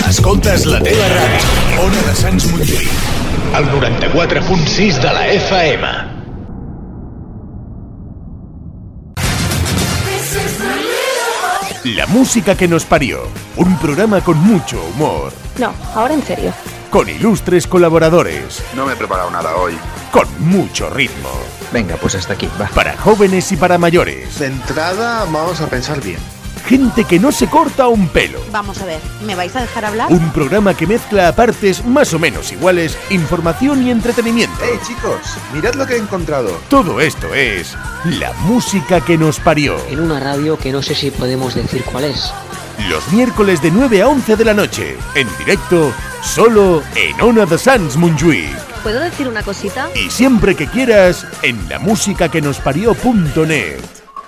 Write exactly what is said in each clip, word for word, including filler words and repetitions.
Escoltes la teva ràdio. Ona de Sants Montjuïc. El noranta-quatre punt sis de la F M. La música que nos parió. Un programa con mucho humor. No, ahora en serio. Con ilustres colaboradores. No me he preparado nada hoy. Con mucho ritmo. Venga, pues hasta aquí, va. Para jóvenes y para mayores. De entrada, vamos a pensar bien. Gente que no se corta un pelo. Vamos a ver, ¿me vais a dejar hablar? Un programa que mezcla a partes más o menos iguales información y entretenimiento. ¡Hey, chicos! Mirad lo que he encontrado. Todo esto es la música que nos parió. En una radio que no sé si podemos decir cuál es. Los miércoles de nueve a once de la noche. En directo, solo en Ona de Sants Montjuïc. ¿Puedo decir una cosita? Y siempre que quieras, en la música que nos parió punto net.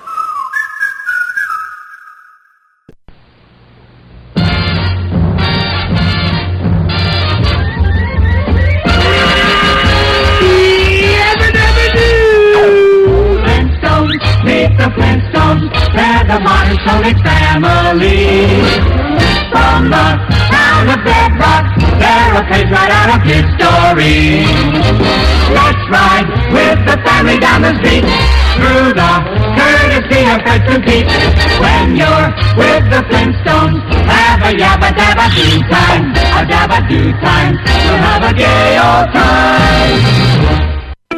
The Flintstones, they're the modern Sonic family. From the town of Bedrock, they're a page right out of his story. Let's ride with the family down the street, through the courtesy of Fred and Pete. When you're with the Flintstones, have a yabba dabba do time, a dabba do time, you'll have a gay old time.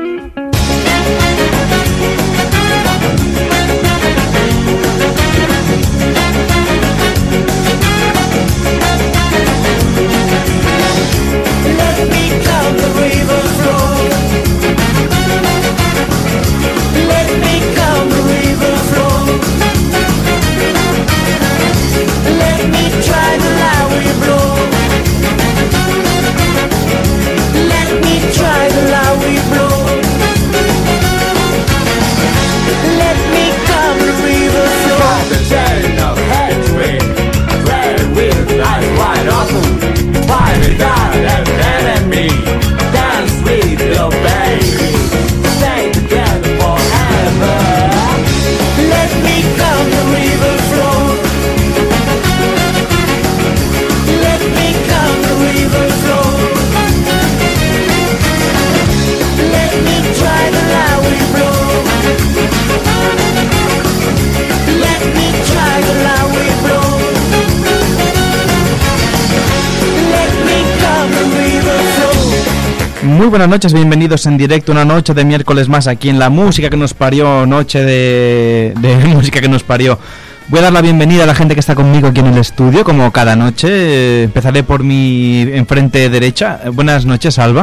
Muy buenas noches, bienvenidos en directo una noche de miércoles más aquí en la música que nos parió, noche de, de música que nos parió. Voy a dar la bienvenida a la gente que está conmigo aquí en el estudio, como cada noche. Empezaré por mi enfrente derecha. Buenas noches, Alba.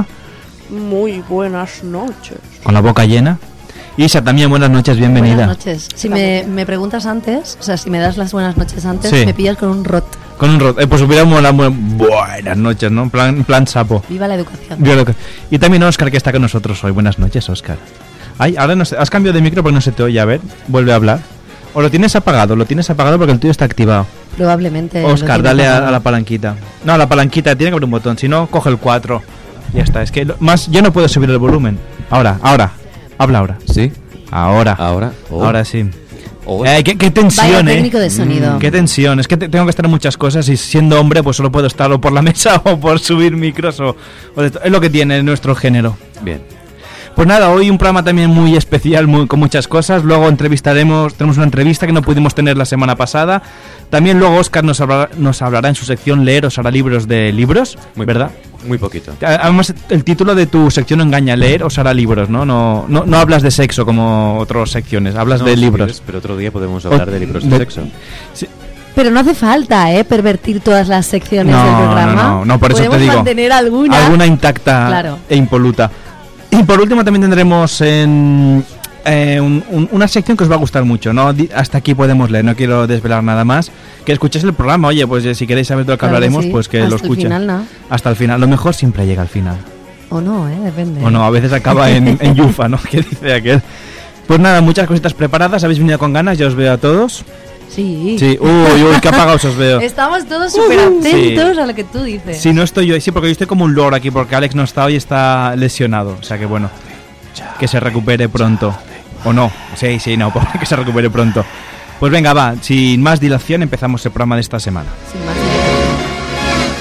Muy buenas noches. Con la boca llena. Isa, también buenas noches, bienvenida. Buenas noches. Si me, me preguntas antes, o sea, si me das las buenas noches antes, sí. Me pillas con un rot. Con un rot. Eh, pues hubiera molado buenas noches, ¿no? En plan, en plan sapo. Viva la educación. Viva la educación. Y también Óscar, que está con nosotros hoy. Buenas noches, Óscar. Ay, ahora no sé, has cambiado de micro porque no se te oye. A ver, vuelve a hablar. O lo tienes apagado, lo tienes apagado porque el tuyo está activado. Probablemente. Óscar, dale a, a la palanquita. No, a la palanquita, tiene que haber un botón. Si no, coge el cuatro. Ya está. Es que lo, más, yo no puedo subir el volumen. Ahora, ahora. Habla ahora. ¿Sí? Ahora. Ahora. Oh. Ahora sí. Oh. Eh, qué, qué tensión, Vaya eh. técnico de sonido. Mm, qué tensión. Es que te, tengo que estar en muchas cosas y siendo hombre, pues solo puedo estar o por la mesa o por subir micros o, o de es lo que tiene nuestro género. Bien. Pues nada, hoy un programa también muy especial, muy, con muchas cosas. Luego entrevistaremos, tenemos una entrevista que no pudimos tener la semana pasada. También luego Óscar nos hablará, nos hablará en su sección Leer, os hará libros de libros, muy ¿verdad? Muy poquito. Además, el título de tu sección no engaña, Leer os hará libros, ¿no? No, no, no hablas de sexo como otras secciones, hablas no, de si libros. Quieres, pero otro día podemos hablar o, de libros de, de sexo. Sí. Pero no hace falta, ¿eh? Pervertir todas las secciones no, del programa. No, no, no, por eso te digo. Podemos mantener alguna. Alguna intacta claro. E impoluta. Y por último también tendremos en, eh, un, un, una sección que os va a gustar mucho, ¿no? Hasta aquí podemos leer, no quiero desvelar nada más. Que escuchéis el programa, oye, pues eh, si queréis saber de lo que claro hablaremos, que sí. Pues que hasta lo escuchen. Hasta el final, ¿no? Hasta el final, lo mejor siempre llega al final. O no, ¿eh? Depende. O no, a veces acaba en, en yufa, ¿no? ¿Qué dice aquel? Pues nada, muchas cositas preparadas, habéis venido con ganas, ya os veo a todos. Sí. Sí, uy, uy, qué apagados os veo. Estamos todos súper atentos sí. a lo que tú dices. Sí, no estoy yo, sí, porque yo estoy como un loro aquí, porque Alex no está hoy, está lesionado. O sea que bueno, que se recupere pronto. O no, sí, sí, no, que se recupere pronto. Pues venga, va, sin más dilación empezamos el programa de esta semana. Sin más dilación.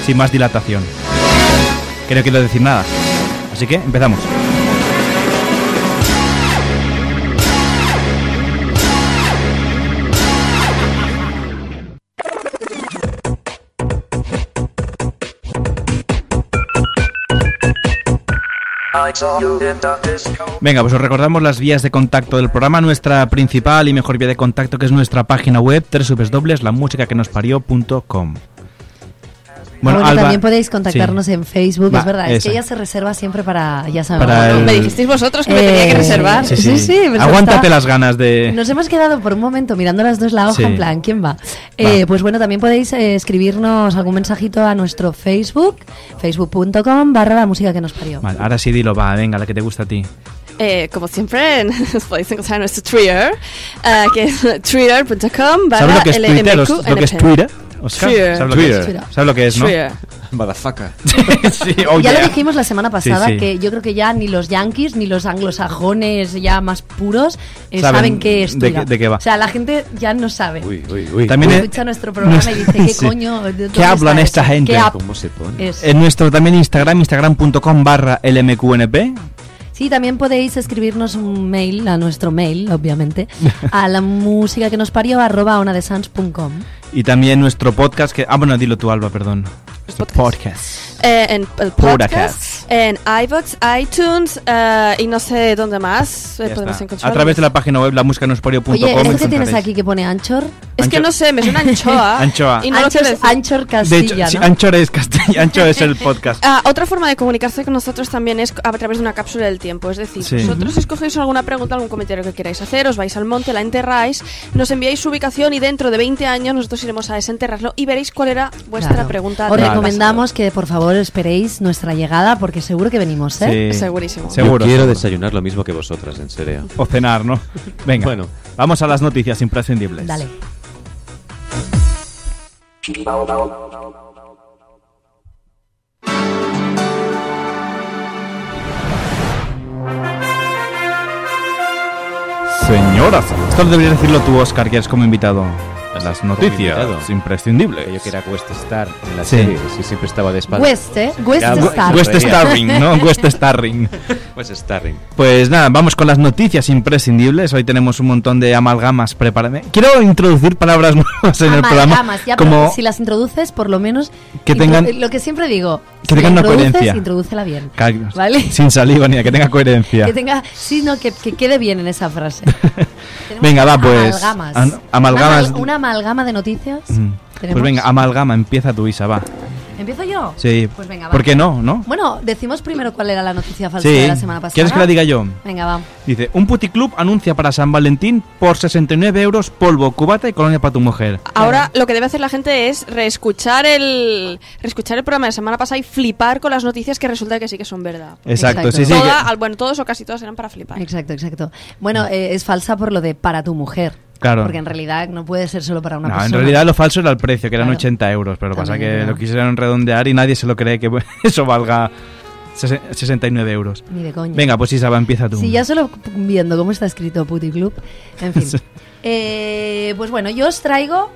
sin más dilatación. Que no quiero decir nada. Así que empezamos. Venga, pues os recordamos las vías de contacto del programa. Nuestra principal y mejor vía de contacto, que es nuestra página web doble u doble u doble u punto la música que nos parió punto com. Bueno, bueno Alba, también podéis contactarnos sí. en Facebook, Va, es verdad, esa. Es que ella se reserva siempre para, ya sabemos. Para el... Me dijisteis vosotros que eh, me tenía que reservar. Sí, sí, sí, sí pues aguántate está. Las ganas de... Nos hemos quedado por un momento mirando las dos la hoja, sí. en plan, ¿quién va? va. Eh, pues bueno, también podéis eh, escribirnos algún mensajito a nuestro Facebook, facebook punto com barra la música que nos parió. Vale, ahora sí dilo, va, venga, la que te gusta a ti. Eh, como siempre, nos podéis encontrar en nuestro Twitter, uh, que es twitter punto com barra ¿sabes lo que es Twitter? ¿Lo que es Twitter? Oscar, ¿sabes lo, que es? ¿sabes lo que es, no? Motherfucker. sí, oh ya yeah. lo dijimos la semana pasada, sí, sí. que yo creo que ya ni los yankees ni los anglosajones ya más puros eh, saben, saben qué es Twitter. De, de qué va. O sea, la gente ya no sabe. Uy, uy, uy. También escucha nuestro programa no, y dice, ¿qué sí. coño? ¿Qué hablan esta eso? Gente? ¿Cómo se pone? Es? En nuestro también Instagram, instagram punto com barra L M Q N P. Sí, también podéis escribirnos un mail, a nuestro mail, obviamente, a la música que nos parió, arroba onadesans punto com. Y también nuestro podcast, que... Ah, bueno, dilo tú, Alba, perdón. Podcast. podcast. Eh, en el podcast, podcast, en iVoox, iTunes uh, y no sé dónde más eh, podemos encontrar. A través de la página web la música nos parió punto com. Oye, ¿esto que tienes aquí que pone Anchor? Es Anchor. Que no sé, me suena Anchoa. Anchoa. Y no Anchor, lo Anchor Castilla, de hecho, ¿no? Sí, Anchor es Castilla, Anchor es el podcast. Ah, otra forma de comunicarse con nosotros también es a través de una cápsula del tiempo. Es decir, sí. vosotros uh-huh. escogéis alguna pregunta, algún comentario que queráis hacer, os vais al monte, la enterráis, nos enviáis su ubicación y dentro de veinte años nosotros iremos a desenterrarlo y veréis cuál era vuestra claro. pregunta. Os recomendamos que por favor esperéis nuestra llegada porque seguro que venimos, ¿eh? Sí. Segurísimo. Seguro. Yo quiero seguro. desayunar lo mismo que vosotras, en serio. O cenar, ¿no? Venga, bueno. Vamos a las noticias imprescindibles. Dale. Señoras, esto lo deberías decirlo tú, Oscar, que eres como invitado. Las noticias imprescindibles. Yo que era West Star en la sí. serie, si siempre estaba de espalda. West, ¿eh? West ya, Star. West Starring, ¿no? West Starring. West Starring. Pues nada, vamos con las noticias imprescindibles. Hoy tenemos un montón de amalgamas preparadas. Quiero introducir palabras nuevas en amalgamas, el programa. Amalgamas, ya, como pero si las introduces, por lo menos... Que tengan... Lo que siempre digo... Que si tengan una coherencia. Introdúcela bien. Carlos, ¿vale? Sin saliva ni a que tenga coherencia. Que tenga... Sí, no, que, que quede bien en esa frase. Venga, va, pues... Amalgamas. An- amalgamas. Una, una amalgama de noticias. Mm. Pues venga, amalgama, empieza tú, Isa, va. ¿Empiezo yo? Sí. Pues venga, va. ¿Por qué no, no? Bueno, decimos primero cuál era la noticia falsa sí. de la semana pasada. ¿Quieres que la diga yo? Venga, va. Dice, un puticlub anuncia para San Valentín por sesenta y nueve euros polvo, cubata y colonia para tu mujer. Ahora lo que debe hacer la gente es reescuchar el reescuchar el programa de la semana pasada y flipar con las noticias que resulta que sí que son verdad. Exacto, exacto. sí, sí. Toda, que... Bueno, todos o casi todos eran para flipar. Exacto, exacto. Bueno, eh, es falsa por lo de para tu mujer. Claro. Porque en realidad no puede ser solo para una no, persona. En realidad lo falso era el precio, que eran claro. ochenta euros, pero lo pasa que verdad. lo quisieron redondear y nadie se lo cree que eso valga sesenta y nueve euros. Ni de coña. Venga, pues Isaba, empieza tú. Sí, ya solo viendo cómo está escrito Puticlub. En fin. sí. eh, pues bueno, yo os traigo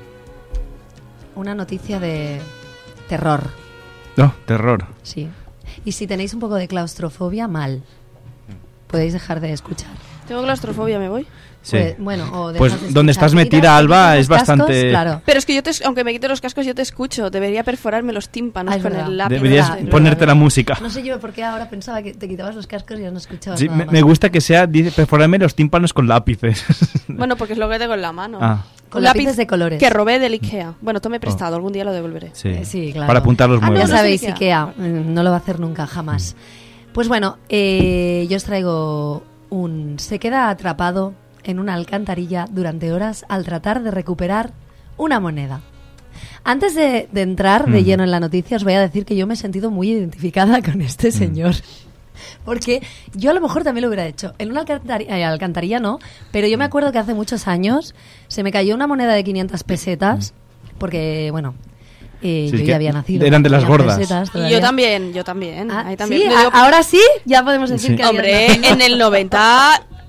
una noticia de terror. No, terror. Sí. Y si tenéis un poco de claustrofobia, mal. Podéis dejar de escuchar. Tengo claustrofobia, ¿me voy? Sí. Pues, bueno, o pues donde estás metida, Alba, es bastante... Cascos, claro. Pero es que yo, te, aunque me quite los cascos, yo te escucho. Debería perforarme los tímpanos ah, con verdad. el lápiz. Deberías la, ponerte la, la música. No sé yo por qué ahora pensaba que te quitabas los cascos y ya no escuchabas sí, nada me, más. me gusta que sea, dice, perforarme los tímpanos con lápices. Bueno, porque es lo que tengo en la mano. Ah. Con lápices lápiz de colores. Que robé del Ikea. Bueno, tome prestado, oh. algún día lo devolveré. Sí, eh, sí claro. Para apuntar los muebles. Ah, no, ya sabéis, Ikea, no lo va a hacer nunca, jamás. Pues bueno, eh, yo os traigo un... Se queda atrapado en una alcantarilla durante horas al tratar de recuperar una moneda. Antes de, de entrar de lleno en la noticia, os voy a decir que yo me he sentido muy identificada con este señor. Porque yo a lo mejor también lo hubiera hecho. En una alcantarilla, eh, alcantarilla no, pero yo me acuerdo que hace muchos años se me cayó una moneda de quinientas pesetas, porque, bueno... Eh, sí, yo ya había nacido. Eran de las gordas. Y yo también, yo también. Ah, Ahí también. ¿sí? Digo, ahora sí, ya podemos decir sí. que hombre, en el noventa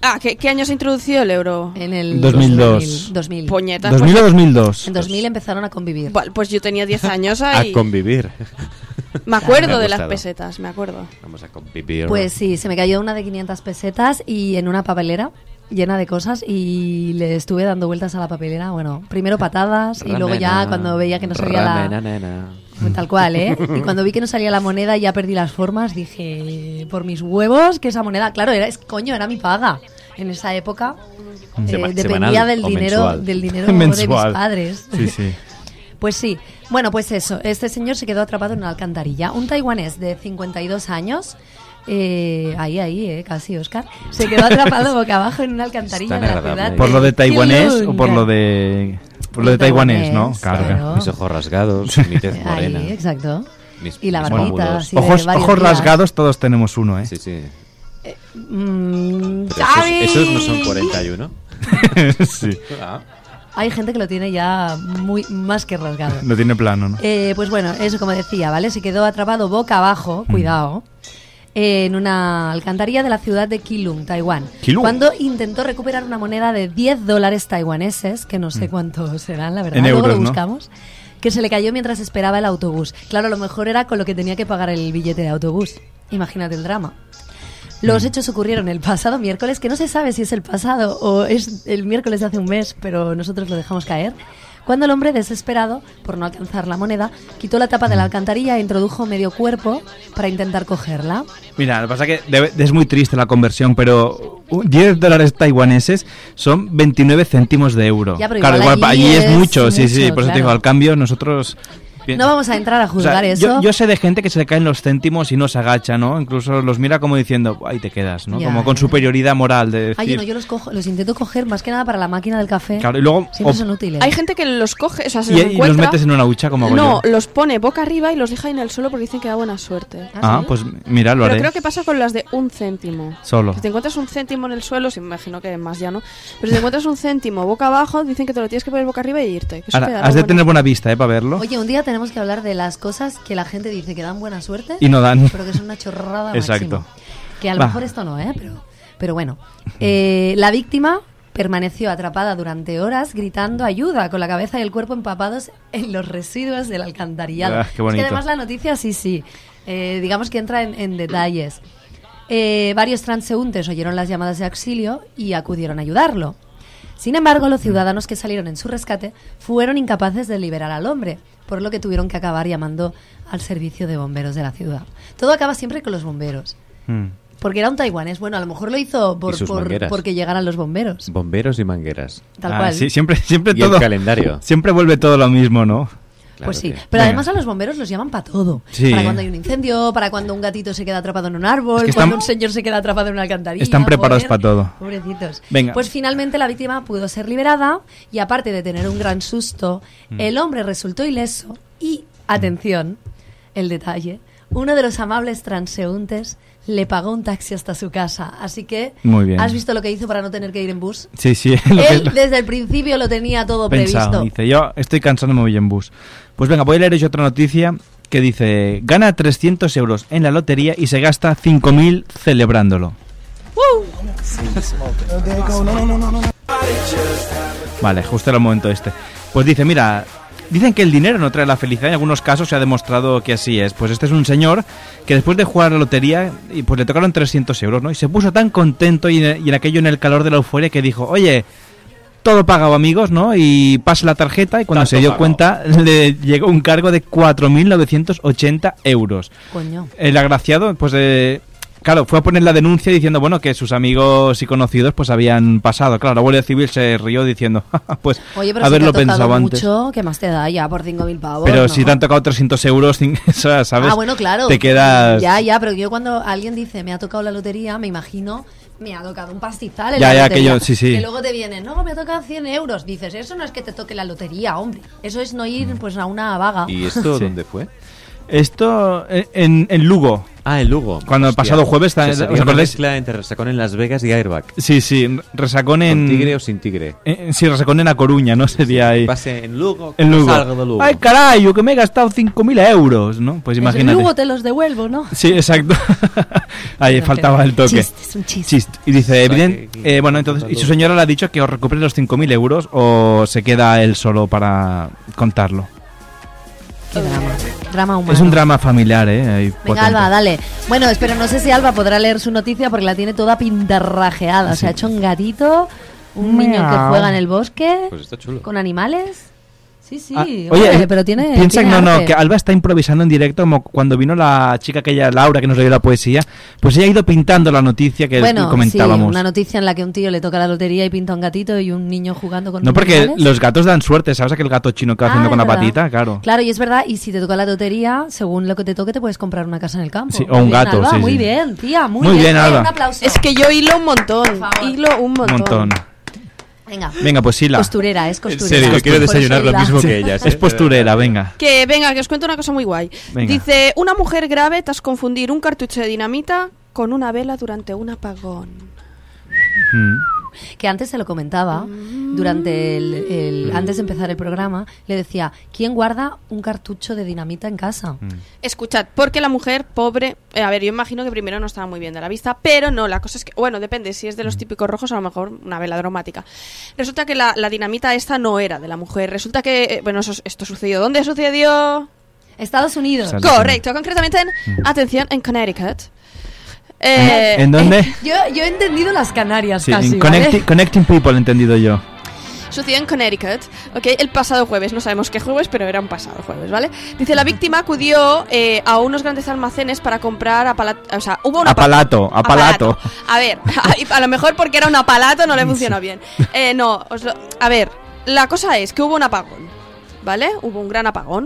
Ah, ¿qué, ¿qué año se introdució el euro? En el dos mil dos. dos mil. Puñetas. ¿dos mil pues, o dos mil dos? En dos mil empezaron a convivir. Vale, pues yo tenía diez años ahí. A convivir. Me acuerdo Me ha de las gustado. pesetas, me acuerdo. Vamos a convivir. Pues sí, se me cayó una de quinientas pesetas y en una papelera llena de cosas y le estuve dando vueltas a la papelera. Bueno, primero patadas y luego ya cuando veía que no salía ramena, la... nena. Tal cual, ¿eh? Y cuando vi que no salía la moneda y ya perdí las formas, dije, por mis huevos, que esa moneda... Claro, era, es, coño, era mi paga. En esa época eh, Sema- dependía semanal del o dinero, mensual. del dinero de mis Mensual. padres. Sí, sí. Pues sí. Bueno, pues eso. Este señor se quedó atrapado en una alcantarilla. Un taiwanés de cincuenta y dos años... Eh, ahí, ahí, eh, casi, Oscar. Se quedó atrapado boca abajo en una alcantarilla Tan de la agradable. ciudad. ¿Por lo de taiwanés Kilunga. o por lo de... Por lo de taiwanés, ¿no? Claro. claro. Mis ojos rasgados, mi tez morena. Ahí, exacto. Mis- Y la mis barbita, pómulos. así de Ojos, varios ojos días. rasgados todos tenemos uno, ¿eh? Sí, sí. Mm, Pero ¡Xavi! esos, esos no son cuarenta y uno. Sí. Ah. Hay gente que lo tiene ya muy más que rasgado. No tiene plano, ¿no? Eh, pues bueno, eso como decía, ¿vale? Se quedó atrapado boca abajo, Mm. cuidado, eh, en una alcantarilla de la ciudad de Keelung, Taiwán. Keelung. Cuando intentó recuperar una moneda de diez dólares taiwaneses, que no sé cuánto serán, la verdad, En luego euros, lo ¿no? buscamos, que se le cayó mientras esperaba el autobús. Claro, a lo mejor era con lo que tenía que pagar el billete de autobús. Imagínate el drama. Los hechos ocurrieron el pasado miércoles, que no se sabe si es el pasado o es el miércoles de hace un mes, pero nosotros lo dejamos caer. Cuando el hombre, desesperado por no alcanzar la moneda, quitó la tapa de la alcantarilla e introdujo medio cuerpo para intentar cogerla. Mira, lo que pasa es que debe- es muy triste la conversión, pero uh, diez dólares taiwaneses son veintinueve céntimos de euro. Ya, pero claro, igual igual allí allí es es mucho, sí, sí, mucho, por eso te digo, claro. al cambio nosotros... No vamos a entrar a O sea, juzgar yo, eso. yo sé de gente que se le caen los céntimos y no se agacha, ¿no? Incluso los mira como diciendo, ahí te quedas, ¿no? Ya, como con ya. superioridad moral de decir... Ay, yo no, yo los, cojo, los intento coger más que nada para la máquina del café. Claro, y luego... Siempre o- son útiles. Hay gente que los coge, o sea, se y, los y los encuentra. metes en una hucha como hago No, yo. los pone boca arriba y los deja ahí en el suelo porque dicen que da buena suerte. Ah, ¿sí? pues mira, lo Pero haré. creo que pasa con las de un céntimo. Solo. Si te encuentras un céntimo en el suelo, si me imagino que más ya no, pero si te encuentras un céntimo boca abajo, dicen que te lo tienes que poner boca arriba y irte. Que eso te Ahora, dará has de buena- tener buena vista, ¿eh? Para verlo. Oye, un día tenemos que hablar de las cosas que la gente dice que dan buena suerte Y no dan. pero que son una chorrada Exacto. máximo. Que a lo Va. mejor esto no, ¿eh? Pero, pero bueno. Eh, la víctima permaneció atrapada durante horas gritando ayuda con la cabeza y el cuerpo empapados en los residuos del alcantarillado. Ah, qué Es que bonito. además la noticia sí, sí. Eh, digamos que entra en, en detalles. Eh, varios transeúntes oyeron las llamadas de auxilio y acudieron a ayudarlo. Sin embargo, los ciudadanos que salieron en su rescate fueron incapaces de liberar al hombre, por lo que tuvieron que acabar llamando al servicio de bomberos de la ciudad. Todo acaba siempre con los bomberos. Mm. Porque era un taiwanés. Bueno, a lo mejor lo hizo por, Y sus por- mangueras. porque llegaran los bomberos. Bomberos y mangueras. Tal Ah, cual. sí, siempre, siempre Y el todo... calendario. Siempre vuelve todo lo mismo, ¿no? Claro Pues sí. que- Pero Venga. además a los bomberos los llaman para todo. Sí. Para cuando hay un incendio, para cuando un gatito se queda atrapado en un árbol, Es que están- cuando un señor se queda atrapado en una alcantarilla. Están preparados joder. para todo. Pobrecitos. Venga. Pues finalmente la víctima pudo ser liberada y aparte de tener un gran susto, Mm. el hombre resultó ileso y, atención, el detalle, uno de los amables transeúntes le pagó un taxi hasta su casa. Así que, Muy bien. ¿has visto lo que hizo para no tener que ir en bus? Sí, sí. lo que- Él desde el principio lo tenía todo pensado. previsto. Dice, yo estoy cansado, me voy en bus. Pues venga, voy a leer yo otra noticia que dice, gana trescientos euros en la lotería y se gasta cinco mil celebrándolo. Vale, justo era el momento este. Pues dice, mira, dicen que el dinero no trae la felicidad, en algunos casos se ha demostrado que así es. Pues este es un señor que después de jugar a la lotería, y pues le tocaron trescientos euros, ¿no? Y se puso tan contento y en, y en aquello, en el calor de la euforia, que dijo, oye, todo pagado, amigos, ¿no? Y pasa la tarjeta y cuando Tanto se dio pagado. cuenta le llegó un cargo de cuatro mil novecientos ochenta euros. Coño. El agraciado, pues, eh, claro, fue a poner la denuncia diciendo, bueno, que sus amigos y conocidos pues habían pasado. Claro, la Guardia Civil se rió diciendo, pues, Oye, pero haberlo si te ha tocado pensado antes. mucho, ¿qué más te da ya por cinco mil pavos? Pero ¿no? si te han tocado trescientos euros, cin- o sea, ¿sabes? Ah, bueno, claro. Te quedas... Ya, ya, pero yo cuando alguien dice me ha tocado la lotería, me imagino, me ha tocado un pastizal en Ya, la ya, lotería. que yo- sí, sí. Que luego te vienen, no, me ha tocado cien euros. Dices, eso no es que te toque la lotería, hombre. Eso es no ir pues a una vaga. ¿Y esto Sí. dónde fue? Esto en, en Lugo. Ah, en Lugo. Cuando el pasado jueves... Se, se, ¿os una acordáis? mezcla entre resacón en Las Vegas y Airbag. Sí, sí, resacón en... ¿Con tigre o sin tigre? Eh, sí, resacón en A Coruña, ¿no? Sería ahí. Pase en Lugo, en Lugo. Salgo de Lugo. Ay, caray, yo que me he gastado cinco mil euros, ¿no? Pues imagínate. En Lugo te los devuelvo, ¿no? Sí, exacto. Ahí No, faltaba el toque. Chiste, es un chiste. Chiste. Y dice, O sea, evidente, que- que- eh, bueno, entonces, y su señora le ha dicho que os recupere los cinco mil euros o se queda él solo para contarlo. Qué drama. Drama humano. Es un drama familiar, ¿eh? Ahí Venga, potente. Alba, dale. Bueno, espero, no sé si Alba podrá leer su noticia porque la tiene toda pintarrajeada. O sea, ha hecho un gatito, un niño que Miau. juega en el bosque, Pues está chulo. con animales. Sí, sí. Ah, oye, oye, pero tiene. piensa tiene que no, no, arte. que Alba está improvisando en directo como cuando vino la chica aquella, Laura, que nos leyó la poesía. Pues ella ha ido pintando la noticia que Bueno, sí, comentábamos. una noticia en la que un tío le toca la lotería y pinta un gatito y un niño jugando con No, porque animales. los gatos dan suerte, ¿sabes? Aquel gato chino que va Ah, haciendo con es la verdad. patita, claro. Claro, y es verdad, y si te toca la lotería, según lo que te toque, te puedes comprar una casa en el campo. Sí, o Muy un bien, gato, Alba, sí, muy sí. bien, tía, muy, Muy bien, Eh, Alba. Un aplauso. Es que yo hilo un montón. Por favor. Hilo un Un montón. montón. Venga, Venga, pues sí, la. costurera, es En costurera. serio, Por quiero eso desayunar lo hila. mismo que ellas. Es posturera, venga. Que venga, que os cuento una cosa muy guay. Venga. Dice, una mujer grave tras confundir un cartucho de dinamita con una vela durante un apagón. Mm. Que antes se lo comentaba, durante el, el- antes de empezar el programa, le decía, ¿quién guarda un cartucho de dinamita en casa? Mm. Escuchad, porque la mujer pobre, eh, a ver, yo imagino que primero no estaba muy bien de la vista, pero no, la cosa es que, bueno, depende, si es de los típicos rojos, a lo mejor una vela aromática. Resulta que la, la dinamita esta no era de la mujer, resulta que, eh, bueno, eso, esto sucedió, ¿dónde sucedió? Estados Unidos. Sal- Correcto, concretamente en, atención, en Connecticut. Eh, ¿En dónde? Yo, yo he entendido las Canarias Sí, casi, en ¿vale? connecti- Connecting People, he entendido yo. Sucedió en Connecticut, ¿ok? El pasado jueves, no sabemos qué jueves, pero era un pasado jueves, ¿vale? Dice, la víctima acudió eh, a unos grandes almacenes para comprar apalato, o sea, hubo un apa- Apalato, apalato. A ver, a, a lo mejor porque era un apalato no le funcionó bien. Eh, no, os lo- a ver, la cosa es que hubo un apagón, ¿vale? Hubo un gran apagón.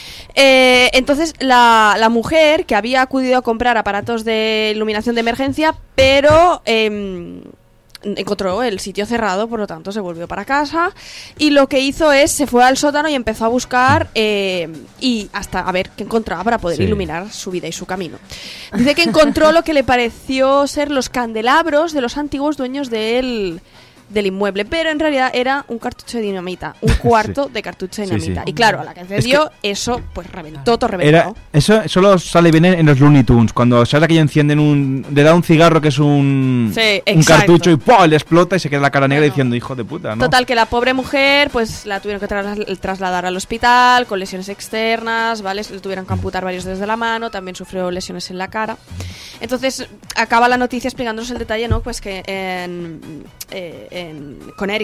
Eh, entonces la, la mujer que había acudido a comprar aparatos de iluminación de emergencia, pero eh, encontró el sitio cerrado, por lo tanto se volvió para casa y lo que hizo es, se fue al sótano y empezó a buscar eh, y hasta a ver qué encontraba para poder Sí. iluminar su vida y su camino. Dice que encontró lo que le pareció ser los candelabros de los antiguos dueños del, del inmueble, pero en realidad era un cartucho de dinamita, un cuarto Sí. de cartucho de Sí, dinamita. sí. Y claro, a la que encendió, eso pues reventó, todo reventado. Era, eso solo sale bien en, en los Looney Tunes. Cuando sabes que ellos encienden un. Le da un cigarro que es un. Sí, un exacto. cartucho y ¡pum! Le explota y se queda la cara negra Bueno. diciendo, hijo de puta, ¿no? Total, que la pobre mujer, pues la tuvieron que tras- trasladar al hospital con lesiones externas, ¿vale? Le tuvieron que amputar varios dedos de la mano, también sufrió lesiones en la cara. Entonces, acaba la noticia explicándonos el detalle, ¿no? Pues que en, eh, en Connecticut,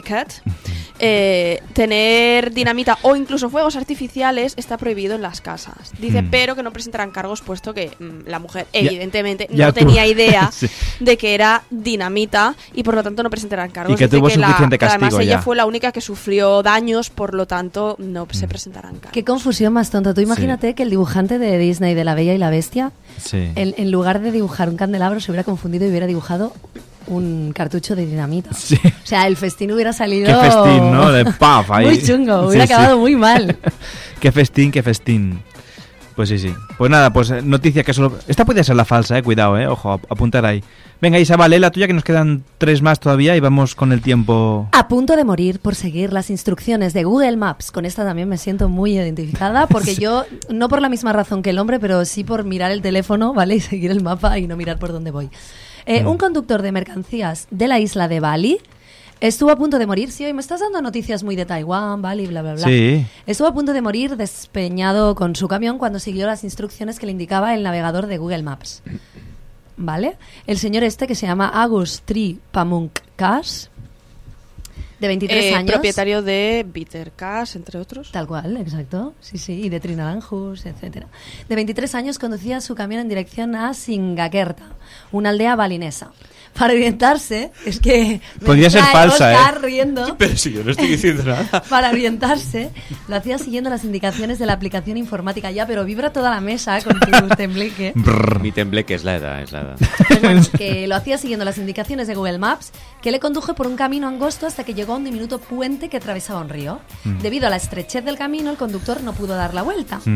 eh, tener dinamita o incluso fuegos artificiales está prohibido en las casas. Dice, Mm. pero que no presentarán cargos, puesto que mm, la mujer, Ya- evidentemente, ya no tu- tenía idea Sí. de que era dinamita y por lo tanto no presentarán cargos. Y que Dice tuvo la- suficiente que además castigo ella ya. fue la única que sufrió daños, por lo tanto no Mm. se presentarán cargos. Qué confusión más tonta. Tú imagínate que el dibujante de Disney de La Bella y la Bestia, Sí. en, en lugar de dibujar un candelabro, se hubiera confundido y hubiera dibujado un cartucho de dinamita. Sí. O sea, el festín hubiera salido... Qué festín, ¿no? De paf ahí. Muy chungo, Sí, hubiera sí. acabado muy mal. Qué festín, qué festín. Pues sí, sí. Pues nada, pues eh, noticia que solo... Esta podría ser la falsa, eh. Cuidado, eh. Ojo, ap- apuntar ahí. Venga, Isa, lee la tuya, que nos quedan tres más todavía y vamos con el tiempo... A punto de morir por seguir las instrucciones de Google Maps. Con esta también me siento muy identificada porque yo, no por la misma razón que el hombre, pero sí por mirar el teléfono, ¿vale? Y seguir el mapa y no mirar por dónde voy. Eh, Mm. Un conductor de mercancías de la isla de Bali estuvo a punto de morir. Sí, hoy me estás dando noticias muy de Taiwán, Bali, bla, bla, bla. Sí. Estuvo a punto de morir despeñado con su camión cuando siguió las instrucciones que le indicaba el navegador de Google Maps. ¿Vale? El señor este, que se llama Agus Tri Pamukkas, de veintitrés Eh, años. propietario de Bitter Cash, entre otros. Tal cual, exacto. Sí, sí, y de Trinalanjus, etcétera. De veintitrés años conducía su camión en dirección a Singakerta, una aldea balinesa. Para orientarse, es que... me Podría ser está falsa, Oscar ¿eh? riendo. Pero si yo no estoy diciendo nada. Para orientarse, lo hacía siguiendo las indicaciones de la aplicación informática. Ya, pero vibra toda la mesa con tu tembleque. Mi tembleque es la edad, es la edad. Pues bueno, que lo hacía siguiendo las indicaciones de Google Maps, que le conduje por un camino angosto hasta que llegó a un diminuto puente que atravesaba un río. Mm. Debido a la estrechez del camino, el conductor no pudo dar la vuelta. Mm.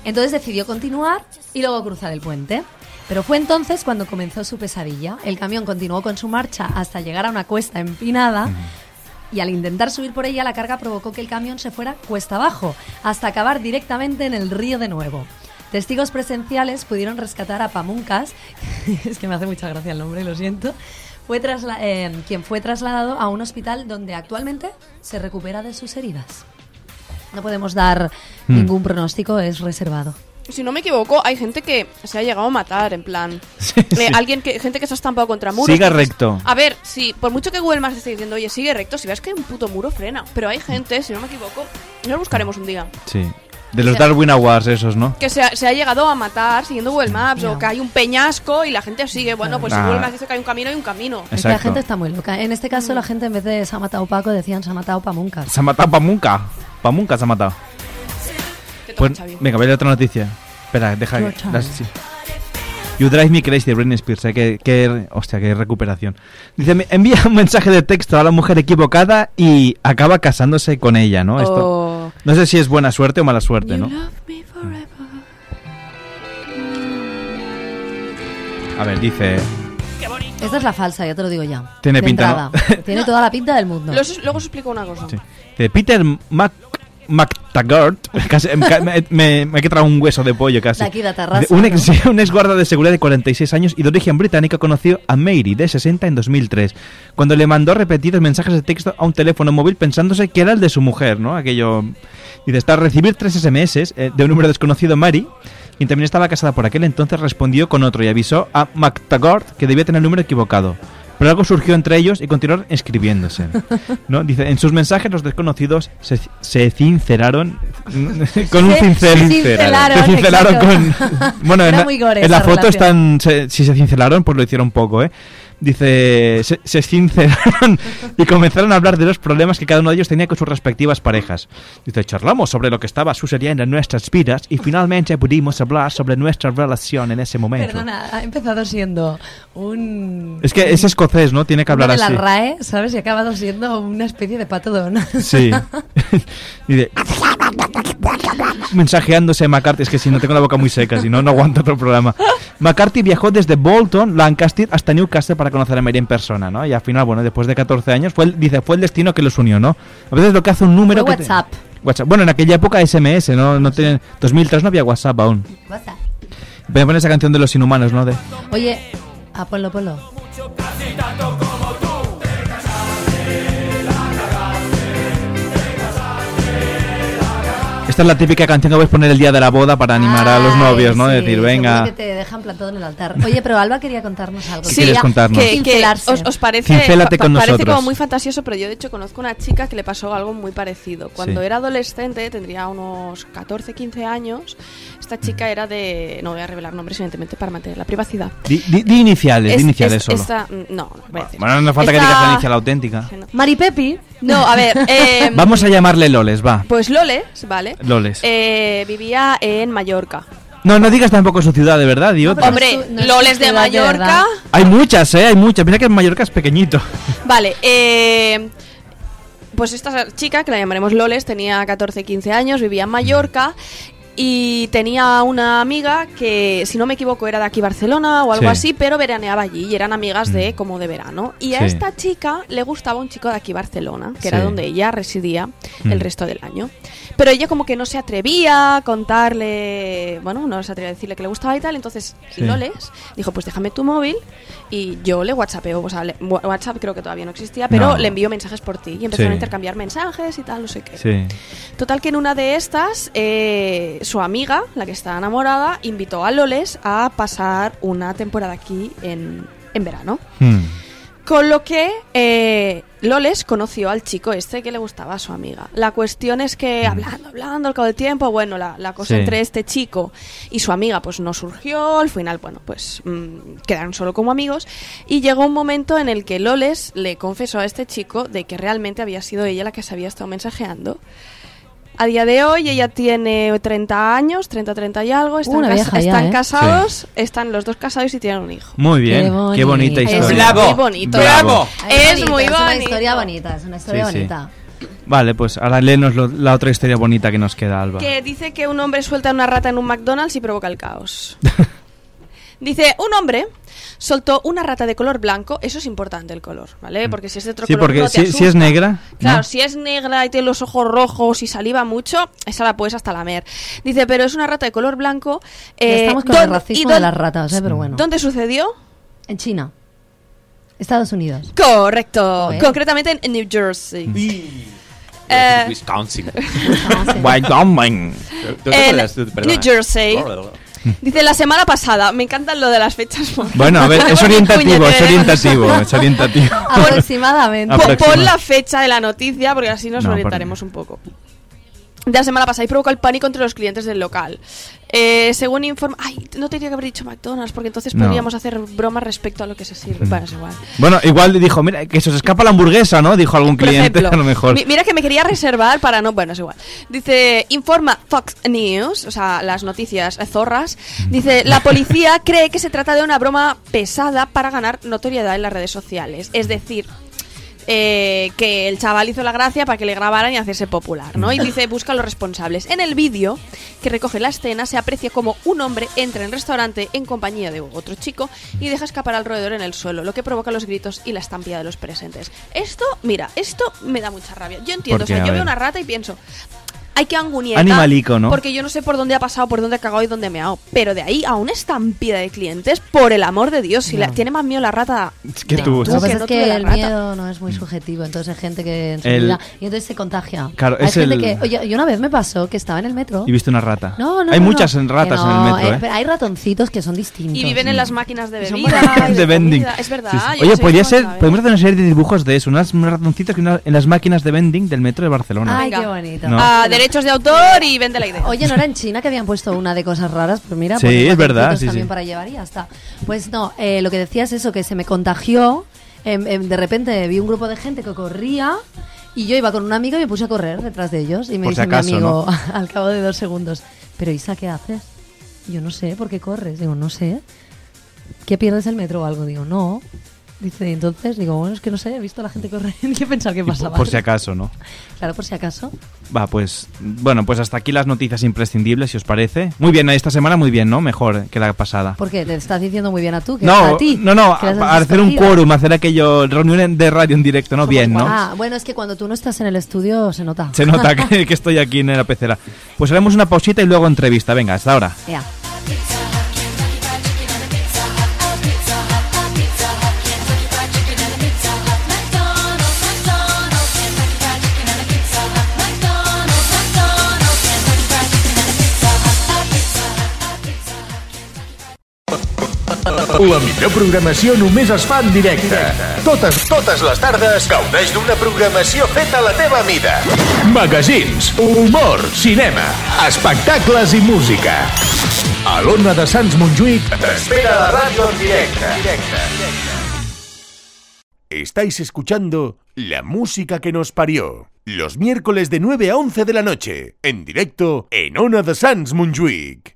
Entonces decidió continuar y luego cruzar el puente. Pero fue entonces cuando comenzó su pesadilla. El camión continuó con su marcha hasta llegar a una cuesta empinada y al intentar subir por ella la carga provocó que el camión se fuera cuesta abajo hasta acabar directamente en el río de nuevo. Testigos presenciales pudieron rescatar a Pamuncas, es que me hace mucha gracia el nombre, lo siento, fue trasla- eh, quien fue trasladado a un hospital donde actualmente se recupera de sus heridas. No podemos dar Mm. ningún pronóstico, es reservado. Si no me equivoco, hay gente que se ha llegado a matar, en plan. Sí, Eh, sí. alguien que, gente que se ha estampado contra muros. Siga que dices, recto. A ver, si por mucho que Google Maps esté diciendo, oye, sigue recto, si ves que hay un puto muro, frena. Pero hay gente, si no me equivoco, ya lo buscaremos un día, Sí. De los O sea, Darwin Awards esos, ¿no? que se ha, se ha llegado a matar siguiendo Google Maps, Ya. o que hay un peñasco y la gente sigue. Bueno, pues si Ah. Google Maps dice que hay un camino, hay un camino. Es que la Exacto. gente está muy loca. En este caso la gente en vez de se ha matado Paco decían se ha matado Pamuncas. Se ha matado Pamunca. Pamunca se ha matado. Que toca, Pues, Xavi. venga, voy a leer otra noticia. Espera, deja Your que... turn. las- sí. You Drive Me Crazy de Britney Spears, eh, que, que, hostia, qué recuperación. Dice, me envía un mensaje de texto a la mujer equivocada y acaba casándose con ella, ¿no? Esto, Oh. no sé si es buena suerte o mala suerte, You ¿no? love me forever. A ver, dice... Esta es la falsa, ya te lo digo ya. Tiene De pinta, entrada. ¿no? Tiene toda la pinta del mundo. Los- luego os explico una cosa. Sí. De Peter Mac McTaggart, casi, me, me, me he quedado un hueso de pollo casi. De aquí de Tarrasa, De un ex, ¿no? sí, un ex guarda de seguridad de cuarenta y seis años y de origen británico conoció a Mary, de sesenta, en dos mil tres, cuando le mandó repetidos mensajes de texto a un teléfono móvil pensándose que era el de su mujer, ¿no? Aquello... Y de estar recibir tres ese eme ese eh, de un número desconocido, Mary, quien también estaba casada por aquel entonces, respondió con otro y avisó a McTaggart que debía tener el número equivocado. Pero algo surgió entre ellos y continuaron escribiéndose, ¿no? Dice, en sus mensajes los desconocidos se, se cincelaron con un Se cincel. cincelaron, Se cincelaron con... exacto. Bueno, en Era la, muy gore en la esa foto relación. están... se- si se cincelaron, pues lo hicieron un poco, ¿eh? Dice, se, se cincelaron y comenzaron a hablar de los problemas que cada uno de ellos tenía con sus respectivas parejas. Dice, charlamos sobre lo que estaba sucediendo en nuestras vidas y finalmente pudimos hablar sobre nuestra relación en ese momento. Perdona, ha empezado siendo un... Es que es escocés, ¿no? Tiene que hablar uno de así. la R A E, ¿sabes? Y ha acabado siendo una especie de pato Donald. Sí. Dice, mensajeándose a McCarthy. Es que si no tengo la boca muy seca, si no, no aguanto otro programa. McCarthy viajó desde Bolton, Lancaster, hasta Newcastle para conocer a Mary en persona, ¿no? Y al final, bueno, después de catorce años, fue el, dice, fue el destino que los unió, ¿no? A veces lo que hace un número... Fue que te- WhatsApp. WhatsApp. Bueno, en aquella época ese eme ese, ¿no? no tienen, dos mil tres no había WhatsApp aún. WhatsApp. Voy a poner esa canción de los inhumanos, ¿no? De... Oye, ah, ponlo, ponlo. Esta es la típica canción que puedes poner el día de la boda para animar a los Ay, novios, ¿no? sí, Decir, seguro venga... que te dejan plantado en el altar. Oye, pero Alba quería contarnos algo. ¿Qué quieres ya, contarnos? Que, que Cincelarse. os, os parece, Cincélate con parece nosotros. como muy fantasioso, pero yo de hecho conozco una chica que le pasó algo muy parecido. Cuando Sí. era adolescente, tendría unos catorce, quince años, esta chica era de... No voy a revelar nombres, evidentemente, para mantener la privacidad. Di, di- di iniciales, Es- di iniciales es- solo. esta- no, no voy a decir. Bueno, no falta que Esta- digas la inicial auténtica. que no. Maripepi. No, a ver... eh, Vamos a llamarle Loles, va. Pues Loles, ¿vale? Loles. Eh, vivía en Mallorca. No, no digas tampoco su ciudad, de verdad, di otra. pero Hombre, no es tu- no es Loles tu de ciudad de Mallorca... verdad. Hay muchas, ¿eh? Hay muchas. Mira que en Mallorca es pequeñito. Vale, eh, pues esta chica, que la llamaremos Loles, tenía catorce, quince años, vivía en Mallorca y tenía una amiga que, si no me equivoco, era de aquí Barcelona o algo Sí. así, pero veraneaba allí y eran amigas de como de verano. Y a Sí. esta chica le gustaba un chico de aquí Barcelona, que Sí. era donde ella residía Mm. el resto del año. Pero ella como que no se atrevía a contarle, bueno, no se atrevía a decirle que le gustaba y tal, entonces Sí. Loles dijo, pues déjame tu móvil y yo le whatsappeo, o sea, le- WhatsApp creo que todavía no existía, pero No. le envío mensajes por ti y empezaron Sí. a intercambiar mensajes y tal, no sé qué. Sí. Total que en una de estas, eh, su amiga, la que está enamorada, invitó a Loles a pasar una temporada aquí en, en verano. Hmm. Con lo que eh, Loles conoció al chico este que le gustaba a su amiga. La cuestión es que hablando, hablando al cabo del tiempo, bueno, la, la cosa Sí. entre este chico y su amiga pues no surgió. Al final, bueno, pues mmm, quedaron solo como amigos. Y llegó un momento en el que Loles le confesó a este chico de que realmente había sido ella la que se había estado mensajeando. A día de hoy ella tiene treinta años, treinta, treinta y algo, están, Una cas- vieja ya, están ¿eh? casados, están los dos casados y tienen un hijo. Muy bien. Qué Qué, bonita bonito. historia. Es Bravo. muy bonito. Bravo. Ay, Es bonito, muy Es una bonito. historia bonita, es una historia Sí, sí. bonita. Vale, pues ahora léenos lo- la otra historia bonita que nos queda, Alba. Que dice que un hombre suelta una rata en un McDonald's y provoca el caos. Dice, un hombre soltó una rata de color blanco. Eso es importante, el color, ¿vale? Porque si es de otro Sí, color porque no te si, asusta. si es negra... Claro, ¿no? si es negra y tiene los ojos rojos y saliva mucho, esa la puedes hasta lamer. Dice, pero es una rata de color blanco. Ya eh, estamos con ¿dó- el y racismo dó- de las ratas, ¿eh? Pero bueno. ¿Dónde sucedió? En China. Estados Unidos. Correcto. Joder. Concretamente en New Jersey. Eh, Wisconsin. Wyoming. en New Jersey. Dice, la semana pasada. Me encantan lo de las fechas. Bueno, a ver, es orientativo, es Puñetera. orientativo, es orientativo. Aproximadamente. Pon- Aproxima- Pon la fecha de la noticia porque así nos No, orientaremos un poco. De la semana pasada y provocó el pánico entre los clientes del local. Eh, según informa... Ay, no tenía que haber dicho McDonald's porque entonces No. podríamos hacer bromas respecto a lo que se sirve. Bueno, es igual. Bueno, igual dijo, mira, que se os escapa la hamburguesa, ¿no? Dijo algún Por cliente, ejemplo, a lo mejor. mi- mira que me quería reservar para no... Bueno, es igual. Dice, informa Fox News, o sea, las noticias eh, zorras. Dice, la policía cree que se trata de una broma pesada para ganar notoriedad en las redes sociales. Es decir... Eh, que el chaval hizo la gracia para que le grabaran y hacerse popular, ¿no? Y dice, busca a los responsables. En el vídeo que recoge la escena se aprecia como un hombre entra en el restaurante en compañía de otro chico y deja escapar al roedor en el suelo, lo que provoca los gritos y la estampida de los presentes. Esto, mira, esto me da mucha rabia. Yo entiendo, o Porque, sea, a yo ver. veo una rata y pienso... Hay que angunieta. Animalico, ¿no? Porque yo no sé por dónde ha pasado, por dónde ha cagado y dónde me ha dado. Pero de ahí a una estampida de clientes, por el amor de Dios, si la- tiene más miedo la rata. Es que de tú- tú Lo que pasa no es tú de que la el rata. miedo no es muy subjetivo, entonces hay gente que El- enseguida... Y entonces se contagia. Claro, hay es gente el- que... Oye, y una vez me pasó que estaba en el metro... Y viste una rata. No, no, Hay no, muchas no. ratas Que en no, el metro, eh, ¿eh? pero hay ratoncitos que son distintos. Y viven en las máquinas de Y son bebida. bonitos. y de vending. comida. Es verdad. Sí, sí. yo Oye, no sé podría cómo ser, sabe. podemos hacer una serie de dibujos de eso, unas ratoncitos que una- en las máquinas de vending del metro de Barcelona. Ay, Venga. qué bonito. No. A derechos de autor y vende la idea. Oye, ¿no era en China que habían puesto una de cosas raras? Pues mira, Sí, ponen es verdad, ratoncitos sí, también sí. para llevar y ya está. Pues no, eh, lo que decía es eso, que se me contagió. em, em, de repente vi un grupo de gente que corría y yo iba con un amigo y me puse a correr detrás de ellos. Y me Por si dice acaso, mi amigo ¿no? al cabo de dos segundos, pero Isa, ¿qué haces? Y yo no sé, ¿por qué corres? Digo, no sé. ¿Qué pierdes el metro o algo? Digo, no. Dice, y entonces, digo, bueno, es que no sé, he visto a la gente correr y he pensado que Y por, pasaba. por si acaso, ¿no? Claro, por si acaso. Va, pues, bueno, pues hasta aquí las noticias imprescindibles, si os parece. Muy bien, esta semana muy bien, ¿no? Mejor que la pasada. ¿Por qué? ¿Te estás diciendo muy bien a tú? Que No, a ti. no, no, que las has a- a hacer un escogido. quórum, hacer aquello, reunión de radio en directo, ¿no? Bien, ¿no? Ah, bueno, es que cuando tú no estás en el estudio se nota. Se nota que, que estoy aquí en la pecera. Pues haremos una pausita y luego entrevista. Venga, hasta ahora. Ya. La millor programació només es fa en directe. Totes, totes les tardes gaudeix d'una programació feta a la teva mida. Magazins, humor, cinema, espectacles i música. A l'Ona de Sants Montjuïc t'espera la ràdio en directe. Estáis escuchando la música que nos parió. Los miércoles de nueve a once de la noche, en directo en Ona de Sants Montjuïc.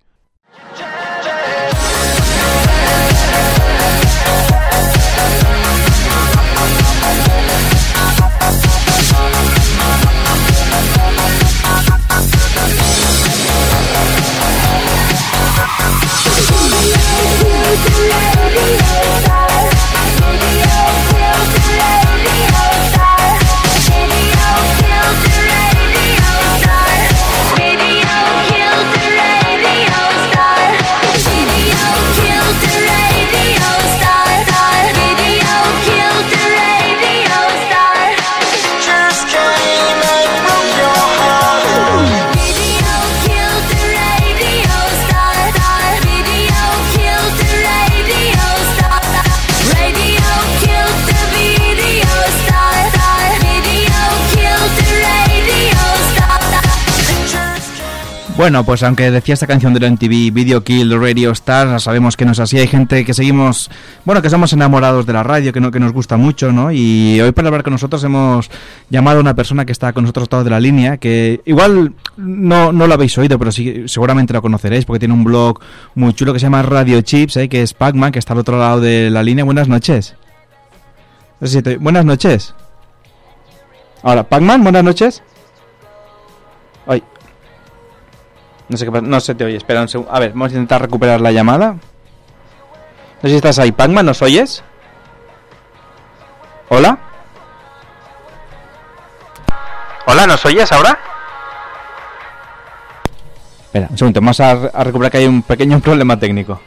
Bueno, pues aunque decía esta canción de la M T V, Video Kill Radio Star, sabemos que no es así. Hay gente que seguimos, bueno, que somos enamorados de la radio, que no, que nos gusta mucho, ¿no? Y hoy para hablar con nosotros hemos llamado a una persona que está con nosotros todos de la línea, que igual no, no lo habéis oído, pero sí, seguramente lo conoceréis, porque tiene un blog muy chulo que se llama Radio Chips, ¿eh? Que es Pac-Man, que está al otro lado de la línea. Buenas noches. No sé si te- Buenas noches. Ahora, Pac-Man, buenas noches. Ay. No sé qué pasa, no se te oye, espera un segundo. A ver, vamos a intentar recuperar la llamada. No sé si estás ahí, Pac-Man, ¿nos oyes? ¿Hola? ¿Hola, nos oyes ahora? Espera, un segundo, vamos a, a recuperar que hay un pequeño problema técnico.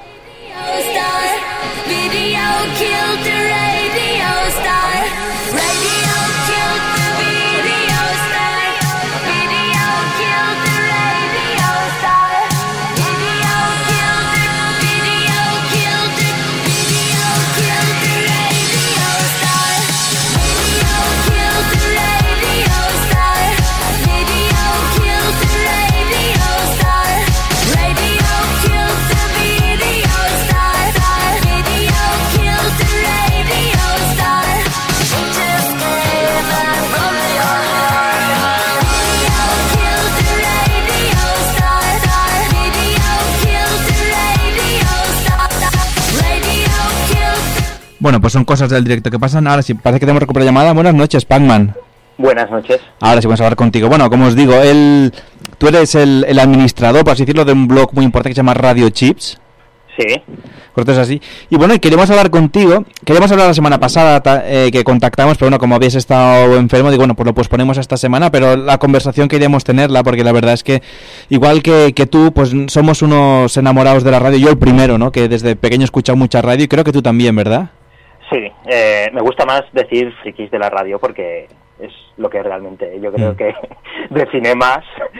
Bueno, pues son cosas del directo que pasan. Ahora sí, parece que tenemos que recuperar llamada. Buenas noches, Pac-Man. Buenas noches. Ahora sí vamos a hablar contigo. Bueno, como os digo, el, tú eres el, el administrador, por así decirlo, de un blog muy importante que se llama Radio Chips. Sí. Correcto, es así. Y bueno, y queríamos hablar contigo. Queríamos hablar la semana pasada ta, eh, que contactamos, pero bueno, como habías estado enfermo, digo, bueno, pues lo posponemos esta semana, pero la conversación queríamos tenerla, porque la verdad es que, igual que, que tú, pues somos unos enamorados de la radio. Yo el primero, ¿no? Que desde pequeño he escuchado mucha radio y creo que tú también, ¿verdad? Sí, eh, me gusta más decir frikis de la radio porque es lo que realmente yo creo mm. que define más,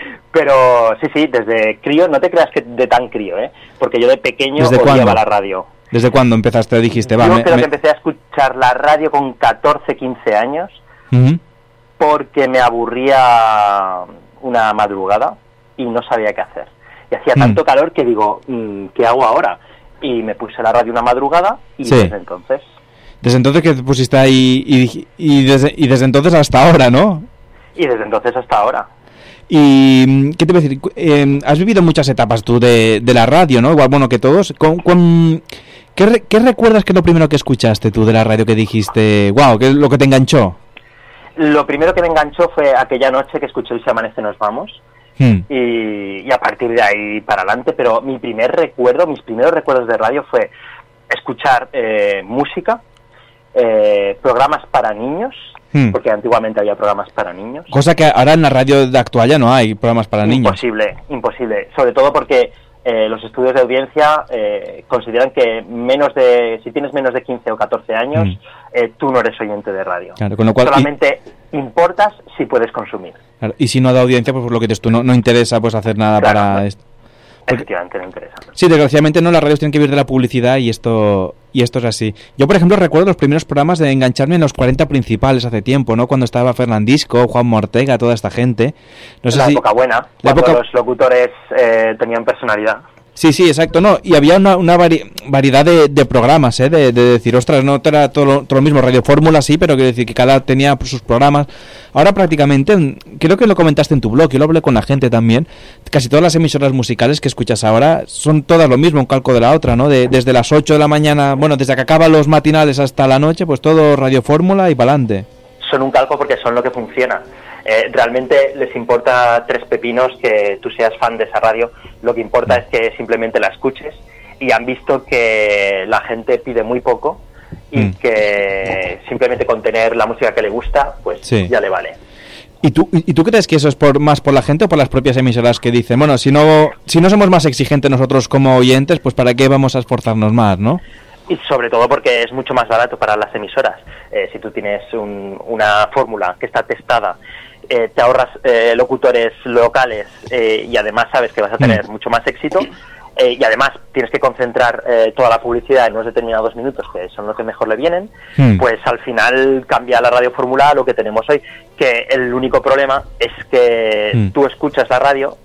pero sí, sí, desde crío, no te creas que de tan crío, ¿eh? Porque yo de pequeño odiaba la radio. ¿Desde cuándo empezaste? Dijiste, va, Yo me, creo me... que empecé a escuchar la radio con catorce, quince años uh-huh. porque me aburría una madrugada y no sabía qué hacer. Y hacía mm. tanto calor que digo, ¿qué hago ahora? Y me puse la radio una madrugada y sí. desde entonces... Desde entonces que te pusiste ahí y, y, desde, y desde entonces hasta ahora, ¿no? Y desde entonces hasta ahora. Y, ¿qué te voy a decir? Eh, has vivido muchas etapas tú de, de la radio, ¿no? Igual, bueno, que todos. ¿Con, con, ¿qué, re, ¿Qué recuerdas que es lo primero que escuchaste tú de la radio que dijiste, wow, qué es lo que te enganchó? Lo primero que me enganchó fue aquella noche que escuché el Si Amanece Nos Vamos. Hmm. Y, y a partir de ahí para adelante, pero mi primer recuerdo, mis primeros recuerdos de radio fue escuchar eh, música, Eh, programas para niños, hmm. porque antiguamente había programas para niños. Cosa que ahora en la radio de actual ya no hay programas para niños. Imposible, imposible. Sobre todo porque eh, los estudios de audiencia eh, consideran que menos de, si tienes menos de quince o catorce años, hmm. eh, tú no eres oyente de radio. Claro, con lo cual, solamente y... importas si puedes consumir. Claro, y si no da audiencia, pues por lo que dices tú, no, no interesa pues hacer nada claro, para no. esto. Porque... Efectivamente no interesa. Sí, desgraciadamente no, las radios tienen que vivir de la publicidad y esto y esto es así. Yo, por ejemplo, recuerdo los primeros programas de engancharme en los cuarenta principales hace tiempo, ¿no? Cuando estaba Fernandisco, Juan Ortega, toda esta gente. No sé la si... época buena, la cuando época... los locutores eh, tenían personalidad. Sí, sí, exacto, no, y había una, una vari- variedad de, de programas, ¿eh? De, de decir, ostras, no era todo lo, todo lo mismo, Radio Fórmula sí, pero quiero decir que cada tenía sus programas. Ahora prácticamente, creo que lo comentaste en tu blog, yo lo hablé con la gente también, casi todas las emisoras musicales que escuchas ahora son todas lo mismo, un calco de la otra, ¿no? De, desde las ocho de la mañana, bueno, desde que acaban los matinales hasta la noche, pues todo Radio Fórmula y pa'lante. Son un calco porque son lo que funciona. Eh, realmente les importa tres pepinos que tú seas fan de esa radio, lo que importa es que simplemente la escuches y han visto que la gente pide muy poco y mm. que simplemente con tener la música que le gusta, pues sí. ya le vale. ¿Y tú, ¿Y tú crees que eso es por más por la gente o por las propias emisoras que dicen, bueno, si no, si no somos más exigentes nosotros como oyentes, pues para qué vamos a esforzarnos más, ¿no? Y sobre todo porque es mucho más barato para las emisoras. Eh, si tú tienes un, una fórmula que está testada, eh, te ahorras eh, locutores locales eh, y además sabes que vas a tener mm. mucho más éxito eh, y además tienes que concentrar eh, toda la publicidad en unos determinados minutos que son los que mejor le vienen, mm. pues al final cambia la radio fórmula a lo que tenemos hoy, que el único problema es que mm. tú escuchas la radio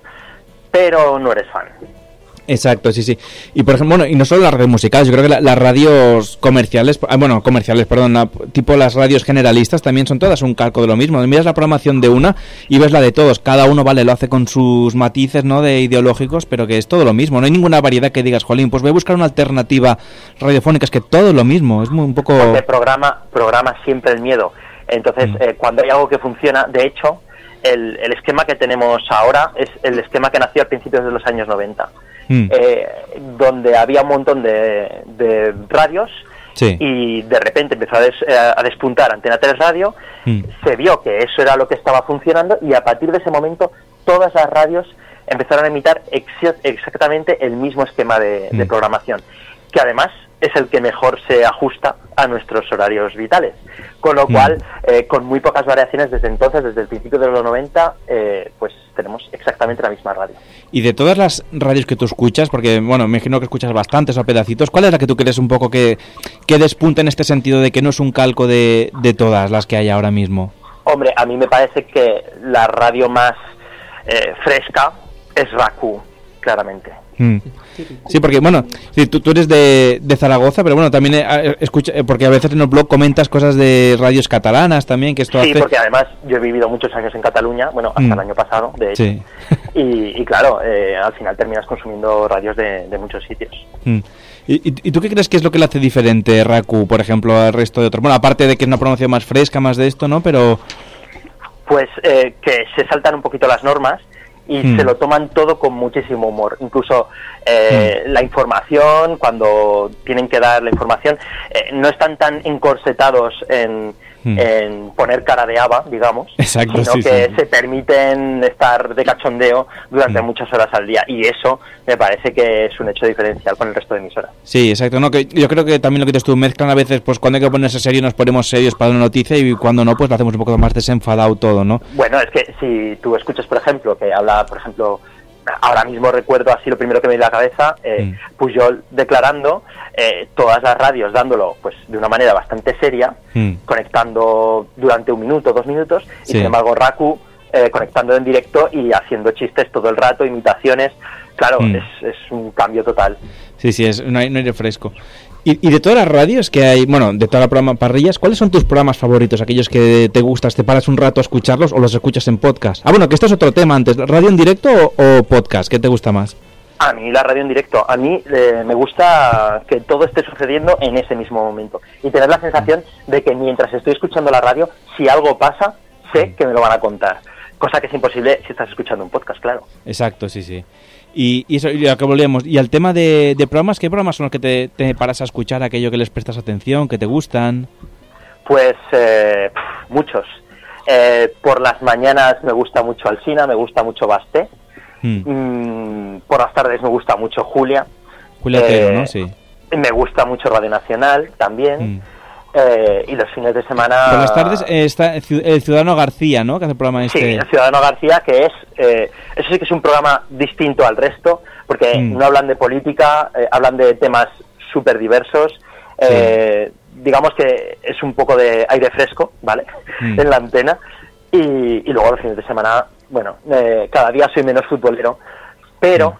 pero no eres fan. Exacto, sí, sí. Y por ejemplo, bueno, y no solo las radios musicales, yo creo que la, las radios comerciales, bueno, comerciales, perdón, la, tipo las radios generalistas también son todas un calco de lo mismo. Miras la programación de una y ves la de todos. Cada uno, vale, lo hace con sus matices, ¿no? De ideológicos, pero que es todo lo mismo. No hay ninguna variedad que digas, jolín, pues voy a buscar una alternativa radiofónica. Es que todo es lo mismo. Es muy un poco... Porque programa, programa siempre el miedo. Entonces, Mm. eh, cuando hay algo que funciona, de hecho, el, el esquema que tenemos ahora es el esquema que nació a principios de los años noventa, Mm. eh, donde había un montón de, de radios Sí. y de repente empezó a, des, eh, a despuntar Antena tres Radio, Mm. se vio que eso era lo que estaba funcionando y a partir de ese momento todas las radios empezaron a emitir ex- exactamente el mismo esquema de, de Mm. programación, que además es el que mejor se ajusta a nuestros horarios vitales. Con lo Mm. cual, eh, con muy pocas variaciones desde entonces, desde el principio de los noventa, eh, pues tenemos exactamente la misma radio. Y de todas las radios que tú escuchas, porque, bueno, me imagino que escuchas bastantes o pedacitos, ¿cuál es la que tú crees un poco que, que despunta en este sentido de que no es un calco de, de todas las que hay ahora mismo? Hombre, a mí me parece que la radio más eh, fresca es R A C U, claramente. Mm. Sí, porque, bueno, sí, tú, tú eres de, de Zaragoza, pero bueno, también eh, escucha, eh, porque a veces en el blog comentas cosas de radios catalanas también, que esto Sí, hace... porque además yo he vivido muchos años en Cataluña, bueno, hasta Mm. el año pasado, de hecho, Sí. y, y claro, eh, al final terminas consumiendo radios de, de muchos sitios. Mm. ¿Y, y, y tú qué crees que es lo que le hace diferente R A C U, por ejemplo, al resto de otros? Bueno, aparte de que es una promoción más fresca, más de esto, ¿no? Pero... Pues eh, que se saltan un poquito las normas y Mm. se lo toman todo con muchísimo humor. Incluso eh, la información, cuando tienen que dar la información, eh, no están tan encorsetados en, Mm. en poner cara de haba, digamos, Exacto, sino sí, que sí. se permiten estar de cachondeo durante Mm. muchas horas al día. Y eso me parece que es un hecho diferencial con el resto de emisoras. Sí, exacto. No, que yo creo que también lo que dices tú, mezclan a veces, pues cuando hay que ponerse serio nos ponemos serios para una noticia y cuando no, pues lo hacemos un poco más desenfadado todo, ¿no? Bueno, es que si tú escuchas, por ejemplo, que habla, por ejemplo, ahora mismo recuerdo así lo primero que me viene a la cabeza, eh, Mm. Pujol declarando, eh, todas las radios dándolo pues de una manera bastante seria, Mm. conectando durante un minuto, dos minutos, y Sí. sin embargo R A C U eh, conectando en directo y haciendo chistes todo el rato, imitaciones. Claro, Mm. es, es un cambio total. Sí, sí, es un aire, un aire fresco. Y, y de todas las radios que hay, bueno, de toda la programa parrillas, ¿cuáles son tus programas favoritos? Aquellos que te gustas, te paras un rato a escucharlos o los escuchas en podcast. Ah, bueno, que esto es otro tema antes, ¿radio en directo o, o podcast? ¿Qué te gusta más? A mí la radio en directo, a mí eh, me gusta que todo esté sucediendo en ese mismo momento y tener la sensación de que mientras estoy escuchando la radio, si algo pasa, sé que me lo van a contar, cosa que es imposible si estás escuchando un podcast, claro. Exacto, sí, sí. Y, y eso, y a que volvemos. Y al tema de, de programas, ¿qué programas son los que te, te paras a escuchar, aquello que les prestas atención, que te gustan? Pues eh, pf, muchos. Eh, por las mañanas me gusta mucho Alsina, me gusta mucho Basté. Mm. Mm, por las tardes me gusta mucho Julia. Julia Eh, Otero, ¿no? Sí. Me gusta mucho Radio Nacional también. Mm. Eh, y los fines de semana... Por las tardes eh, está el Ciu- el Ciudadano García, ¿no? Que hace el programa Sí, este. el Ciudadano García, que es, eh, eso sí que es un programa distinto al resto, porque Mm. no hablan de política, eh, hablan de temas súper diversos, eh, digamos que es un poco de aire fresco, ¿vale? Mm. En la antena, y, y luego los fines de semana, bueno, eh, cada día soy menos futbolero, pero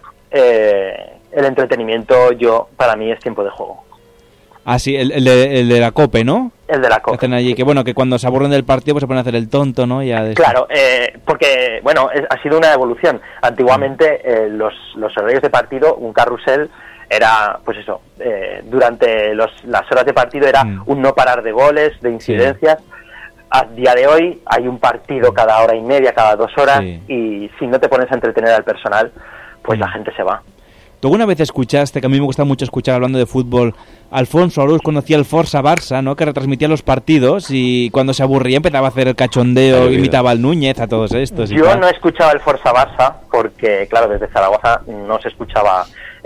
eh, el entretenimiento yo, para mí es tiempo de juego. Ah, sí, el, el de, el de la COPE, ¿no? El de la Que COPE. hacen allí, que bueno, que cuando se aburren del partido pues se ponen a hacer el tonto, ¿no? Ya de- Claro, eh, porque, bueno, es- ha sido una evolución. Antiguamente, eh, los, los horarios de partido, un carrusel, era, pues eso, eh, durante los, las horas de partido era Mm. un no parar de goles, de incidencias. A día de hoy hay un partido cada hora y media, cada dos horas, Sí. y si no te pones a entretener al personal, pues Mm. la gente se va. ¿Tú alguna vez escuchaste, que a mí me gusta mucho escuchar hablando de fútbol, Alfonso Arús conocía el Forza Barça, ¿no? Que retransmitía los partidos y cuando se aburría empezaba a hacer el cachondeo, Ay, imitaba al Núñez, a todos estos. y Yo tal. no he escuchado el Forza Barça porque, claro, desde Zaragoza no se escuchaba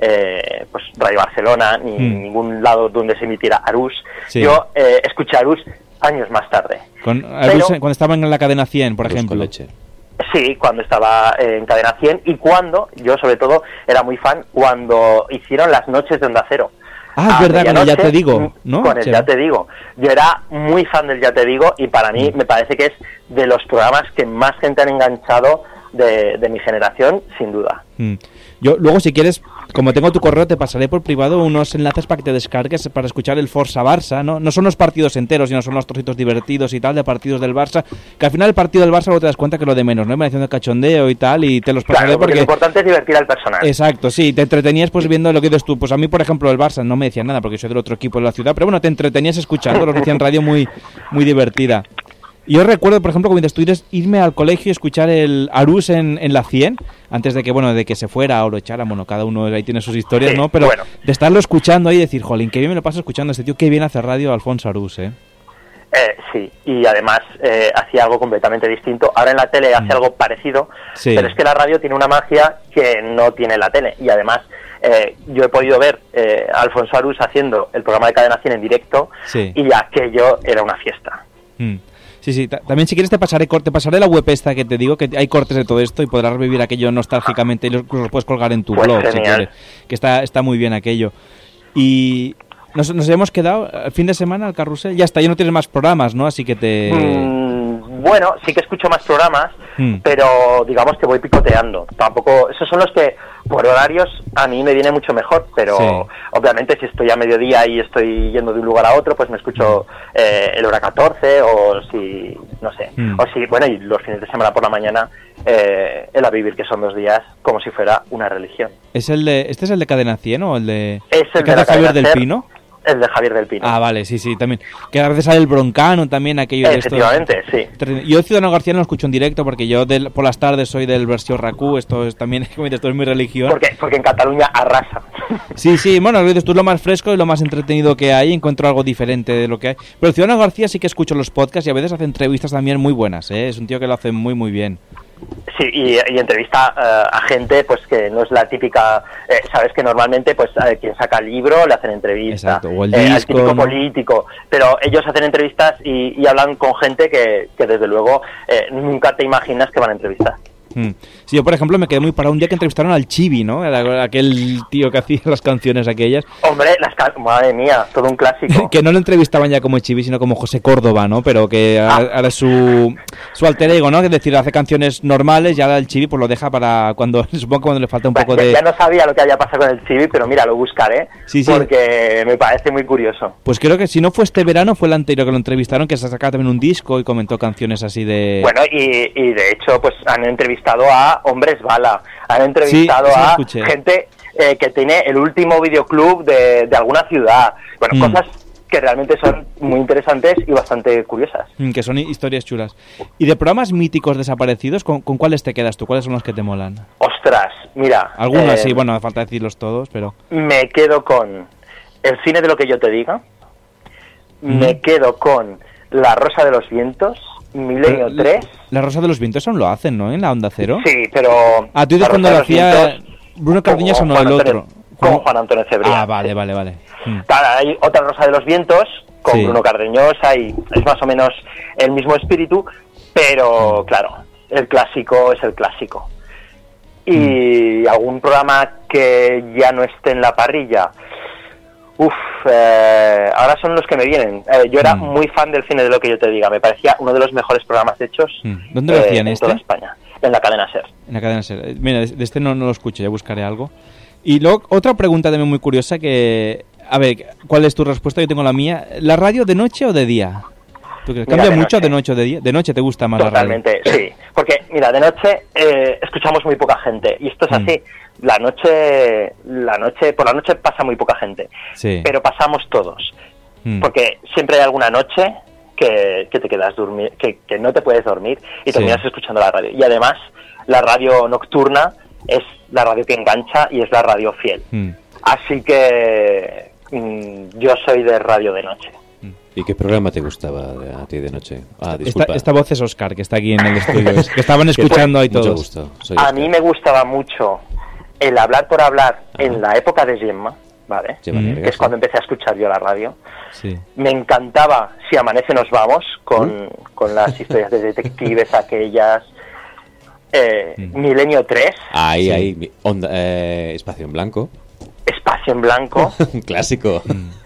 eh, pues Radio Barcelona ni Mm. ningún lado donde se emitiera Arús. Sí. Yo eh, escuché Arús años más tarde. Con Arús, Pero- cuando estaban en la cadena cien, por Arús ejemplo. con leche. Sí, cuando estaba eh, en Cadena cien y cuando, yo sobre todo, era muy fan cuando hicieron las noches de Onda Cero. Ah, es A verdad, con el Ya medianoche, Te Digo, mm, ¿no? Con el Sí. Ya Te Digo. Yo era muy fan del Ya Te Digo y para mí Mm. me parece que es de los programas que más gente han enganchado de, de mi generación, sin duda. Mm. Yo luego, si quieres, como tengo tu correo, te pasaré por privado unos enlaces para que te descargues para escuchar el Forza Barça, ¿no? No son los partidos enteros, sino son los trocitos divertidos y tal de partidos del Barça, que al final el partido del Barça luego te das cuenta que lo de menos, ¿no? Me haciendo cachondeo y tal, y te los pasaré Claro, porque porque... lo importante es divertir al personal. Exacto, sí, te entretenías pues viendo lo que dices tú. Pues a mí, por ejemplo, el Barça no me decían nada porque soy del otro equipo de la ciudad, pero bueno, te entretenías escuchando, los decían radio muy, muy divertida. Yo recuerdo, por ejemplo, como dices tú, irme al colegio y escuchar el Arús en, en la cien, antes de que, bueno, de que se fuera o lo echara, bueno, cada uno ahí tiene sus historias, sí, ¿no? Pero bueno, de estarlo escuchando ahí y decir, jolín, qué bien me lo paso escuchando a este tío, qué bien hace radio Alfonso Arús, ¿eh? Eh, sí, y además eh, hacía algo completamente distinto. Ahora en la tele hace mm. algo parecido, sí. pero es que la radio tiene una magia que no tiene la tele. Y además eh, yo he podido ver eh, a Alfonso Arús haciendo el programa de Cadena cien en directo, sí. y aquello era una fiesta. Mm. Sí, sí, también si quieres te pasaré te pasaré la web esta que te digo, que hay cortes de todo esto y podrás revivir aquello nostálgicamente y los, los puedes colgar en tu pues blog, genial. si quieres, que está, está muy bien aquello. Y nos, nos hemos quedado el fin de semana al carrusel, ya está, ya no tienes más programas, ¿no? Así que te... Mm, bueno, sí que escucho más programas, mm. pero digamos que voy picoteando. Tampoco, esos son los que por horarios a mí me viene mucho mejor, pero sí. obviamente si estoy a mediodía y estoy yendo de un lugar a otro, pues me escucho eh, el hora catorce, o si, no sé, mm. o si, bueno, y los fines de semana por la mañana, eh, el A Vivir, que son dos días, como si fuera una religión. ¿Es el de, ¿Este es el de Cadena cien o el de, es el de, de Javier del Pino? El de Javier del Pino. Ah, vale, sí, sí, también. Que a veces sale el Broncano también, aquello de esto. Efectivamente, sí. Yo Ciudadano García no lo escucho en directo porque yo del, por las tardes soy del versión Racú, esto es también, como dices, esto es mi religión. Porque, porque en Cataluña arrasa. Sí, sí, bueno, lo dices tú, es lo más fresco y lo más entretenido que hay, encuentro algo diferente de lo que hay. Pero Ciudadano García sí que escucho los podcasts y a veces hace entrevistas también muy buenas, ¿eh? Es un tío que lo hace muy, muy bien. Sí, y, y entrevista uh, a gente pues que no es la típica, eh, sabes que normalmente pues a quien saca el libro le hacen entrevista. Exacto, o el eh, disco, al típico ¿no? político, pero ellos hacen entrevistas y, y hablan con gente que, que desde luego eh, nunca te imaginas que van a entrevistar. Hmm. Sí, yo por ejemplo me quedé muy parado un día que entrevistaron al Chibi, ¿no? Aquel tío que hacía las canciones aquellas. Hombre, las can- madre mía, todo un clásico. Que no lo entrevistaban ya como Chibi, sino como José Córdoba, ¿no? Pero que ah. ahora es su, su alter ego, ¿no? Es decir, hace canciones normales y ahora el Chibi pues lo deja para cuando, supongo cuando le falta un pues, poco ya, de... Ya no sabía lo que había pasado con el Chibi, pero mira, lo buscaré, sí, sí. porque me parece muy curioso. Pues creo que si no fue este verano, fue el anterior que lo entrevistaron, que se ha sacado también un disco y comentó canciones así de... Bueno, y, y de hecho, pues han entrevistado a Hombres Bala, han entrevistado sí, a gente eh, que tiene el último videoclub de, de alguna ciudad. Bueno, mm. cosas que realmente son muy interesantes y bastante curiosas. Mm, que son historias chulas. ¿Y de programas míticos desaparecidos, con, con cuáles te quedas tú? ¿Cuáles son los que te molan? Ostras, mira... Algunas eh, sí, bueno, hace falta decirlos todos, pero... Me quedo con El cine de lo que yo te diga, mm. me quedo con La Rosa de los Vientos, Milenio la, tres... La Rosa de los Vientos aún lo hacen, ¿no? En la Onda Cero. Sí, pero... Ah, tú dices cuando lo hacía Bruno Cardeñosa o no, el otro. Con Juan Antonio Cebrián. Ah, vale, vale, vale. Hmm. Claro, hay otra Rosa de los Vientos con sí. Bruno Cardeñosa y es más o menos el mismo espíritu, pero claro, el clásico es el clásico. Y hmm. algún programa que ya no esté en la parrilla... Uf, eh, ahora son los que me vienen. Eh, yo era mm. muy fan del cine de lo que yo te diga. Me parecía uno de los mejores programas hechos. Mm. ¿Dónde lo hacían eh, en este? toda España. En la cadena SER. En la cadena SER. Mira, de este no, no lo escucho, ya buscaré algo. Y luego, otra pregunta también muy curiosa que... A ver, ¿cuál es tu respuesta? Yo tengo la mía. ¿La radio de noche o de día? ¿Tú crees? ¿Cambia mira, mucho noche. de noche o de día? De noche te gusta más Totalmente, la radio. Totalmente, sí. Porque, mira, de noche eh, escuchamos muy poca gente. Y esto es mm. así. La noche, la noche, por la noche pasa muy poca gente, sí. pero pasamos todos, mm. porque siempre hay alguna noche que, que te quedas dormir, que, que no te puedes dormir y terminas sí. escuchando la radio. Y además, la radio nocturna es la radio que engancha y es la radio fiel. Mm. Así que mm, yo soy de radio de noche. ¿Y qué programa te gustaba a ti de noche? Ah, disculpa. Esta, esta voz es Oscar, que está aquí en el estudio, es que estaban escuchando ahí todos. Mucho gusto. Soy a mí me gustaba mucho el hablar por hablar Ajá. en la época de Gemma, ¿vale? Gemma que Nerga, es cuando empecé a escuchar yo la radio. Sí. Me encantaba Si amanece nos vamos, con, ¿Mm? con las historias de detectives aquellas. Eh, mm. Milenio tres. Ahí, sí. ahí. Onda, eh, Espacio en blanco. Espacio en blanco. Un clásico.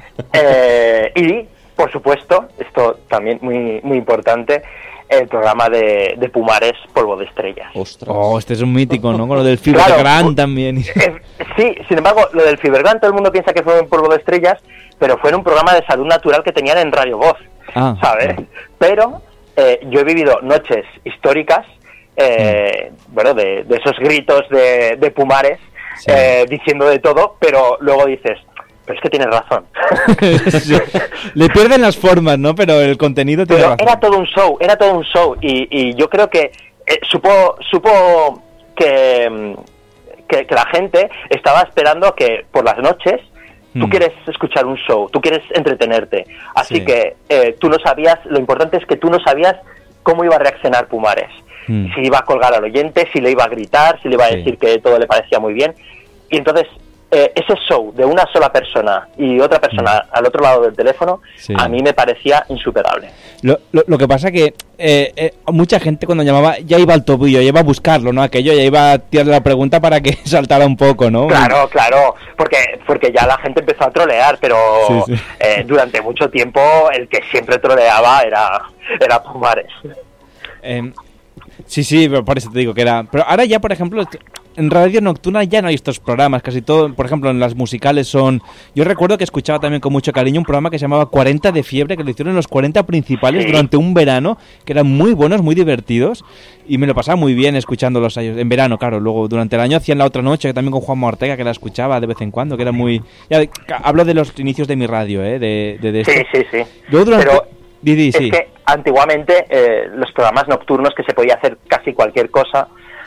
eh, y, por supuesto, esto también muy, muy importante, el programa de, de Pumares, Polvo de Estrellas. Ostras. Oh, este es un mítico, ¿no? Con lo del Fibergran claro, también. Eh, sí, sin embargo, lo del Fibergran todo el mundo piensa que fue un Polvo de Estrellas, pero fue en un programa de salud natural que tenían en Radio Voz, ah, ¿sabes? Ah. Pero eh, yo he vivido noches históricas, eh, mm. bueno, de, de esos gritos de, de Pumares, sí. eh, diciendo de todo, pero luego dices, pero es que tienes razón. Sí. Le pierden las formas, ¿no? Pero el contenido tiene Pero razón. era todo un show, era todo un show. Y, y yo creo que eh, supo, supo que, que, que la gente estaba esperando que por las noches tú Mm. quieres escuchar un show, tú quieres entretenerte. Así Sí. que eh, tú no sabías, lo importante es que tú no sabías cómo iba a reaccionar Pumares. Mm. Si iba a colgar al oyente, si le iba a gritar, si le iba a Sí. decir que todo le parecía muy bien. Y entonces, eh, ese show de una sola persona y otra persona al otro lado del teléfono, Sí. a mí me parecía insuperable. Lo, lo, lo que pasa que eh, eh, mucha gente cuando llamaba ya iba al tobillo, ya iba a buscarlo, ¿no? Aquello ya iba a tirarle la pregunta para que saltara un poco, ¿no? Claro, claro, porque porque ya la gente empezó a trolear, pero Sí, sí. eh, durante mucho tiempo el que siempre troleaba era, era Pumares. Eh, sí, sí, pero por eso te digo que era... Pero ahora ya, por ejemplo, en Radio Nocturna ya no hay estos programas, casi todo, por ejemplo, en las musicales son... Yo recuerdo que escuchaba también con mucho cariño un programa que se llamaba cuarenta de fiebre, que lo hicieron en los cuarenta principales Sí. durante un verano, que eran muy buenos, muy divertidos, y me lo pasaba muy bien escuchándolos a ellos. En verano, claro, luego durante el año hacían La Otra Noche, que también con Juanma Ortega, que la escuchaba de vez en cuando, que era muy... Ya, hablo de los inicios de mi radio, ¿eh? De, de, de esto. Sí, sí, sí. Luego durante... Pero Didi, es sí. que antiguamente eh, los programas nocturnos que se podía hacer casi cualquier cosa,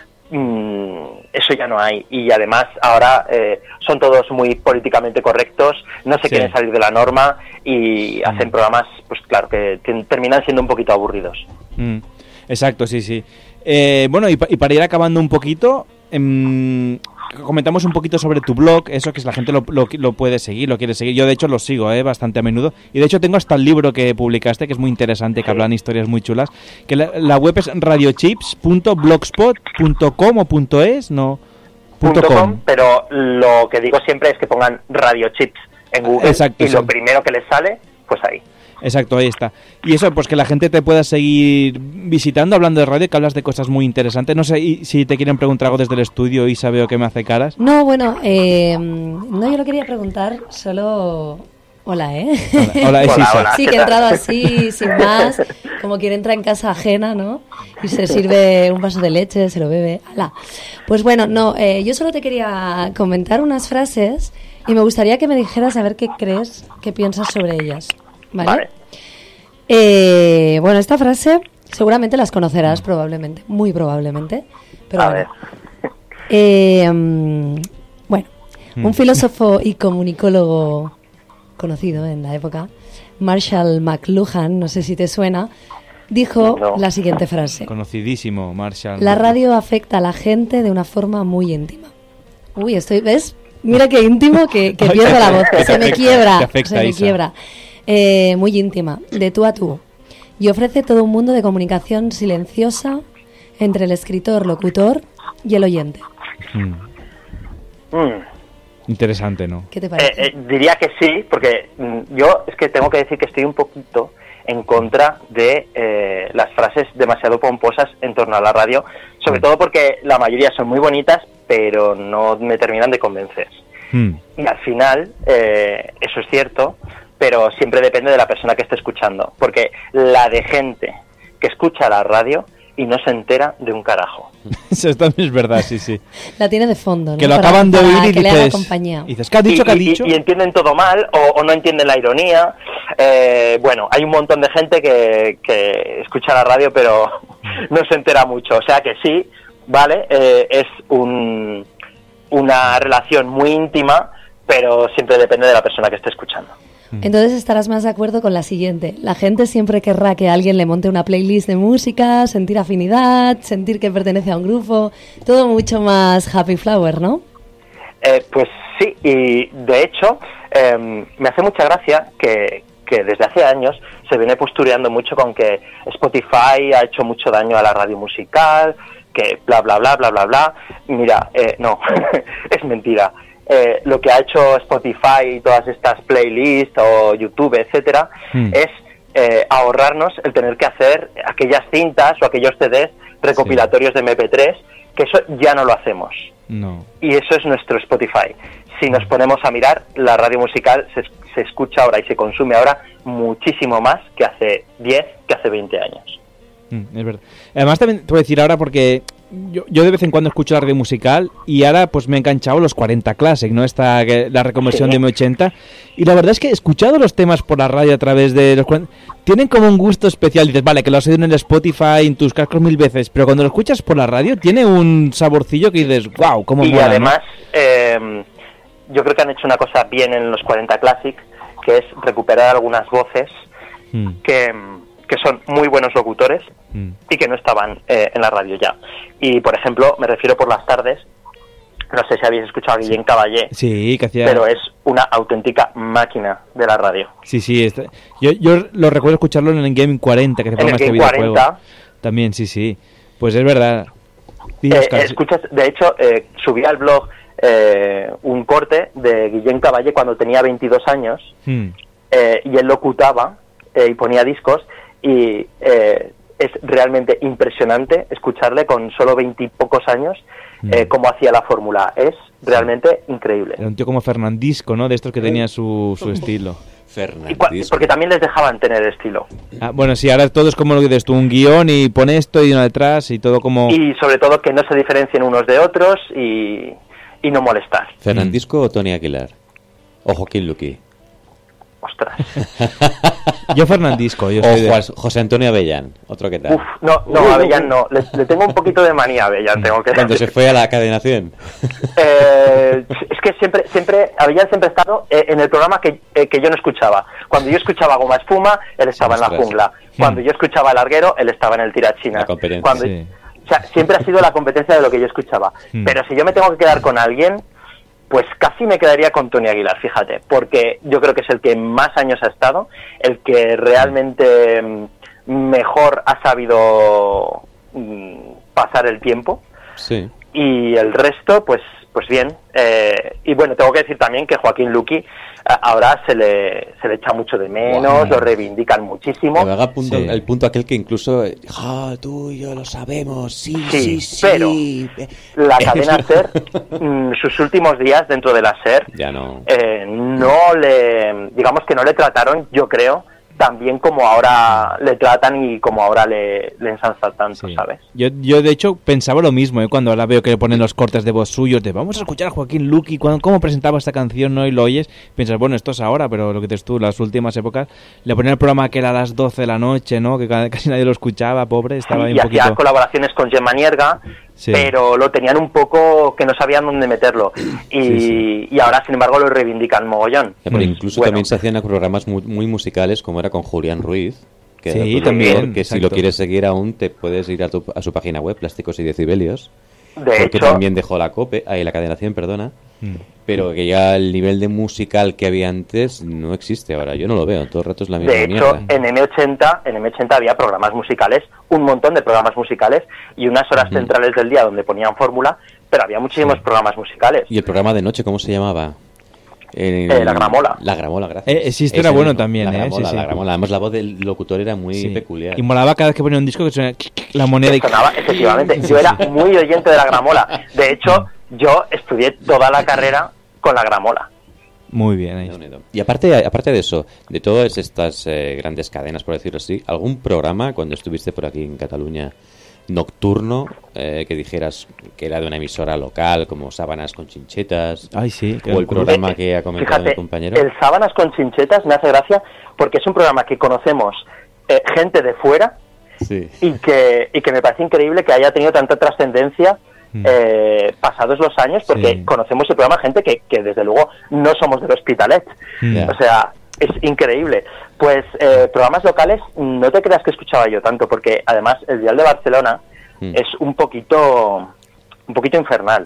mmm, eso ya no hay. Y además ahora eh, son todos muy políticamente correctos, no se Sí. quieren salir de la norma y hacen programas, pues claro, que ten- terminan siendo un poquito aburridos. Mm, exacto, sí, sí. Eh, bueno, y, pa- y para ir acabando un poquito, em, comentamos un poquito sobre tu blog, eso que la gente lo, lo, lo puede seguir, lo quiere seguir. Yo, de hecho, lo sigo eh, bastante a menudo. Y, de hecho, tengo hasta el libro que publicaste, que es muy interesante, que hablan historias muy chulas. Que la, la web es radiochips punto blogspot punto com o punto .es, ¿no? Punto Punto com. com, pero lo que digo siempre es que pongan Radio Chips en Google Exacto, y lo sí. primero que les sale, pues ahí. Exacto, ahí está. Y eso, pues que la gente te pueda seguir visitando, hablando de radio, que hablas de cosas muy interesantes. No sé y, si te quieren preguntar algo desde el estudio, Isa, veo que me hace caras. No, bueno, eh, no, yo lo quería preguntar, solo... Hola, ¿eh? Hola, hola, es Hola, Isa. hola. Sí, que he entrado así, sin más, como quien entra en casa ajena, ¿no? Y se sirve un vaso de leche, se lo bebe. ¡Hala! Pues bueno, no, eh, yo solo te quería comentar unas frases y me gustaría que me dijeras a ver qué crees, qué piensas sobre ellas. ¿Vale? Vale. Eh, bueno, esta frase seguramente las conocerás, probablemente, muy probablemente. Pero A bueno. ver. Eh, mm, bueno, Mm. un filósofo y comunicólogo conocido en la época, Marshall McLuhan, no sé si te suena, dijo No. la siguiente frase. Conocidísimo, Marshall. La radio afecta a la gente de una forma muy íntima. Uy, estoy, ¿ves? Mira qué íntimo que, que Ay, pierdo te la voz, afecta, se te me afecta, quiebra, te afecta, se me Isa. quiebra. Eh, muy íntima, de tú a tú. Y ofrece todo un mundo de comunicación silenciosa entre el escritor, locutor y el oyente. Mm, Mm. interesante, ¿no? ¿Qué te Eh, parece? eh, diría que sí, porque mm, yo es que tengo que decir que estoy un poquito en contra de eh, las frases demasiado pomposas en torno a la radio, sobre Mm. todo porque la mayoría son muy bonitas, pero no me terminan de convencer. Mm, Y al final, eh, eso es cierto, pero siempre depende de la persona que esté escuchando, porque la de gente que escucha la radio y no se entera de un carajo. Eso también es verdad, sí, sí. La tiene de fondo, ¿no? Que lo Para- acaban de para oír y que le haga dices, compañía. y dices, ¿qué ha dicho, y, qué ha y- dicho? y entienden todo mal o, o no entienden la ironía. Eh, bueno, hay un montón de gente que, que escucha la radio pero no se entera mucho. O sea que sí, vale, eh, es un, una relación muy íntima, pero siempre depende de la persona que esté escuchando. Entonces estarás más de acuerdo con la siguiente. La gente siempre querrá que alguien le monte una playlist de música, sentir afinidad, sentir que pertenece a un grupo, todo mucho más happy flower, ¿no? Eh, pues sí, y de hecho eh, me hace mucha gracia que, que desde hace años se viene postureando mucho con que Spotify ha hecho mucho daño a la radio musical, que bla bla bla bla bla bla. Mira, eh, no, es mentira. Eh, lo que ha hecho Spotify y todas estas playlists o YouTube, etcétera, Hmm. es eh, ahorrarnos el tener que hacer aquellas cintas o aquellos C Ds recopilatorios de eme pe tres, que eso ya no lo hacemos. No. Y eso es nuestro Spotify. Si nos ponemos a mirar, la radio musical se, se escucha ahora y se consume ahora muchísimo más que hace diez, que hace veinte años. Mm, es verdad. Además, también te voy a decir ahora porque yo, yo de vez en cuando escucho la radio musical y ahora pues me he enganchado los cuarenta Classic, ¿no? Esta, que, la reconversión sí. de M ochenta. Y la verdad es que he escuchado los temas por la radio a través de los cuarenta. Tienen como un gusto especial. Dices, vale, que lo has oído en el Spotify, en tus cascos mil veces, pero cuando lo escuchas por la radio tiene un saborcillo que dices, wow, cómo y mola, además, ¿no? eh, yo creo que han hecho una cosa bien en los cuarenta Classic, que es recuperar algunas voces mm. que... que son muy buenos locutores mm. y que no estaban eh, en la radio ya. Y, por ejemplo, me refiero por las tardes, no sé si habéis escuchado a Guillén Caballé, sí, que hacía... pero es una auténtica máquina de la radio. Sí, sí, este... yo, yo lo recuerdo escucharlo en el Game cuarenta, que se llama este videojuego. cuarenta También, sí, sí. Pues es verdad. Eh, escuchas, de hecho, eh, subí al blog eh, un corte de Guillén Caballé cuando tenía veintidós años mm. eh, y él locutaba eh, y ponía discos. Y eh, es realmente impresionante escucharle con solo veintipocos años eh, mm. cómo hacía la fórmula. Es realmente increíble. Era un tío como Fernandisco, ¿no? De estos que tenía su, su estilo. Fernandisco. Porque también les dejaban tener estilo. Ah, bueno, sí, ahora todo es como lo que dices tú, un guión y pone esto y uno detrás y todo como... Y sobre todo que no se diferencien unos de otros y, y no molestar. ¿Fernandisco mm. o Tony Aguilar? O Joaquín Luqui. Ostras. Yo Fernandisco. Yo o soy de... José Antonio Avellán, otro que tal. Uf, no, no, uh, Avellán no. Le, le tengo un poquito de manía a Avellán, tengo que Cuando decir. se fue a la cadena cien. Eh, es que siempre, siempre, Avellán siempre ha estado eh, en el programa que, eh, que yo no escuchaba. Cuando yo escuchaba Goma Espuma, él estaba sí, en la jungla. Cuando hmm. yo escuchaba Larguero, él estaba en el Tirachina. La competencia. Cuando, sí. O sea, siempre ha sido la competencia de lo que yo escuchaba. Hmm. Pero si yo me tengo que quedar con alguien... Pues casi me quedaría con Tony Aguilar, fíjate, porque yo creo que es el que más años ha estado, el que realmente mejor ha sabido pasar el tiempo. Sí. Y el resto, pues pues bien. Eh, y bueno, tengo que decir también que Joaquín Luqui ahora se le, se le echa mucho de menos, wow. lo reivindican muchísimo. Me haga punto, sí. el punto aquel que incluso, ah, tú y yo lo sabemos, sí, sí, sí. sí. Pero la cadena SER, mm, sus últimos días dentro de la SER, ya no. Eh, no le, digamos que no le trataron, yo creo, tan bien como ahora le tratan y como ahora le, le ensalzan tanto, sí. ¿sabes? Yo, yo de hecho pensaba lo mismo, ¿eh? Cuando ahora veo que le ponen los cortes de voz suyos de vamos a escuchar a Joaquín Luqui, cómo presentaba esta canción, ¿no? Y lo oyes, piensas, bueno, esto es ahora, pero lo que dices tú, las últimas épocas, le ponían el programa que era a las doce de la noche, ¿no? Que casi nadie lo escuchaba, pobre, estaba ahí sí, un y poquito... hacía colaboraciones con Gemma Nierga, sí. pero lo tenían un poco que no sabían dónde meterlo. Y, sí, sí. y ahora, sin embargo, lo reivindican mogollón. Ya, pero incluso bueno. también se hacían programas muy, muy musicales, como era con Julián Ruiz. Que sí, también. Que exacto. si lo quieres seguir aún, te puedes ir a, tu, a su página web, Plásticos y Decibelios. De porque hecho, también dejó la COPE, ahí la cadena cien, perdona. Mm. Pero que ya el nivel de musical que había antes no existe ahora. Yo no lo veo, todo el rato es la misma De hecho, mierda. en M ochenta, en M ochenta había programas musicales, un montón de programas musicales y unas horas uh-huh. centrales del día donde ponían fórmula, pero había muchísimos sí. programas musicales. ¿Y el programa de noche cómo se llamaba? El, eh, la Gramola. La Gramola, gracias. Eh, sí, esto era bueno también, la ¿eh? Gramola, Sí, sí. La Gramola. Además, la voz del locutor era muy sí. peculiar. Y molaba cada vez que ponía un disco que sonaba la moneda. Y... sonaba, efectivamente. Yo era muy oyente de la Gramola. De hecho, yo estudié toda la carrera con la Gramola. Muy bien. Ahí. Y aparte, aparte de eso, de todas estas eh, grandes cadenas, por decirlo así, ¿algún programa, cuando estuviste por aquí en Cataluña, nocturno, eh, que dijeras que era de una emisora local, como Sábanas con Chinchetas? Ay, sí. O el programa que ha comentado Fíjate, mi compañero. El Sábanas con Chinchetas me hace gracia porque es un programa que conocemos eh, gente de fuera sí. y, que, y que me parece increíble que haya tenido tanta trascendencia mm. eh, pasados los años, porque sí. conocemos el programa gente que, que desde luego no somos del Hospitalet. Mm. O sea, es increíble. Pues eh, programas locales, no te creas que escuchaba yo tanto, porque además el Dial de Barcelona mm. es un poquito un poquito infernal.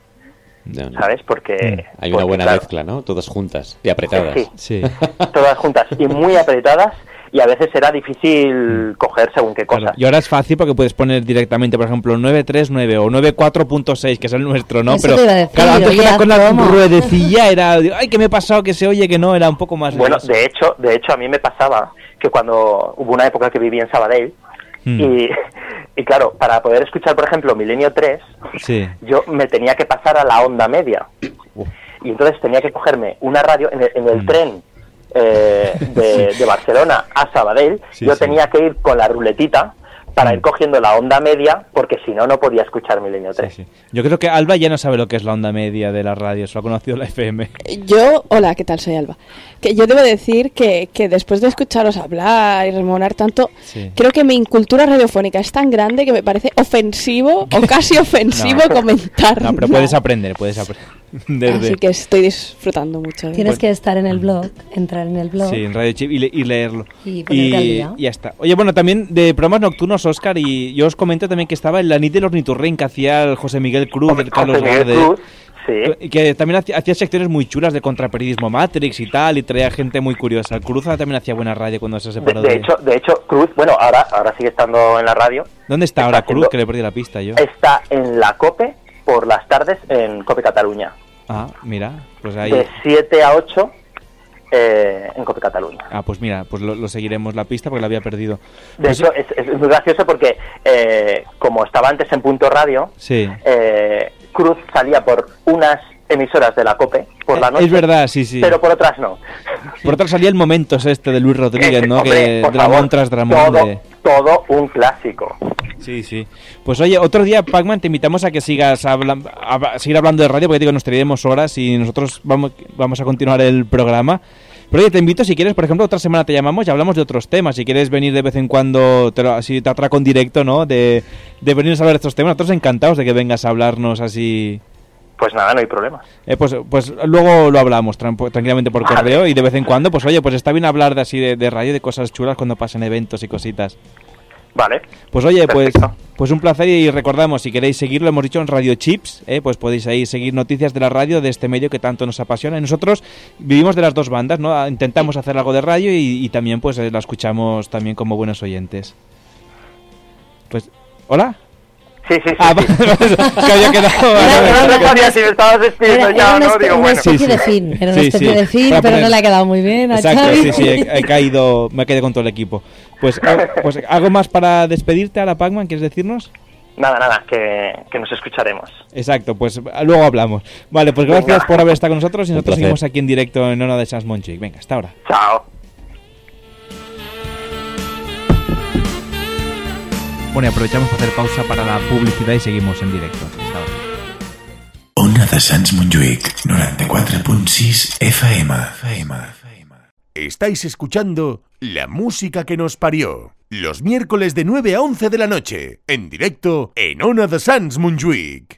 No, no. ¿Sabes? Porque... Mm. Hay una porque, buena claro, mezcla, ¿no? Todas juntas y apretadas. Sí, sí. Todas juntas y muy apretadas, y a veces era difícil mm. coger según qué cosas. Claro. Y ahora es fácil porque puedes poner directamente, por ejemplo, nueve tres nueve o noventa y cuatro punto seis, que es el nuestro, ¿no? Eso pero te iba a decir, claro, antes era con la ¿cómo? ruedecilla, era, ay, ¿qué me ha pasado? Que se oye que no, era un poco más... Bueno, veloz. de hecho, de hecho a mí me pasaba que cuando hubo una época que viví en Sabadell, mm. y, y claro, para poder escuchar, por ejemplo, Milenio tres, sí. yo me tenía que pasar a la onda media. Uh. Y entonces tenía que cogerme una radio en el, en el mm. tren eh, de, de Barcelona a Sabadell. Sí, yo sí. tenía que ir con la ruletita para ir cogiendo la onda media, porque si no, no podía escuchar Milenio tres. Sí, sí. Yo creo que Alba ya no sabe lo que es la onda media de la radio, solo ha conocido la F M. Yo, hola, ¿qué tal? Soy Alba. Que yo debo decir que, que después de escucharos hablar y remonar tanto, sí. creo que mi incultura radiofónica es tan grande que me parece ofensivo o casi ofensivo no. comentar. No, pero puedes aprender, puedes aprender. Desde... Así que estoy disfrutando mucho. ¿eh? Tienes bueno. que estar en el blog, entrar en el blog. Sí, en Radio Chip y, le- y leerlo. Y ponerte al día. Y ya está. Oye, bueno, también de programas nocturnos, Óscar, y yo os comento también que estaba en La Nit del Orniturrín, que hacía el José Miguel Cruz, el Carlos Gorde. Cruz. Sí. Que también hacía, hacía secciones muy chulas de contraperiodismo Matrix y tal, y traía gente muy curiosa. El Cruz también hacía buena radio cuando se separó de, de, de... hecho, de hecho, Cruz, bueno, ahora, ahora sigue estando en la radio. ¿Dónde está, está ahora haciendo, Cruz? Que le perdí la pista yo. Está en la COPE por las tardes en COPE Cataluña. Ah, mira, pues ahí... De siete a ocho eh, en COPE Cataluña. Ah, pues mira, pues lo, lo seguiremos la pista porque la había perdido. De pues... hecho, es, es muy gracioso porque eh, como estaba antes en Punto Radio, sí. eh, Cruz salía por unas emisoras de la COPE por la noche. Es verdad, sí, sí. Pero por otras no. Por otras salía el Momentos este de Luis Rodríguez, ¿no? Hombre, que Dramón tras Dramón. Todo, de... todo un clásico. Sí, sí. Pues oye, otro día, Pac-Man, te invitamos a que sigas habla- a seguir hablando de radio, porque digo, nos traeremos horas y nosotros vamos, vamos a continuar el programa. Pero oye, te invito, si quieres, por ejemplo, otra semana te llamamos y hablamos de otros temas. Si quieres venir de vez en cuando, te lo, así te atraco en directo, ¿no? De, de venirnos a hablar de estos temas. Nosotros encantados de que vengas a hablarnos así... Pues nada, no hay problema. Eh, pues, pues luego lo hablamos tran- tranquilamente por vale. correo y de vez en cuando, pues oye, pues está bien hablar de así de, de radio, de cosas chulas cuando pasan eventos y cositas. Vale. Pues oye, pues, pues un placer y recordamos, si queréis seguirlo, hemos dicho en Radio Chips, eh, pues podéis ahí seguir noticias de la radio, de este medio que tanto nos apasiona. Y nosotros vivimos de las dos bandas, ¿no? Intentamos hacer algo de radio y, y también pues la escuchamos también como buenos oyentes. Pues, ¿hola? Sí, sí, sí. Ah, sí. que había quedado... Era, no sabía si me estabas despidiendo era, ya era o no, espe- digo, una bueno. especie Sí, sí. de fin, era una Sí, especie sí. de fin, Para pero poner- no le ha quedado muy bien a Exacto, Xavi. sí, sí, he, he caído, me quedé con todo el equipo. Pues, eh, pues ¿algo más para despedirte a la Pac-Man? ¿Quieres decirnos? Nada, nada, que, que nos escucharemos. Exacto, pues luego hablamos. Vale, pues gracias Venga. por haber estado con nosotros y Un nosotros placer. seguimos aquí en directo en Ona de Sans Montjuïc. Venga, hasta ahora. Chao. Bueno, y aprovechamos para hacer pausa para la publicidad y seguimos en directo. Hasta ahora. Ona de Sans Montjuïc, noventa y cuatro punto seis F M. F M. Estáis escuchando La Música que nos parió. Los miércoles de nueve a once de la noche. En directo en Ona de Sans Montjuïc.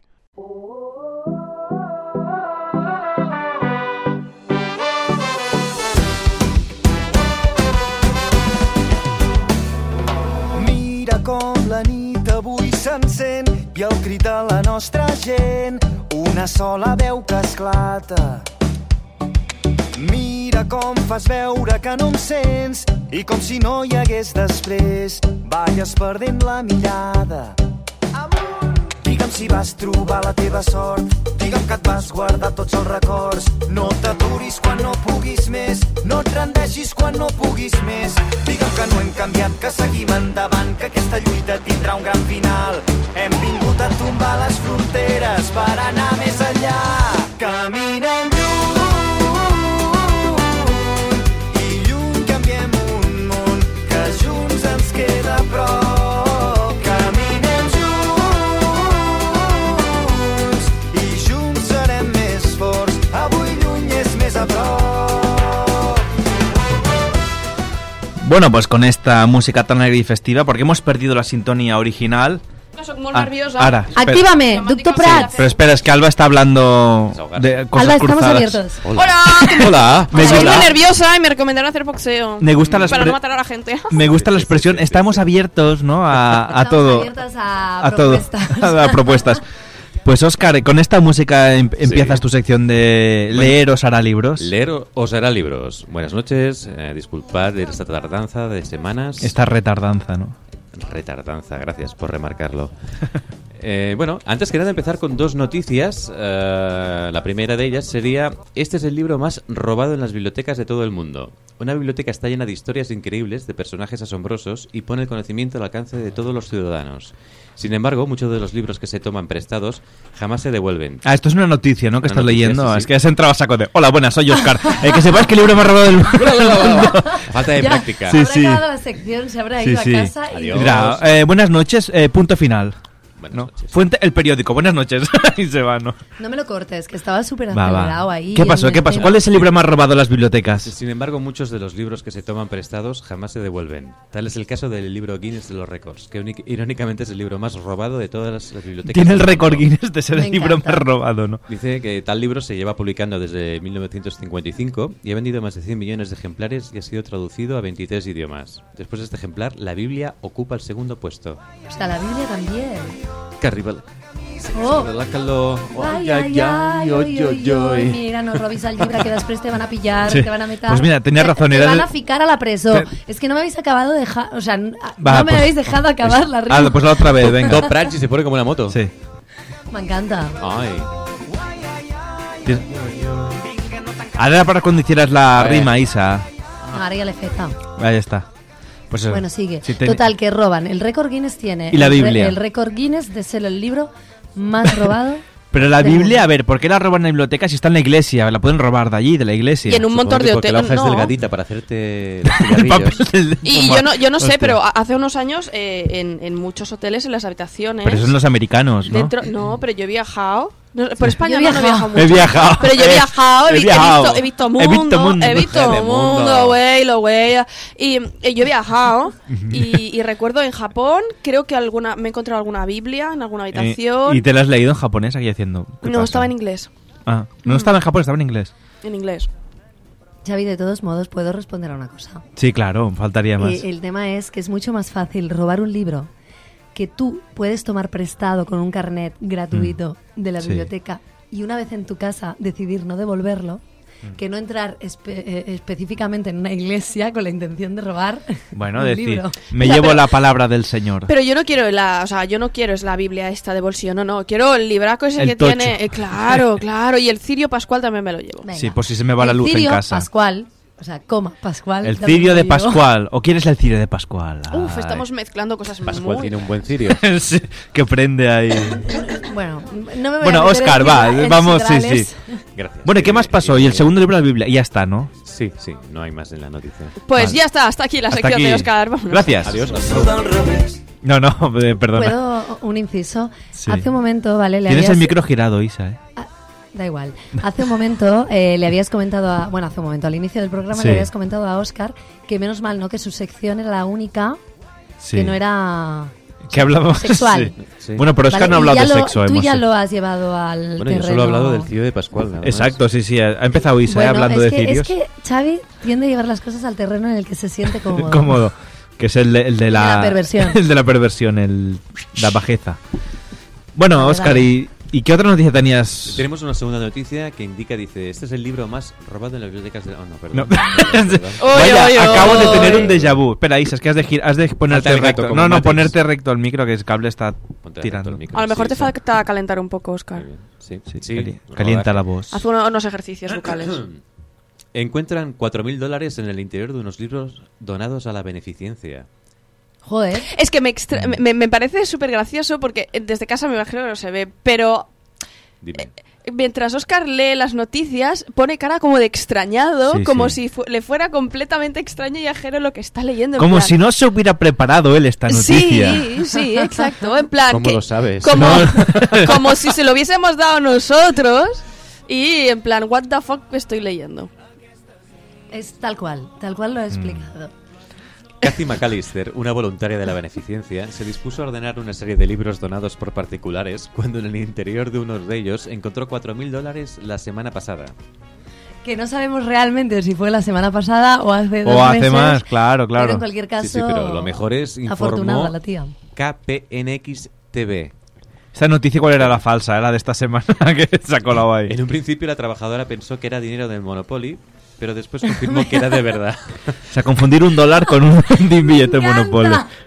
Mira com la nit avui s'encén i el crit de la nostra gent, una sola veu que esclata. Mira com fas veure que no em sents i com si no hi hagués després, balles perdent la mirada. Digue'm si vas trobar la teva sort, digue'm que et vas guardar tots els records. No t'aturis quan no puguis més, no et rendeixis quan no puguis més. Digue'm que no hem canviat, que seguim endavant, que aquesta lluita tindrà un gran final. Hem vingut a tombar les fronteres per anar més enllà. Caminem lluny i lluny canviem un món que junts ens queda a prop. Caminem junts i junts serem més forts. Avui lluny és més a prop. Bueno, pues con esta música tan alegre y festiva, porque hemos perdido la sintonía original. No, soc molt Ah, nerviosa. ara, espera. Actívame, doctor Prats. Pero espera, es que Alba está hablando de cosas Alba, estamos cruzadas. abiertos. Hola. Hola. Me Estoy muy gusta, nerviosa y me recomendaron hacer boxeo. me gusta la Para expre- no matar a la gente. me gusta la expresión. Estamos abiertos, ¿no? A, a Estamos todo. abiertos a, a todo. propuestas. A propuestas. Pues Óscar, con esta música em- empiezas tu sección de Bueno. leer os hará libros. Leer os hará libros. Buenas noches, eh, disculpad esta tardanza de semanas. Esta retardanza, ¿no? Retardanza, gracias por remarcarlo. Eh, bueno, antes que nada empezar con dos noticias. Uh, la primera de ellas sería: este es el libro más robado en las bibliotecas de todo el mundo. Una biblioteca está llena de historias increíbles, de personajes asombrosos y pone el conocimiento al alcance de todos los ciudadanos. Sin embargo, muchos de los libros que se toman prestados jamás se devuelven. Ah, esto es una noticia, ¿no? Que Una estás noticia, leyendo. sí, sí. Es que has entrado a saco de... Hola, buenas, soy Oscar. Eh, que sepáis que el libro más robado del mundo. Falta de Ya, práctica. Sí, habrá sí. acabado la sección, se habrá Sí, ido sí. a casa y... Adiós. Mira, eh, buenas noches, eh, punto final. Buenas ¿no? noches. Fuente, el periódico, buenas noches. Y se va, ¿no? No me lo cortes, que estaba súper Va, acelerado va. ahí. ¿Qué en pasó? el ¿Qué pasó? tema. ¿Cuál es el libro más robado de las bibliotecas? Sin embargo, muchos de los libros que se toman prestados jamás se devuelven. Tal es el caso del libro Guinness de los récords, que uni- irónicamente es el libro más robado de todas las, las bibliotecas. Tiene el del récord mundo. Guinness de ser Me el libro encanta. más robado, ¿no? Dice que tal libro se lleva publicando desde mil novecientos cincuenta y cinco y ha vendido más de cien millones de ejemplares y ha sido traducido a veintitrés idiomas. Después de este ejemplar, la Biblia ocupa el segundo puesto. O sea, la Biblia también. Que arriba... Oh. Relájalo. Ay, ay, ay, oy, oy, oy. Mira, no robis el llibre que després te van a pillar, Sí. te van a meter... Pues mira, tenías te- razón, Te, era van el- a ficar a la presó. Te- Es que no me habéis acabado de dejar... O sea, n- Va, no me pues- habéis dejado acabar la rima. Ah, pues la otra vez, venga. Top Branch y se pone como una moto. Sí. Me encanta. Ay. Tienes- Ahora era para cuando hicieras la Vale. rima, Isa. Ahora ya le feta. Ahí está. Pues eso. Bueno, sigue. Sí, te- Total, que roban. El récord Guinness tiene... Y la el re- Biblia. El récord Guinness de ser el libro más robado... Pero la del Biblia, a mundo. ver, ¿por qué la roban en la biblioteca si está en la iglesia? La pueden robar de allí, de la iglesia. Y en un montón de Porque la hoteles. hoja es No. delgadita para hacerte los El cigarrillos. papel de Y fumar. yo no, yo no sé, Hostia. pero a- hace unos años eh, en, en muchos hoteles, en las habitaciones... Pero son los americanos, ¿no? dentro, no, pero yo he viajado. No, por España Yo he no, no he viajado viajado. mucho. He viajado. Pero yo he Eh, viajado, he, he vi- he viajado. visto, he visto He mundo, visto mundo. he visto Gente, mundo. mundo, güey, lo güey. Y, y yo he viajado y, y recuerdo en Japón, creo que alguna me he encontrado alguna Biblia en alguna Eh, habitación. ¿Y te la has leído en japonés aquí haciendo? ¿Qué No, pasa? estaba en inglés. Ah, no estaba en japonés, estaba en inglés. En inglés. Xavi, de todos modos, puedo responder a una cosa. Sí, claro, faltaría más. Eh, el tema es que es mucho más fácil robar un libro que tú puedes tomar prestado con un carnet gratuito de la Sí. biblioteca y una vez en tu casa decidir no devolverlo, que no entrar espe- eh, específicamente en una iglesia con la intención de robar Bueno, un decir, libro. me Ya, llevo pero- la palabra del Señor. Pero yo no quiero la, o sea, yo no quiero es la Biblia esta de bolsillo, no, no, quiero el libraco ese El que tocho. tiene, eh, claro, claro, y el cirio pascual también me lo llevo. Venga. Sí, por si se me va la El luz en cirio casa. Pascual, o sea, coma, Pascual. El también cirio lo de llevo. Pascual. ¿O quién es el cirio de Pascual? Uf, Ay. estamos mezclando cosas Pascual muy... tiene un buen cirio. Sí, que prende ahí. Bueno, no me voy Bueno, a meter Óscar, en- va, en vamos, sí, sidrales. sí. Gracias. Bueno, ¿y qué más pasó? Y el segundo libro de la Biblia. Y ya está, ¿no? Sí, sí, no hay más en la noticia. Pues Vale. ya está, hasta aquí la Hasta sección aquí. de Oscar. Vámonos. Gracias. Adiós. No, no, eh, perdona. ¿Puedo un inciso? Sí. Hace un momento, ¿vale? Le Tienes habías- el micro girado, Isa, ¿eh? Da igual. Hace un momento eh, le habías comentado a... Bueno, hace un momento, al inicio del programa Sí. le habías comentado a Óscar que menos mal, ¿no? Que su sección era la única Sí. que no era... ¿Qué hablamos? Sexual. Sí. Sí. Bueno, pero Oscar Vale, no ha y hablado ya de lo- sexo. Tú hemos- ya lo has llevado al Bueno, yo terreno... solo he hablado del cirio de Pascual. nada más. Exacto, sí, sí. Ha empezado Isa, eh, Bueno, hablando es de que, cirios. es que Xavi tiende a llevar las cosas al terreno en el que se siente cómodo. Cómodo. Que es el de, el de la... la perversión. El de la perversión, el, la bajeza. Bueno, Dale, Óscar, dale. ¿y, ¿y qué otra noticia tenías? Tenemos una segunda noticia que indica, dice, este es el libro más robado en las bibliotecas de... Oh, no, No. perdón. Perdón, perdón. Oy, Vaya, oy, acabo de oy. tener un déjà vu. Espera, Isa, es que has de, gir- has de ponerte el gato, recto. como No, no, Matrix. ponerte recto al micro, que el cable está Ponte tirando. recto el micro. A lo mejor Sí, te sí. falta calentar un poco, Oscar. Muy bien. Sí, Sí, sí. cali- rodar. calienta la voz. Haz uno- unos ejercicios vocales. Encuentran cuatro mil dólares en el interior de unos libros donados a la beneficencia. Joder. Es que me, extra- me, me parece súper gracioso porque desde casa me imagino que no se ve, pero Dime. mientras Oscar lee las noticias pone cara como de extrañado, Sí, como sí. si fu- le fuera completamente extraño y ajeno lo que está leyendo. en Como plan- si no se hubiera preparado él esta noticia. Sí, sí, exacto. En plan, ¿Cómo que- lo sabes? Como, No. como si se lo hubiésemos dado nosotros y en plan, what the fuck estoy leyendo. Es tal cual, tal cual lo Mm. he explicado. Kathy McAllister, una voluntaria de la beneficencia, se dispuso a ordenar una serie de libros donados por particulares cuando en el interior de uno de ellos encontró cuatro mil dólares la semana pasada. Que no sabemos realmente si fue la semana pasada o hace dos O hace meses, más, claro, Pero en claro. cualquier caso, Sí, sí, pero lo mejor es afortunada informó la tía. K P N X T V. Esta noticia, ¿cuál era la falsa? Era de esta semana que se ha colado ahí. En un principio la trabajadora pensó que era dinero del Monopoly, pero después confirmó que era de verdad. O sea, confundir un dólar con un, un billete de Me encanta. Monopoly.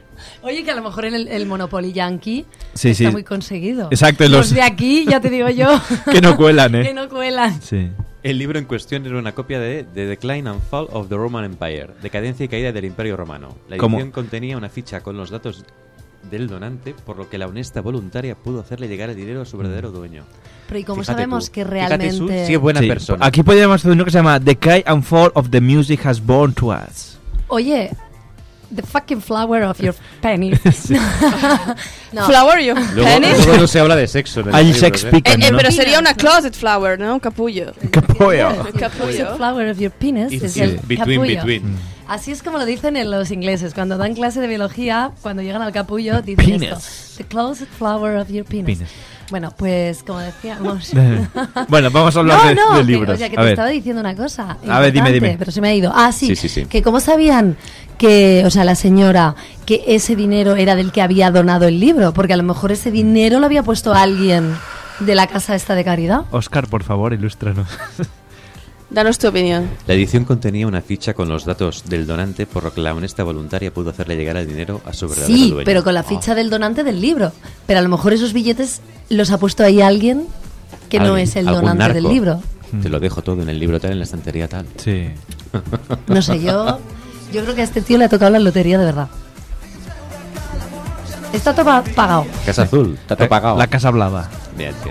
Oye, que a lo mejor en el, el Monopoly Yankee sí, está sí. muy conseguido. Exacto. Los, Los de aquí, ya te digo yo. que no cuelan, ¿eh? Que no cuelan. Sí. El libro en cuestión era una copia de The Decline and Fall of the Roman Empire, Decadencia y caída del Imperio Romano. La edición ¿Cómo? contenía una ficha con los datos del donante, por lo que la honesta voluntaria pudo hacerle llegar el dinero a su verdadero dueño. Pero ¿y cómo Fíjate sabemos tú, que fíjate realmente... tú si es buena Sí, persona. Aquí podríamos hacer uno que se llama The Decay and Fall of the Music Has Born to Us. Oye, the fucking flower of your penis. No. Flower your Luego, penis. luego no se habla de sexo en el I'll libro, sex ¿eh? speak. Eh, eh, ¿no? pero sería una closet flower, ¿no? Un capullo. Capullo. The Capullo. flower of your penis It's es in el between, capullo. between. Así es como lo dicen en los ingleses. Cuando dan clase de biología, cuando llegan al capullo, dicen Penis. esto. The closet flower of your penis. Penis. Bueno, pues como decíamos... Bueno, vamos a hablar no, de, no, de que- libros. o sea, que a te ver. estaba diciendo una cosa. A ver, dime, importante, dime. Pero se me ha ido. Ah, sí, Sí, sí, sí. que cómo sabían que, o sea, la señora, que ese dinero era del que había donado el libro, porque a lo mejor ese dinero lo había puesto alguien de la casa esta de caridad. Oscar, por favor, ilústranos. Danos tu opinión. La edición contenía una ficha con los datos del donante, por lo que la honesta voluntaria pudo hacerle llegar el dinero a su verdadero Sí, dueño. pero con la ficha del donante del libro. Pero a lo mejor esos billetes los ha puesto ahí alguien que no Alguien, es el algún donante narco. del libro. Te lo dejo todo en el libro tal, en la estantería tal. Sí. No sé, yo yo creo que a este tío le ha tocado la lotería de verdad. Está todo pa- pagado. Casa Azul, está todo pagado. La casa hablaba. Bien, tío.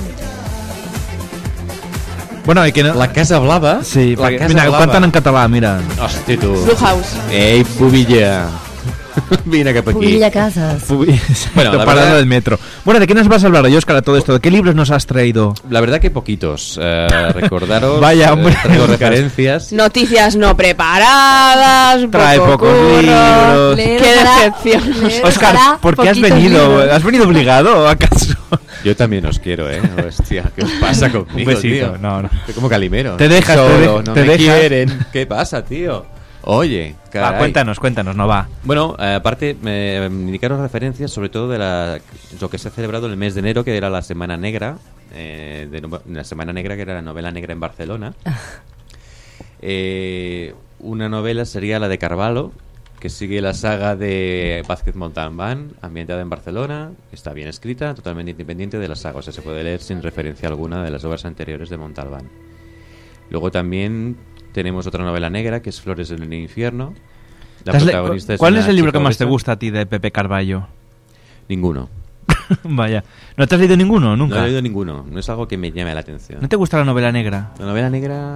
Bueno, hay que no... La Casa Blava? Sí, la perquè, Casa mira, Blava. canten en català, mira. Hosti, tu. Blue House. Ei, pubilla. Vine cap aquí. Pubilla Casas. Bueno, Bueno, la parando verdad- del metro. Bueno, ¿de qué nos vas a hablar hoy, Óscar, a todo esto? ¿De qué libros nos has traído? La verdad que poquitos. Eh, recordaros. Vaya, eh, hombre. traigo referencias. Noticias no preparadas. Trae poco pocos curro. libros. Leer Qué para- decepción. leer Óscar, para ¿por qué has poquitos venido? libros. ¿Has venido obligado acaso? Yo también os quiero, ¿eh? Hostia, ¿qué os pasa conmigo, Un besito, tío? no, no. Estoy como Calimero. Te dejas, Solo, te de- no te me dejas. quieren. ¿Qué pasa, tío? Oye, caray. Va, cuéntanos, cuéntanos, no va. Bueno, eh, aparte, me indicaron referencias sobre todo de la, lo que se ha celebrado en el mes de enero, que era la Semana Negra, eh, de no- la Semana Negra, que era la novela negra en Barcelona. Eh, una novela sería la de Carvalho, que sigue la saga de Vázquez Montalbán, ambientada en Barcelona, está bien escrita, totalmente independiente de la saga, o sea, se puede leer sin referencia alguna de las obras anteriores de Montalbán. Luego también tenemos otra novela negra, que es Flores en el infierno. La ¿Te has le- protagonista es ¿Cuál una es el libro chica que más te obesa. gusta a ti de Pepe Carballo? Ninguno. Vaya. ¿No te has leído ninguno? Nunca. No he leído ninguno. No es algo que me llame la atención. ¿No te gusta la novela negra? La novela negra...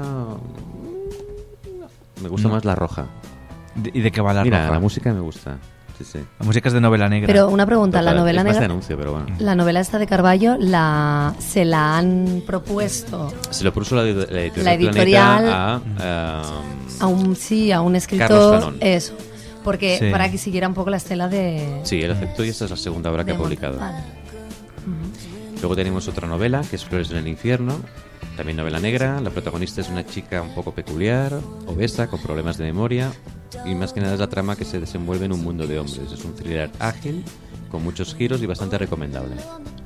Me gusta No. más la roja. ¿De- ¿Y de qué va la Mira, roja? la música me gusta. Sí, sí. La música es de novela negra. Pero una pregunta, la Total, novela es más de negra... anuncio, pero bueno. La novela esta de Carballo la, se la han propuesto Se lo puso la, la editorial, La editorial- Planeta a... um, a un sí a un Carlos escritor, Zanón. eso, porque Sí. para que siguiera un poco la estela de... Sí, él aceptó y esta es la segunda obra que de ha publicado. Montalbán. Luego tenemos otra novela, que es Flores en el infierno, también novela negra. La protagonista es una chica un poco peculiar, obesa, con problemas de memoria, y más que nada es la trama que se desenvuelve en un mundo de hombres. Es un thriller ágil, con muchos giros y bastante recomendable.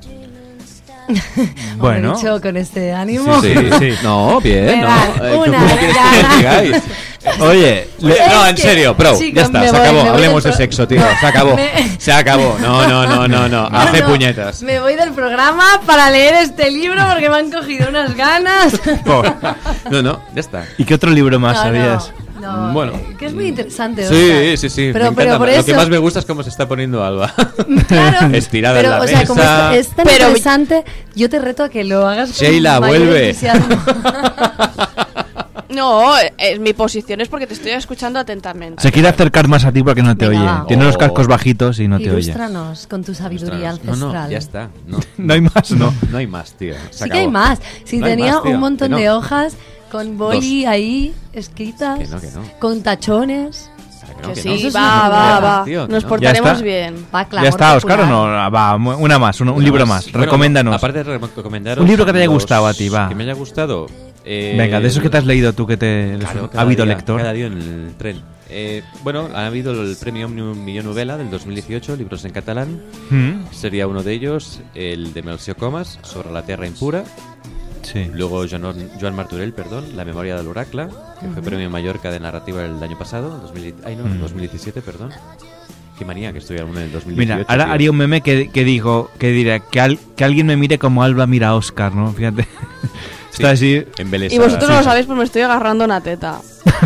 Hombre, dicho con este ánimo. Sí, sí, sí. No, bien, Me no. dan Eh, una ¿cómo quieres que gana. os digáis? Oye, le- Es no, en que, serio, bro, chicos, ya está, me se voy, acabó. me voy Hablemos del de pro- sexo, tío, se acabó. Me- Se acabó. No, no, no, no, no. Hace no, puñetas. Me voy del programa para leer este libro porque me han cogido unas ganas. No, no, ya está. ¿Y qué otro libro más No, sabías? No, Bueno. eh, que es muy interesante. Sí, Óscar. sí, sí. Pero, me pero encanta. por Lo eso... que más me gusta es cómo se está poniendo Alba. Claro. Estirada Pero, en la o sea, como mesa. es, es tan Pero- interesante, yo te reto a que lo hagas con Sheila, mayor vuelve. entusiasmo. No, es, mi posición es porque te estoy escuchando atentamente. Se quiere acercar más a ti porque no te Venga, oye. va. Tiene los Oh. cascos bajitos y no te oye. Ilústranos con tu sabiduría No, ancestral. no, ya está. No, No hay más, ¿no? No hay más, tío. Se Sí que hay acabó. más. Si No hay tenía más, tío, un montón que no. de hojas con boli ahí escritas, Que no, que no. con tachones. Que no, Que que sí, no. Eso es va, una va, novela, va. tío, que Nos no. portaremos Ya está. bien. Va, clamor ¿Ya está, Óscar, o popular. no? Va, mu- una más, una- un Una libro más. Bueno, Recoméndanos. Aparte de recomendaros Un libro que te haya los gustado a ti, va. Que me haya gustado. eh, Venga, de esos que te has leído tú, que te eres Claro, un cada ávido día, lector. Cada día en el tren. Eh, bueno, ha habido el premio Òmnium Millor Novela del dos mil dieciocho, libros en catalán. Mm. Sería uno de ellos el de Melcior Comas, sobre la tierra impura. Sí. Luego Joan, Joan Martorell, perdón, La memoria del oracle, que fue premio Mallorca de narrativa el año pasado, dos mil, ay no, Mm. dos mil diecisiete, perdón. qué manía que estoy en el dos mil dieciocho. Mira, ahora tío. haría un meme que, que digo, que dirá, que, al, que alguien me mire como Alba mira a Oscar, ¿no? Fíjate. Sí, Está así. Y vosotros no lo sabéis, pues me estoy agarrando una teta.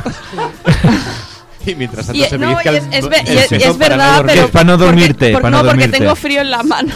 Y mientras tanto Y, se no, pellizca y el- es, es, el ve- y es- y seno es para verdad, dormir. pero... Es para no dormirte, porque- para no no, porque dormirte. tengo frío en la mano.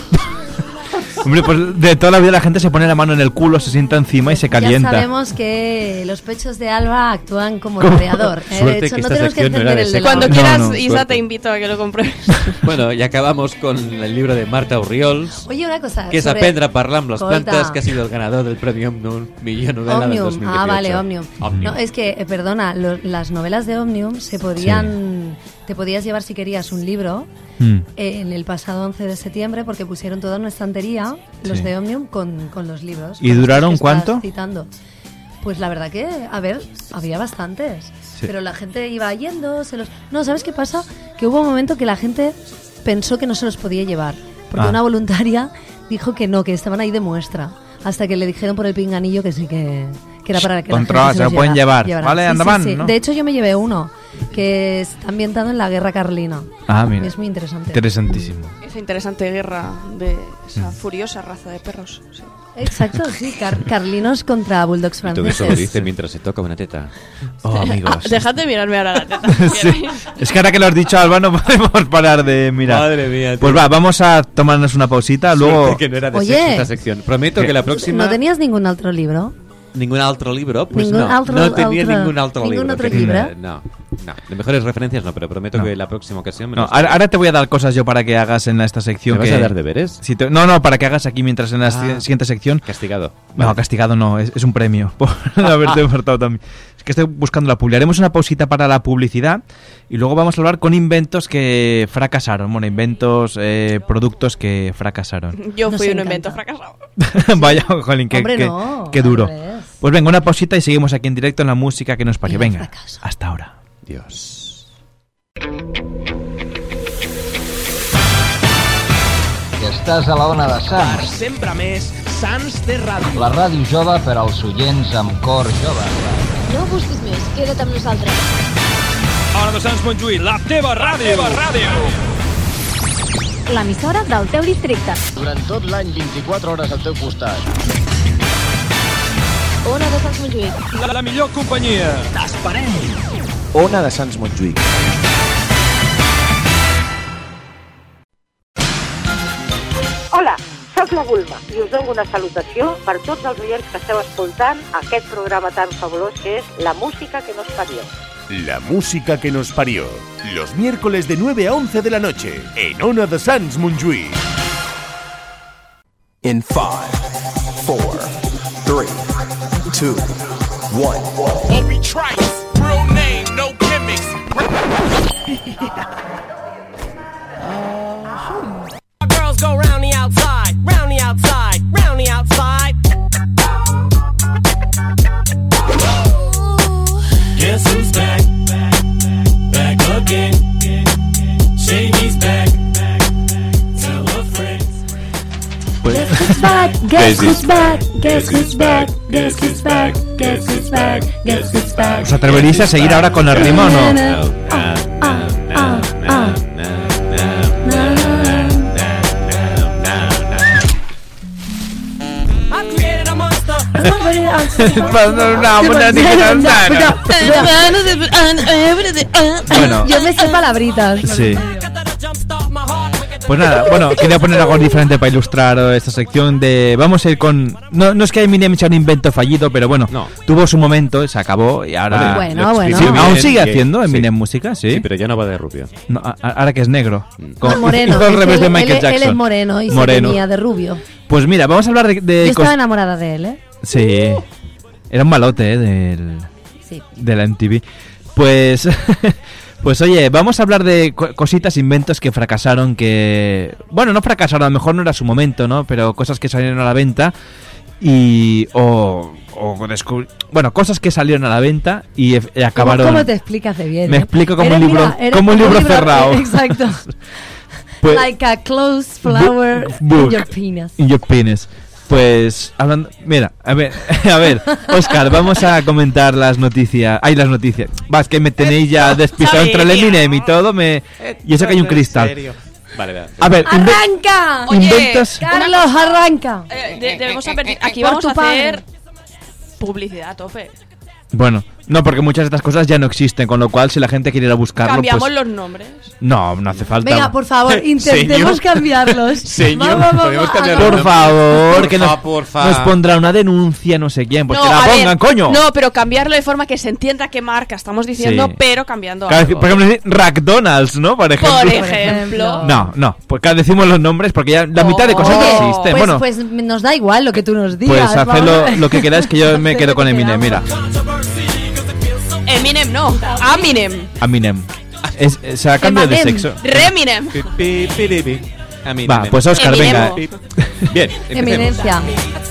Hombre, pues de toda la vida la gente se pone la mano en el culo, se sienta encima y se calienta. Ya sabemos que los pechos de Alba actúan como ¿Cómo? radiador. ¿eh? Suerte De hecho, que no esta tenemos que sección no era entender de el de la Cuando No, quieras, no, Isa, suerte. te invito a que lo compruebes. Bueno, y acabamos con el libro de Marta Urriols, Oye, una cosa. que és sobre- Aprendre a parlar amb les Escolta. plantes, que ha sido el ganador del premio Omnium Millón Novela del dos Omnium. mil dieciocho. Ah, vale, Omnium. Omnium. No, es que, eh, perdona, lo- las novelas de Omnium se podían... Te podías llevar si querías un libro Mm. eh, en el pasado once de septiembre porque pusieron toda una estantería, los Sí. de Omnium, con, con los libros. ¿Y con los duraron que estás cuánto? Citando. Pues la verdad que, a ver, había bastantes. Sí. Pero la gente iba yendo, se los... No, ¿sabes qué pasa? Que hubo un momento que la gente pensó que no se los podía llevar. Porque Ah. una voluntaria dijo que no, que estaban ahí de muestra. Hasta que le dijeron por el pinganillo que sí que, que era para que Controla, la gente se lo los pueden lleva- llevar. llevara. Vale, Sí, sí, andaban, sí. ¿no? De hecho, yo me llevé uno que está ambientado en la guerra carlina. Ah, mira. Es muy interesante. Interesantísimo. Esa interesante guerra de esa furiosa raza de perros. Sí. Exacto, sí. Car- carlinos contra bulldogs Y todo franceses. eso lo dice mientras se toca una teta. Oh, amigos. Ah, dejad de mirarme ahora la teta. Sí. Es que ahora que lo has dicho, Alba, no podemos parar de mirar. Madre mía, tío. Pues va, vamos a tomarnos una pausita. Luego. Suerte que no era de Oye. sexo esta sección. Prometo que la próxima... ¿No tenías ningún otro libro? ¿Ningún otro libro? Pues Ningún no, otro- no tenía otro- ningún otro ningún libro. otro que- libro. No, no. De mejores referencias no, pero prometo No. que la próxima ocasión... me No, los- ahora, ahora te voy a dar cosas yo para que hagas en esta sección. ¿Me vas que- a dar deberes? Si te- No, no, para que hagas aquí mientras en la Ah. si- siguiente sección. Castigado. No, Vale. castigado no, es, es un premio por haberte portado también. Es que estoy buscando la publi. Haremos una pausita para la publicidad y luego vamos a hablar con inventos que fracasaron. Bueno, inventos, eh, productos que fracasaron. Yo Nos fui un encanta. invento fracasado. Vaya, jolín, qué, Hombre, qué- no, qué duro. al revés. Pues venga, una pausita y seguimos aquí en directo en la música que nos parió. Y el Venga, fracaso. hasta ahora. Dios. Estàs a la ona de Sants, Sempre més Sants de Ràdio. la ràdio jove per als oients amb cor jove. No ho busquis més, queda't amb nosaltres. Ona de Sants Montjuïc, la teva ràdio. La teva ràdio. L'emissora del teu districte. Durant tot l'any, vint-i-quatre hores al teu costat. Ona de Sants Montjuïc. La, la millor companyia. T'esperem. Ona de Sants Montjuïc. Hola, sóc la Bulma i us dono una salutació per tots els oients que esteu escoltant aquest programa tan fabulós que és La música que nos parió. La música que nos parió. Los miércoles de nueve a once de la noche en Ona de Sants Montjuïc. In five, four, three, two, one. Obi Trice, real name, no gimmicks. Girls go round the outside, round the outside, round the outside. Guess who's back? Back again. Shady's back. Tell her friends. Guess who's back? Guess who's back? Guess who's back? Guess who's back? Guess who's back? Guess who's back? ¿Os atreveréis a seguir ahora con el ritmo o no? Ah, ah, ah, ah. I created a monster. Bueno. Yo me sé palabritas. Sí. Pues nada, bueno, quería poner algo diferente para ilustrar esta sección de... Vamos a ir con... No, no es que Eminem sea un invento fallido, pero bueno, No. tuvo su momento, se acabó y ahora... Bueno, Lo bueno. Sí, explico ¿aún bien, sigue que- haciendo Eminem sí. música? Sí. Sí, pero ya no va de rubio. No, a- a- ahora que es negro. No, moreno. Hizo al es revés él- de Michael él, Jackson. él es moreno y Moreno. se tenía de rubio. Pues mira, vamos a hablar de... de Yo estaba cos- enamorada de él, ¿eh? Sí. Era un malote, ¿eh? Del, Sí. de la M T V. Pues... Pues oye, vamos a hablar de co- cositas, inventos que fracasaron, que... Bueno, no fracasaron, a lo mejor no era su momento, ¿no? Pero cosas que salieron a la venta y... O... o descubri- bueno, cosas que salieron a la venta y, e- y acabaron... ¿Cómo, cómo te explicas de bien? Me eh? explico como Eres, un libro- mira, eres como un libro cerrado. Exacto. Pues- Like a closed flower book in your penis. In your penis. Pues, hablando... Mira, a ver, a ver, Óscar, vamos a comentar las noticias. Ay, las noticias. Va, es que me tenéis ya despistado entre el Eminem y todo, me... Y eso que hay un cristal. Vale, vale. A ver, inve- ¡Arranca! Oye, inventas... Carlos, arranca. Eh, de- debemos advertir- aquí Por vamos tu a padre. hacer publicidad a tope. Bueno, no, porque muchas de estas cosas ya no existen, con lo cual si la gente quiere ir a buscarlo, Cambiamos pues... los nombres. No, no hace falta. Venga, por favor, intentemos Señor. cambiarlos. Señor, Vamos, vamos, podemos vamos. cambiarlo. Por favor, Por que fa, nos, por fa. nos pondrá una denuncia, no sé quién, pues No, que la a ver, pongan, coño. No, pero cambiarlo de forma que se entienda qué marca estamos diciendo, Sí. pero cambiando Cada vez- algo. por ejemplo, decir McDonald's, ¿no? Por ejemplo. Por ejemplo. No, no, pues cada decimos los nombres porque ya la mitad de cosas Oye, no existen. pues, bueno, pues nos da igual lo que tú nos digas. pues haced lo, vamos. lo que queráis, que yo me quedo con Eminem, mira. Eminem no, Aminem. Eminem. Es, es- se ha cambiado de Eminem. sexo. Reminem. Va, pues Óscar, venga. Bien, Eminencia.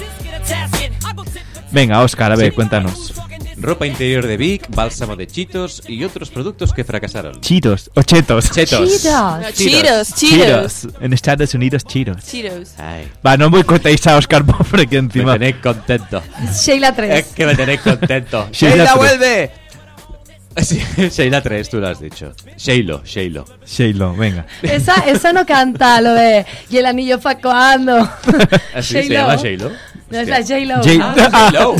Venga, Óscar, a ver, cuéntanos. Ropa interior de Vic, bálsamo de Cheetos y otros productos que fracasaron. Chitos, o chetos. Chetos. Cheetos. No, Cheetos, Cheetos. En Estados Unidos, Cheetos. Cheetos. Ay, Va, no me contéis a Óscar Pobre que me encima. tenéis contento. Sheila tres. Es que me tenéis contento. Sheila ¡Sheila tres. vuelve! Sí, Sheila tres, tú lo has dicho. Sheilo, Sheilo. Sheilo, venga. Esa, esa no canta lo de y el anillo fa cuando. ¿Así se llama Sheilo? No, es la J-Lo. J- Ah. Sheilo.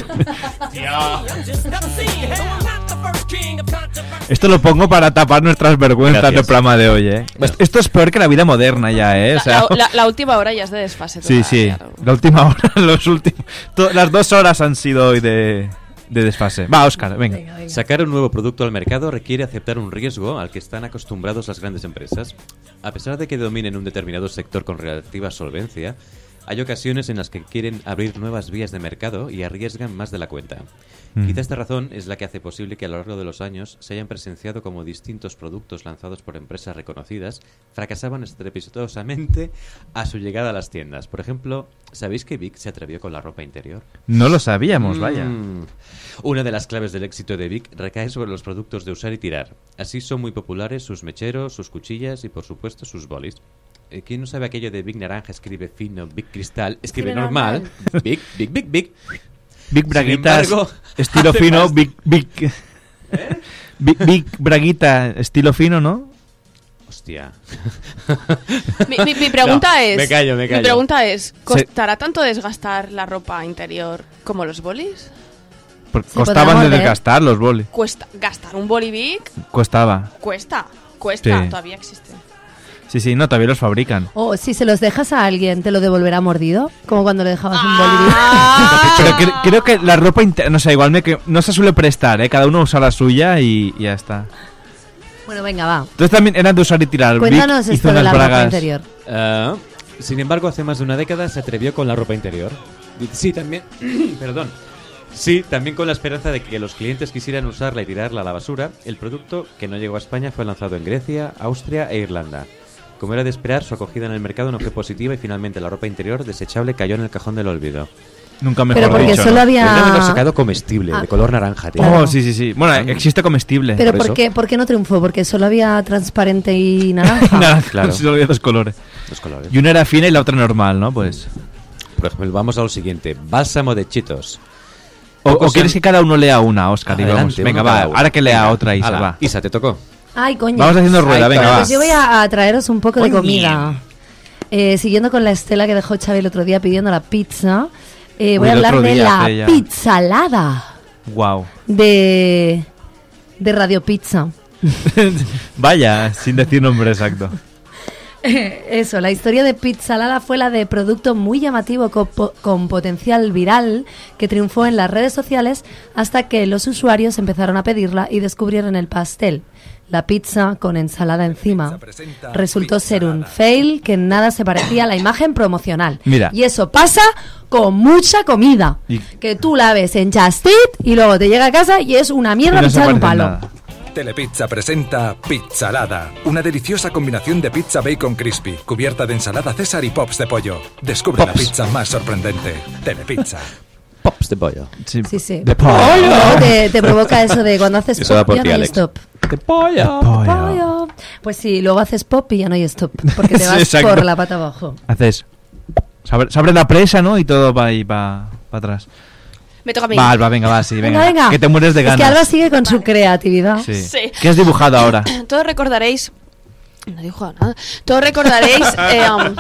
Esto lo pongo para tapar nuestras vergüenzas Gracias. del programa de hoy, ¿eh? Bueno. Esto es peor que la vida moderna ya, ¿eh? O sea, La, la- la última hora ya es de desfase. sí, total, sí. claro. La última hora, los últimos... to- las dos horas han sido hoy de, de desfase. Va, Óscar, venga. Sacar un nuevo producto al mercado requiere aceptar un riesgo al que están acostumbrados las grandes empresas. A pesar de que dominen un determinado sector con relativa solvencia, hay ocasiones en las que quieren abrir nuevas vías de mercado y arriesgan más de la cuenta. Mm. Quizá esta razón es la que hace posible que a lo largo de los años se hayan presenciado como distintos productos lanzados por empresas reconocidas fracasaban estrepitosamente a su llegada a las tiendas. Por ejemplo, ¿sabéis que Vic se atrevió con la ropa interior? No lo sabíamos, vaya. Mm. Una de las claves del éxito de Vic recae sobre los productos de usar y tirar. Así son muy populares sus mecheros, sus cuchillas y por supuesto sus bolis. Eh, ¿Quién no sabe aquello de Vic naranja escribe fino, Vic cristal escribe Escribe normal? normal. Vic, Vic, Vic, Vic. Big Braguitas, Sin embargo, estilo hace fino, más- Big, Big... Big, Big Braguita, estilo fino, ¿no? Hostia. Mi, mi- mi pregunta No, es. me callo, me callo. Mi pregunta es: ¿costará tanto desgastar la ropa interior como los bolis? Porque Se podrá costaban de morder. desgastar los bolis. Cuesta gastar un boli Bic, Costaba. cuesta, cuesta, Sí. todavía existe. Sí, sí, no, todavía los fabrican. O si se los dejas a alguien, ¿te lo devolverá mordido? Como cuando le dejabas un bolivic. Ah. Pero cre- creo que la ropa interior, no sé, igual me que no se suele prestar, ¿eh? Cada uno usa la suya y, y ya está. Bueno, venga, va. Entonces también eran de usar y tirar. Cuéntanos Vic esto hizo de unas la ropa bragas. interior. Ah, sin embargo, hace más de una década se atrevió con la ropa interior. Sí, también. Perdón. Sí, también con la esperanza de que los clientes quisieran usarla y tirarla a la basura, el producto que no llegó a España fue lanzado en Grecia, Austria e Irlanda. Como era de esperar, su acogida en el mercado no fue positiva y finalmente la ropa interior desechable cayó en el cajón del olvido. Nunca mejor Pero porque dicho, solo ¿no? había- Podrían haberlo sacado comestible, Ah. de color naranja, tío. Oh, sí, sí, sí. Bueno, existe comestible. Pero por ¿por eso. qué, ¿por qué no triunfó? Porque solo había transparente y naranja. Nada, Claro. solo había dos colores. Los colores. Y una era fina y la otra normal, ¿no? Pues. Por ejemplo, vamos a lo siguiente. Bálsamo de Cheetos. O, Pocos o quieres han- que cada uno lea una, Oscar, y Adelante, vamos. Venga, uno va. cada uno. Ahora que lea Venga, otra, Isa, ala. va. Isa, te tocó. Ay, coño. Vamos haciendo rueda, Ay, venga, claro, va. Pues yo voy a, a traeros un poco de Coño. comida. Eh, siguiendo con la estela que dejó Xavi el otro día pidiendo la pizza, eh, voy Uy, a el hablar otro de día la hace ya- pizzalada Wow. de, de Radio Pizza. Vaya, sin decir nombre exacto. Eso, la historia de Pizzalada fue la de producto muy llamativo con, po- con potencial viral que triunfó en las redes sociales hasta que los usuarios empezaron a pedirla y descubrieron el pastel, la pizza con ensalada encima. Resultó ser un fail que en nada se parecía a la imagen promocional. Mira. Y eso pasa con mucha comida. Y- Que tú la ves en Just Eat y luego te llega a casa y es una Y mierda no se echada en un parece en palo. nada. Telepizza presenta Pizzalada, una deliciosa combinación de pizza bacon crispy, cubierta de ensalada César y pops de pollo. Descubre la Pops. pizza más sorprendente. Telepizza. Pops de pollo. Sí, Sí, sí. De pollo. Luego te, te provoca eso de cuando haces Eso va pop por ya ti, no hay Alex. stop. De pollo. Pollo. Pues sí, luego haces pop y ya no hay stop, porque te Sí, vas exacto. por la pata abajo. Haces. Se abre, se abre la presa, ¿no? Y todo va ahí para pa atrás. Me toca a mí. Va, Alba, venga, va, sí, venga. Venga, venga. Que te mueres de Es ganas. que Alba sigue con su creatividad. Sí. Sí. ¿Qué has dibujado ahora? Todos recordaréis... No dijo nada. Todos recordaréis... eh, um,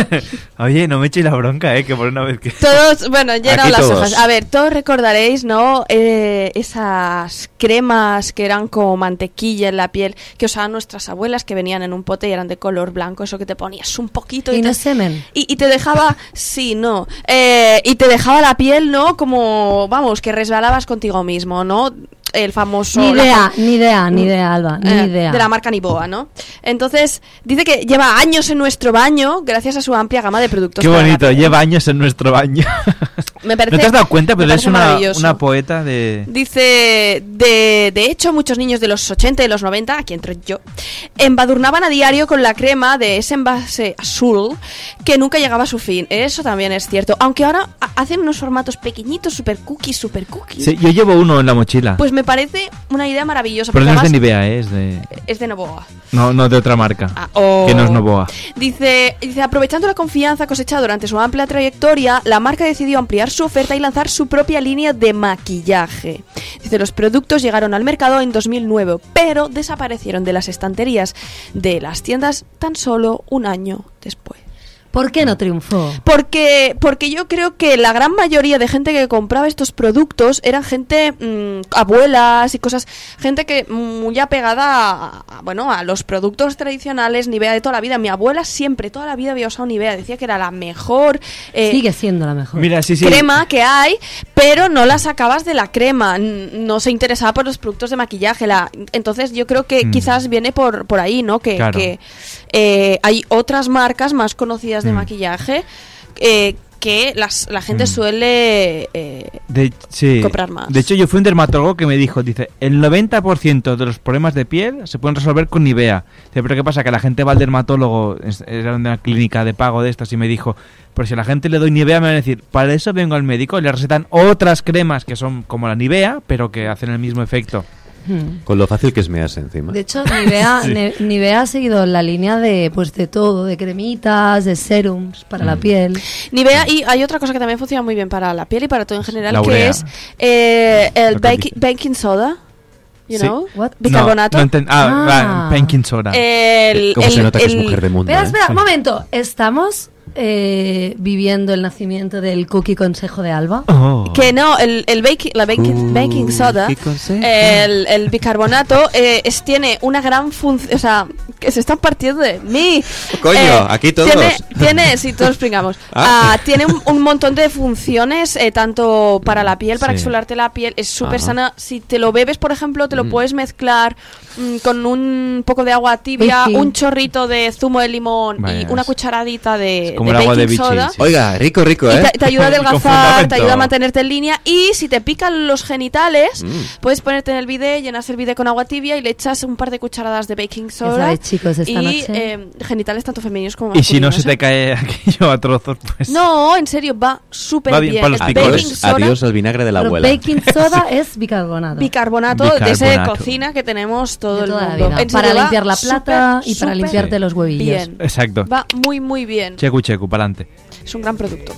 Oye, no me echéis la bronca, ¿eh? Que por una vez que... Todos, bueno, llenan Aquí las todos. hojas. A ver, todos recordaréis, ¿no? Eh, esas cremas que eran como mantequilla en la piel que usaban nuestras abuelas, que venían en un pote y eran de color blanco, eso que te ponías un poquito Y y, no te, es semen. y, y te dejaba, sí, no, eh, y te dejaba la piel, ¿no? Como, vamos, que resbalabas contigo mismo, ¿no? El famoso... Ni la idea, fam- ni idea, ni idea, Alba, ni eh, idea. de la marca Niboa, ¿no? Entonces, dice que lleva años en nuestro baño gracias a su amplia gama de productos. Qué para la bonito, piel. lleva años en nuestro baño. Me parece, ¿No te has dado cuenta? me Pero es parece una, maravilloso. una poeta de... Dice, de, de hecho, muchos niños de los ochenta y los noventa, aquí entro yo, embadurnaban a diario con la crema de ese envase azul que nunca llegaba a su fin. Eso también es cierto. Aunque ahora ha- hacen unos formatos pequeñitos, super cookies, super cookies. Sí, yo llevo uno en la mochila. Pues me parece una idea maravillosa. Pero porque no es de además Nivea, ¿eh? Es de... es de Novoa. No, no de otra marca. Ah, oh. Que no es Novoa. Dice, dice, aprovechando la confianza cosechada durante su amplia trayectoria, la marca decidió ampliar su oferta y lanzar su propia línea de maquillaje. Dice, los productos llegaron al mercado en dos mil nueve, pero desaparecieron de las estanterías de las tiendas tan solo un año después. ¿Por qué no triunfó? Porque, porque yo creo que la gran mayoría de gente que compraba estos productos eran gente, mmm, abuelas y cosas, gente que muy apegada a, a, bueno, a los productos tradicionales, Nivea de toda la vida. Mi abuela siempre, toda la vida había usado Nivea, decía que era la mejor eh, Sigue siendo la mejor. Mira, sí, sí. crema que hay, pero no la sacabas de la crema, n- no se interesaba por los productos de maquillaje. La, entonces yo creo que Mm. quizás viene por, por ahí, ¿no? Que, Claro. que eh, hay otras marcas más conocidas de Mm. maquillaje eh, que las, la gente Mm. suele eh, De, sí. comprar más. De hecho, yo fui a un dermatólogo que me dijo, dice, el noventa por ciento de los problemas de piel se pueden resolver con Nivea. Dice, pero ¿qué pasa? Que la gente va al dermatólogo, es- era una clínica de pago de estas, y me dijo, pero si a la gente le doy Nivea, me van a decir, para eso vengo al médico, y le recetan otras cremas que son como la Nivea, pero que hacen el mismo efecto. Hmm. Con lo fácil que es mearse encima. De hecho, Nivea, Sí. Ne- Nivea ha seguido la línea de pues de todo, de cremitas, de serums para la piel. Nivea, y hay otra cosa que también funciona muy bien para la piel y para todo en general, La que urea. es eh, el Lo que baking, baking soda, you Sí. know, What? bicarbonato. No, no enten- ah, Ah. va, baking soda. El, ¿Cómo se el- nota que es el- mujer de mundo? Espera, eh? espera, un momento. ¿Estamos eh, viviendo el nacimiento del cookie consejo de Alba? Oh. Que no, el, el baking, la baking, baking soda, ¿qué consejo? el, el bicarbonato, eh, es, tiene una gran función, o sea, que se están partiendo de mí. Coño, Eh, aquí todos. Tiene, tiene sí, todos explicamos. Ah. Ah, tiene un, un montón de funciones, eh, tanto para la piel, para Sí. exfoliarte la piel, es súper Ajá. sana. Si te lo bebes, por ejemplo, te lo Mm. puedes mezclar mm, con un poco de agua tibia, Uy, sí. un chorrito de zumo de limón Vaya, y una es- cucharadita de, es como de el agua de baking bichis, soda. sí. Oiga, rico, rico, Y ¿eh? te, te ayuda a Con adelgazar, fundamento. te ayuda a mantenerte en línea. Y si te pican los genitales, Mm. puedes ponerte en el bidet, llenas el bidet con agua tibia y le echas un par de cucharadas de baking Ya soda. sabéis, chicos, esta y noche. eh, genitales tanto femeninos como Y si no masculinos, se te ¿eh? cae aquello a trozos, pues... No, en serio, va súper Va bien bien. para los Es picores. baking Adiós, soda, adiós al vinagre de la Pero abuela. baking soda es bicarbonato. bicarbonato, de ese de Bicarbonato. cocina que tenemos todo De el toda la mundo. vida. En Para serio, va limpiar la plata súper, y para súper limpiarte los huevillos. bien. Exacto. Va muy, muy bien. Checu, checu, para adelante. Es un gran producto.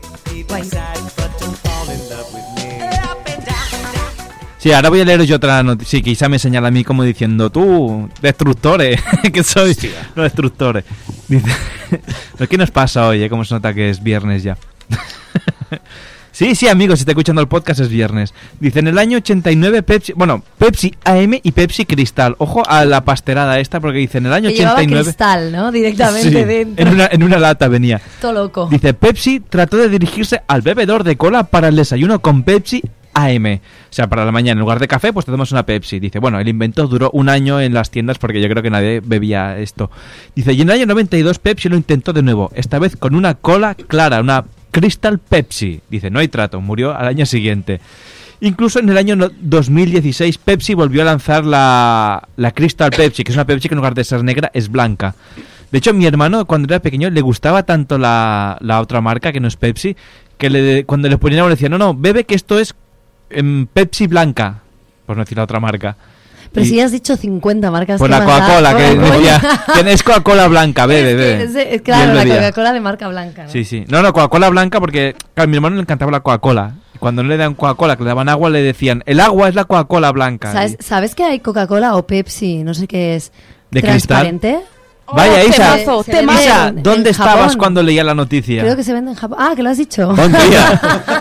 Sí, ahora voy a leeros yo otra noticia. Sí, que Isa me señala a mí como diciendo, tú, destructores, que sois los destructores. Dice, ¿pero qué nos pasa hoy, eh? ¿Cómo se nota que es viernes ya? Sí, sí, amigos, si está escuchando el podcast es viernes. Dice, en el año ochenta y nueve Pepsi... Bueno, Pepsi A M y Pepsi Cristal. Ojo a la pasterada esta, porque dice, en el año Que llevaba ochenta y nueve... cristal, ¿no? Directamente Sí, dentro. en una, en una lata venía. Todo loco. Dice, Pepsi trató de dirigirse al bebedor de cola para el desayuno con Pepsi A M. O sea, para la mañana, en lugar de café, pues te tomas una Pepsi. Dice, bueno, el invento duró un año en las tiendas porque yo creo que nadie bebía esto. Dice, y en el año noventa y dos Pepsi lo intentó de nuevo, esta vez con una cola clara, una Crystal Pepsi. Dice, no hay trato, murió al año siguiente. Incluso en el año no- dos mil dieciséis Pepsi volvió a lanzar la, la Crystal Pepsi, que es una Pepsi que en lugar de ser negra es blanca. De hecho, mi hermano cuando era pequeño le gustaba tanto la, la otra marca, que no es Pepsi, que le, cuando le ponían agua le decía, no, no, bebe que esto es em, Pepsi blanca, por no decir la otra marca. Pero y... si has dicho cincuenta marcas. Pues la Coca-Cola, Coca que decía, que es Coca-Cola blanca, bebe, bebe. Es, es, es, claro, la Coca-Cola de marca blanca, ¿no? Sí, sí. No, no, Coca-Cola blanca porque claro, a mi hermano le encantaba la Coca-Cola. Cuando no le dan Coca-Cola, que le daban agua, le decían, el agua es la Coca-Cola blanca. ¿Sabes, ¿Sabes que hay Coca-Cola o Pepsi, no sé qué es, ¿de transparente? Cristal? Oh, Vaya, Isa, se, se Isa ¿dónde estabas Japón? Cuando leía la noticia? Creo que se vende en Japón. Ah, que lo has dicho. Buen día.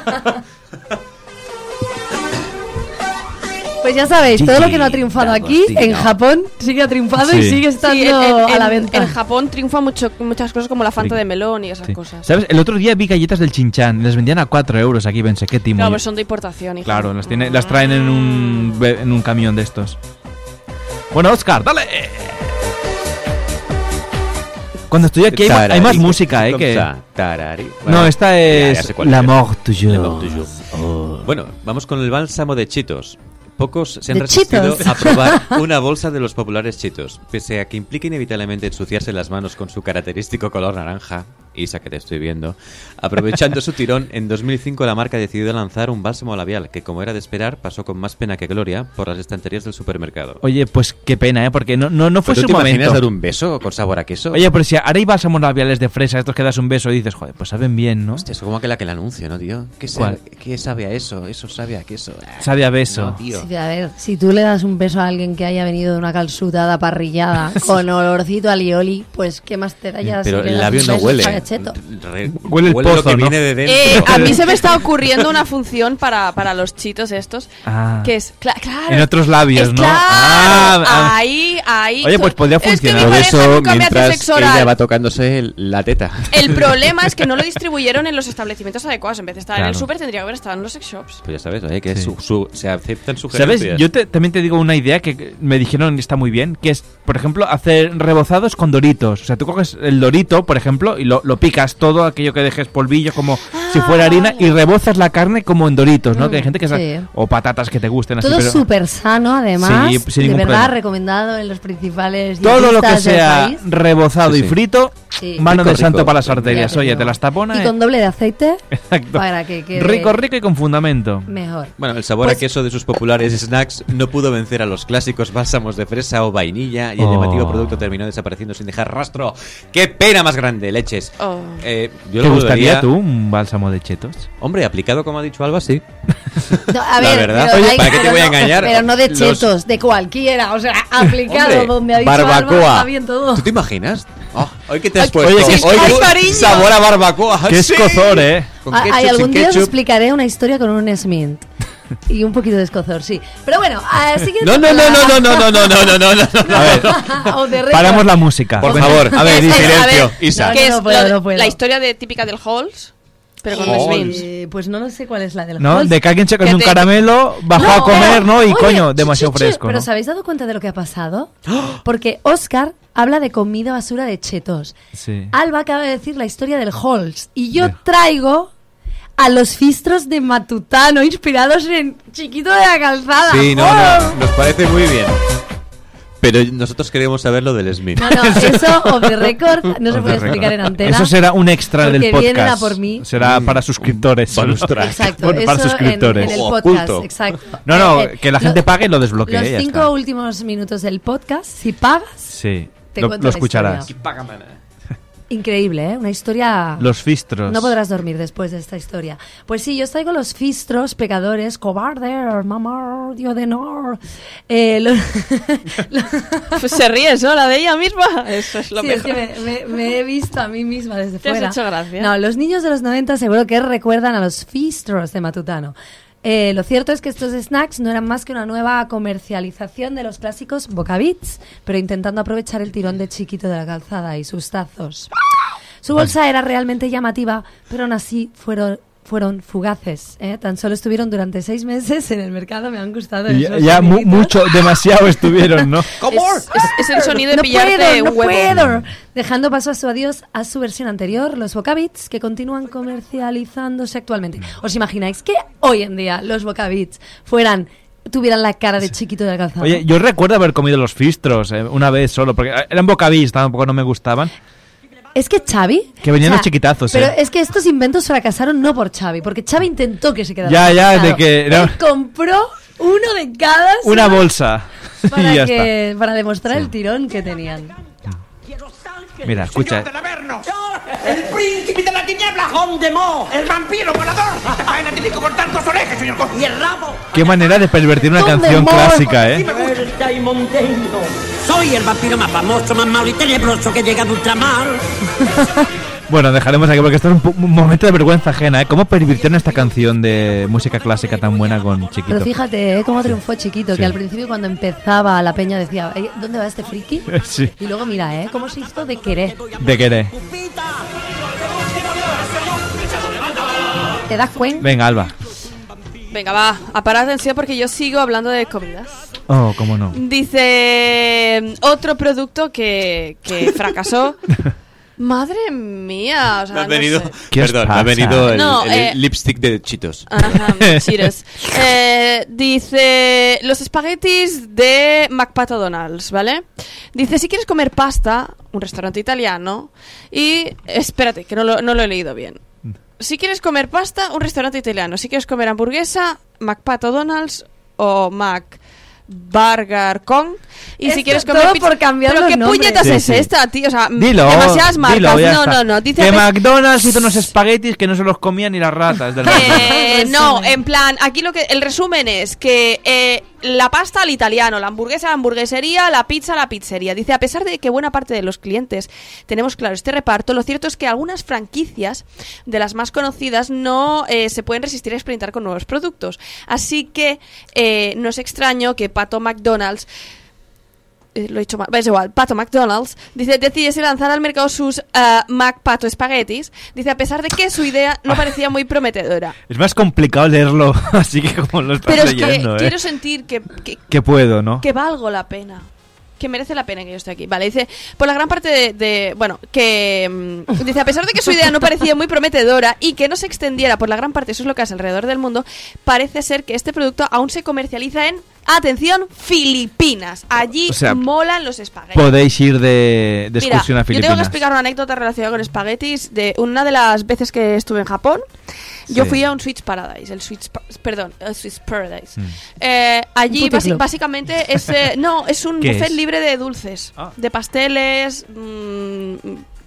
Pues ya sabéis, todo lo que no ha triunfado aquí, en Japón sigue ha triunfado sí. y sigue estando sí, en, en, a la venta. En Japón triunfa mucho, muchas cosas como la Fanta de melón y esas sí. cosas. ¿Sabes? El otro día vi galletas del Chin-Chan, les vendían a cuatro euros aquí, pensé, qué timo. Claro, pero son de importación, hijo. Claro, las, tiene, las traen en un, en un camión de estos. Bueno, Oscar, dale. Cuando estoy aquí hay, hay más música, ¿eh? Que... Bueno, no, esta es La Mort Toujours. Oh. Bueno, vamos con el bálsamo de Cheetos. Pocos se han resistido a probar una bolsa de los populares Cheetos, pese a que implica inevitablemente ensuciarse las manos con su característico color naranja. Isa, que te estoy viendo. Aprovechando su tirón, en dos mil cinco la marca decidió lanzar un bálsamo labial que, como era de esperar, pasó con más pena que gloria por las estanterías del supermercado. Oye, pues qué pena, ¿eh? Porque no, no, no fue su momento. ¿Te imaginas dar un beso con sabor a queso? Oye, pero si ahora hay bálsamos labiales de fresa, estos que das un beso y dices, joder, pues saben bien, ¿no? Hostia, eso como que la que el anuncio, ¿no, tío? ¿Qué sabe, ¿Qué sabe a eso? Eso sabe a queso. Sabe a beso. No, tío. Sí, a ver, si tú le das un beso a alguien que haya venido de una calzutada parrillada con olorcito a lioli, pues qué más te da ya. Pero si el labio no huele. Re Huele el Huele pozo, lo que ¿no? viene de dentro. Eh, a mí se me está ocurriendo una función para, para los chitos estos, ah, que es, cl claro, en otros labios, es ¿no? Claro, ah, ah, ahí, ahí. Oye, pues podría funcionar. Es que mi eso nunca me hace sexo oral. Ella va tocándose la teta. El problema es que no lo distribuyeron en los establecimientos adecuados. En vez de estar claro. en el súper, tendría que haber estado en los sex shops. Pues ya sabes, oye, que sí. su, su, se aceptan sugerencias. ¿Sabes? Yo te, también te digo una idea que me dijeron y está muy bien, que es, por ejemplo, hacer rebozados con doritos. O sea, tú coges el dorito, por ejemplo, y lo, lo picas todo, aquello que dejes polvillo como ah, si fuera harina, vale. y rebozas la carne como en doritos, ¿no? Mm, que hay gente que... Sí. O patatas que te gusten. Todo así, súper pero... sano, además. Sí, sin de verdad, problema. Recomendado en los principales todo lo que sea país. rebozado sí, sí. y frito, sí. mano rico, de santo rico. Para las arterias. Ya, oye, te las tapona. Y eh. con doble de aceite. Exacto. Para que quede rico, rico y con fundamento. Mejor. Bueno, el sabor pues... a queso de sus populares snacks no pudo vencer a los clásicos bálsamos de fresa o vainilla y el oh. llamativo producto terminó desapareciendo sin dejar rastro. ¡Qué pena más grande, leches! Oh. Eh, yo ¿Te lo gustaría tú un bálsamo de chetos? Hombre, aplicado como ha dicho Alba, sí. No, a ver, la verdad. Oye, hay, ¿para qué te voy a engañar? Pero no de chetos, los... de cualquiera. O sea, aplicado hombre, donde ha dicho barbacoa. Alba, está bien todo. ¿Tú te imaginas? Oh, hoy que te has puesto. Oye, hoy ay, sabor a barbacoa. Qué sí. escozor, ¿eh? Con ketchup, Ay, algún día os explicaré una historia con un Smint. Y un poquito de escozor, sí. Pero bueno, así que... No, no, no, no, no, no, no, no, no, no, no, no. A ver, paramos la música. Por favor, a ver, silencio, Isa. ¿Qué es la historia de típica del Halls? Pero con eh, pues no lo sé cuál es la del ¿no? Halls. De que alguien se comió un caramelo, bajó no, a comer, ¿no? Y oye, coño, demasiado chuchu, fresco. Pero ¿no? ¿os habéis dado cuenta de lo que ha pasado? Porque Oscar habla de comida basura de chetos. Sí. Alba acaba de decir la historia del Halls. Y yo traigo a los fistros de Matutano, inspirados en Chiquito de la Calzada. Sí, no, no, nos parece muy bien. Pero nosotros queríamos saber lo del Smith. No, no, eso off the record no se puede explicar en antena. Eso será un extra del podcast. Vienen a por mí. Será para suscriptores. Exacto, bueno, para eso suscriptores. En, en el podcast, exacto. No, no, eh, que la gente lo, pague y lo desbloquee. Los cinco está. últimos minutos del podcast, si pagas, sí, te lo, cuento lo escucharás. Y paga, mana. Increíble, ¿eh? Una historia... Los fistros. No podrás dormir después de esta historia. Pues sí, yo os traigo los fistros, pecadores, cobardes, mamá, Dios de nor. Eh, los... Pues se ríe sola de ella misma. Eso es lo sí, mejor. Es que me, me, me he visto a mí misma desde ¿Te fuera. has hecho gracia? No, los niños de los noventa seguro que recuerdan a los fistros de Matutano. Eh, lo cierto es que estos snacks no eran más que una nueva comercialización de los clásicos Bocabits, pero intentando aprovechar el tirón de Chiquito de la Calzada y sus tazos. Su bolsa era realmente llamativa, pero aún así fueron, fueron fugaces. ¿eh? Tan solo estuvieron durante seis meses en el mercado, me han gustado. Ya, ya mu mucho, demasiado estuvieron, ¿no? Es, es, es el sonido de no pillarte puedo, un no huevo. Puedo. Dejando paso a su adiós a su versión anterior, los Bocabits, que continúan comercializándose actualmente. ¿Os imagináis que hoy en día los Bocabits fueran... tuvieran la cara de Chiquito de la Calzada? Oye, yo recuerdo haber comido los fistros eh, una vez solo, porque eran Bocabits, tampoco no me gustaban. Es que Xavi... Que venían o sea, los chiquitazos, Pero eh. es que estos inventos fracasaron no por Xavi, porque Xavi intentó que se quedara. Ya, ya, claro. de que... No. Él compró uno de cada... Una bolsa. Para, y ya que, está. para demostrar Sí. el tirón que tenían. Mira, escucha. Señor del Averno, el príncipe de la tiniebla, Gondemó, el vampiro volador. Esta faena tiene que cortar dos orejas, señor conde. Y el rabo. Qué manera de pervertir una canción clásica, ¿eh? Fuerza y Monteno. Soy el vampiro más famoso, más malo y tenebroso que llega de ultramar. Bueno, dejaremos aquí porque esto es un, pu- un momento de vergüenza ajena, ¿eh? ¿Cómo pervirtieron esta canción de música clásica tan buena con Chiquito? Pero fíjate, ¿eh? Cómo triunfó Chiquito, Sí. que al principio cuando empezaba la peña decía, "Ey, ¿dónde va este friki?" Sí. Y luego mira, ¿eh? Cómo se hizo de querer. De querer. ¿Te das cuenta? Venga, Alba. Venga, va, a parar atención porque yo sigo hablando de comidas. Oh, cómo no. Dice otro producto que, que fracasó. Madre mía, o sea, Me ha no venido, sé. ¿Qué os perdón, me ha pasa? venido el, No, el eh, lipstick de Cheetos. Ajá, Cheetos. Eh, dice los espaguetis de McPato Donald's, ¿vale? Dice, si quieres comer pasta, un restaurante italiano, y espérate, que no lo, no lo he leído bien. Si quieres comer pasta, un restaurante italiano. Si quieres comer hamburguesa, McPato Donald's o Mac Burger Kong. Y Esto si quieres comer todo pizza, por cambiar pero los qué nombres. puñetas Sí, es sí. esta, tío, o sea, Dilo, demasiadas marcas. dilo, ya no, está. no, no, dice que pues- McDonald's hizo unos espaguetis que no se los comían ni las ratas del Eh, no, en plan, aquí lo que el resumen es que eh, la pasta al italiano, la hamburguesa a la hamburguesería, la pizza a la pizzería. Dice, a pesar de que buena parte de los clientes tenemos claro este reparto, lo cierto es que algunas franquicias de las más conocidas no eh, se pueden resistir a experimentar con nuevos productos. Así que eh, no es extraño que Pato McDonald's Eh, lo he dicho mal, es igual, Pato McDonald's, dice, decidiese lanzar al mercado sus uh, McPato Spaghettis, dice, a pesar de que su idea no parecía muy prometedora. Es más complicado leerlo así que como lo estás Pero es leyendo, que ¿eh? quiero sentir que, que, Que puedo, ¿no? que valgo la pena. Que merece la pena que yo esté aquí. Vale, dice, por la gran parte de... de- bueno, que... mm, dice, a pesar de que su idea no parecía muy prometedora y que no se extendiera por la gran parte de sus locales alrededor del mundo, parece ser que este producto aún se comercializa en, atención, Filipinas. Allí O sea, molan los espaguetis. Podéis ir de, de Mira, excursión a yo tengo Filipinas. que explicar una anécdota relacionada con espaguetis. De una de las veces que estuve en Japón, yo Sí. fui a un Sweets Paradise, el Sweets, Pa- perdón, el Sweets Paradise. Mm. Eh, allí Un puticlub. basi- básicamente es eh, no, es un ¿Qué buffet es? libre de dulces, Ah. de pasteles, mm,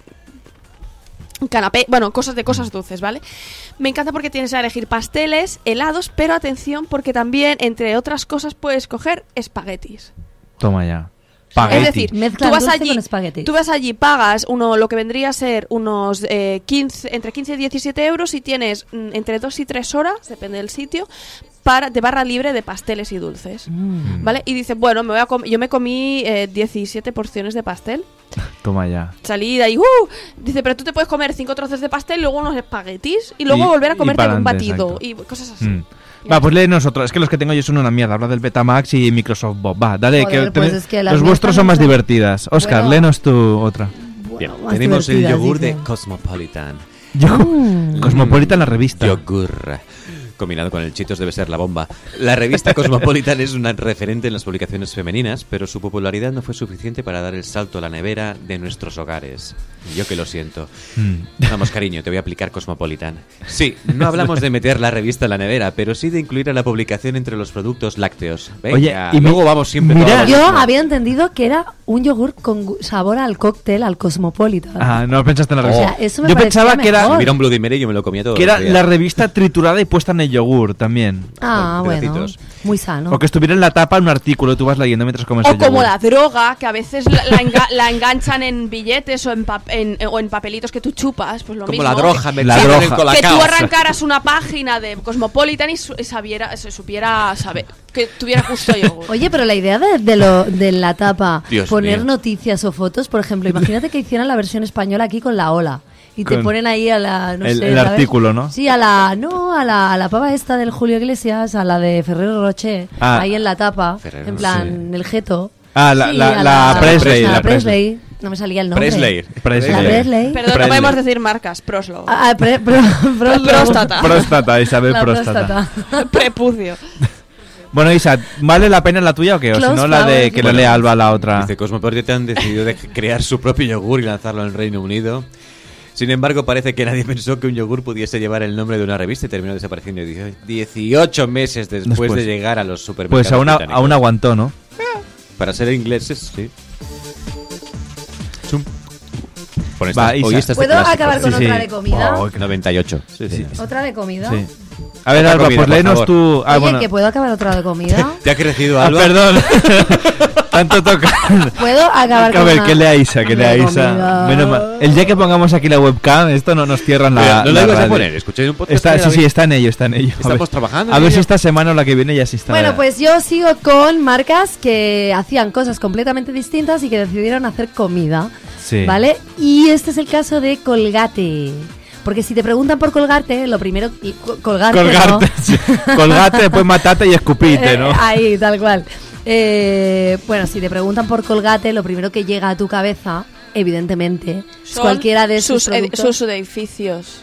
canapé, bueno, cosas de cosas dulces, ¿vale? Me encanta porque tienes a elegir pasteles, helados, pero atención porque también, entre otras cosas, puedes coger espaguetis. Toma ya. Es Spaghetti. decir, Mezclan tú vas dulce allí, con espaguetis. tú vas allí, pagas uno lo que vendría a ser unos eh, quince, entre quince y diecisiete euros y tienes mm, entre dos y tres horas, depende del sitio, para de barra libre de pasteles y dulces, Mm. ¿vale? Y dice, bueno, me voy a com- yo me comí eh, diecisiete porciones de pastel, Toma ya. salí de ahí, ¡uh! Dice, pero tú te puedes comer cinco trozos de pastel, luego unos espaguetis y luego Y- volver a y comerte un pa'lante, batido exacto. y cosas así. Mm. Va, pues léenos otro. Es que los que tengo yo son una mierda. Habla del Betamax y Microsoft Bob. Va, dale, Joder, que pues ten- es que las los mías vuestros son también más son- divertidas. Oscar, Bueno. léenos tú otra. Bien, más tenemos el divertidas, yogur dice. de Cosmopolitan. Yo, Mm. Cosmopolitan, la revista. Yogur. Combinado con el Cheetos debe ser la bomba. La revista Cosmopolitan es una referente en las publicaciones femeninas, pero su popularidad no fue suficiente para dar el salto a la nevera de nuestros hogares. Yo que lo siento. Mm. Vamos, cariño, te voy a aplicar Cosmopolitan. Sí, no hablamos de meter la revista en la nevera, pero sí de incluir a la publicación entre los productos lácteos. Venga, Oye, y mi- luego vamos siempre mira- todo a lo Yo mismo. había entendido que era un yogur con gu- sabor al cóctel, al Cosmopolitan. Ah, no pensaste en la O revista. sea, eso me yo parecía pensaba que era, mejor. Si hubiera un Bloody Mary yo me lo comía todo. que era los días. la revista triturada y puesta en el yogur también. Ah, con bueno, pedacitos. muy sano. O que estuviera en la tapa un artículo y tú vas leyendo mientras comes O el como yogur. la droga, que a veces la, la enga- la enganchan en billetes o en, pap- en- o en papelitos que tú chupas, pues lo Como mismo. la droga, me La echan en el droga. Que tú colacao. arrancaras una página de Cosmopolitan y, su- y sabiera, se supiera saber que tuviera justo yogur. Oye, pero la idea de, de lo, de la tapa, Dios poner mío. noticias o fotos, por ejemplo, imagínate que hicieran la versión española aquí con la ola. Y te Con ponen ahí a la, no el- sé, el ¿sabes? artículo, ¿no? Sí, a la, no, a la, a la pava esta del Julio Iglesias, a la de Ferrero Rocher, Ah. ahí en la tapa, Ferrero en plan, el jeto. Ah, la, Sí, la, a la Presley. a La Presley. No me salía el nombre. Presley. Presley. La Presley. Perdón, no Presley. podemos decir marcas. Proslo. Ah, ah, pre- pro- pro- Próstata. Próstata, Isabel La próstata. Prepucio. Bueno, Isa, ¿vale la pena la tuya o qué? O si Close no, la de flowers. que la lea Alba la otra. Dice Cosmopolitan decidió de crear su propio yogur y lanzarlo en el Reino Unido. Sin embargo, parece que nadie pensó que un yogur pudiese llevar el nombre de una revista y terminó desapareciendo dieciocho meses después, Después. de llegar a los supermercados Pues aún, a- británicos. aún aguantó, ¿no? Para ser ingleses, sí. Chum. Con Va, estas, Isa. hoy estas ¿Puedo clásicos. acabar con Sí, otra sí. de comida? Oh, noventa y ocho. Sí, sí. ¿Otra de comida? Sí. A ver, Otra Alba, comida, pues por léenos favor. tú. Ah, Oye, bueno. ¿que puedo acabar otra de comida? ¿Te ha crecido Ah, algo? perdón. Tanto toca. ¿Puedo acabar A con ver, una que lea Isa, que lea de Isa. comida? Menos mal. El día que pongamos aquí la webcam, esto no nos cierran la. Pero no la lo ibas a radio. poner, escuché un podcast Está, que sí, era sí, bien. está en ello, está en ello. A Estamos ver- trabajando A en ver ello. si esta semana o la que viene ya sí está. Bueno, pues yo sigo con marcas que hacían cosas completamente distintas y que decidieron hacer comida, Sí. ¿vale? Y este es el caso de Colgate. Porque si te preguntan por Colgate, lo primero... y co- Colgarte, Colgarte, ¿no? sí. Colgate, después matarte y escupite, ¿no? Eh, ahí, tal cual. Eh, bueno, si te preguntan por Colgate, lo primero que llega a tu cabeza, evidentemente, es Son cualquiera de sus, sus, edi- productos. sus edificios.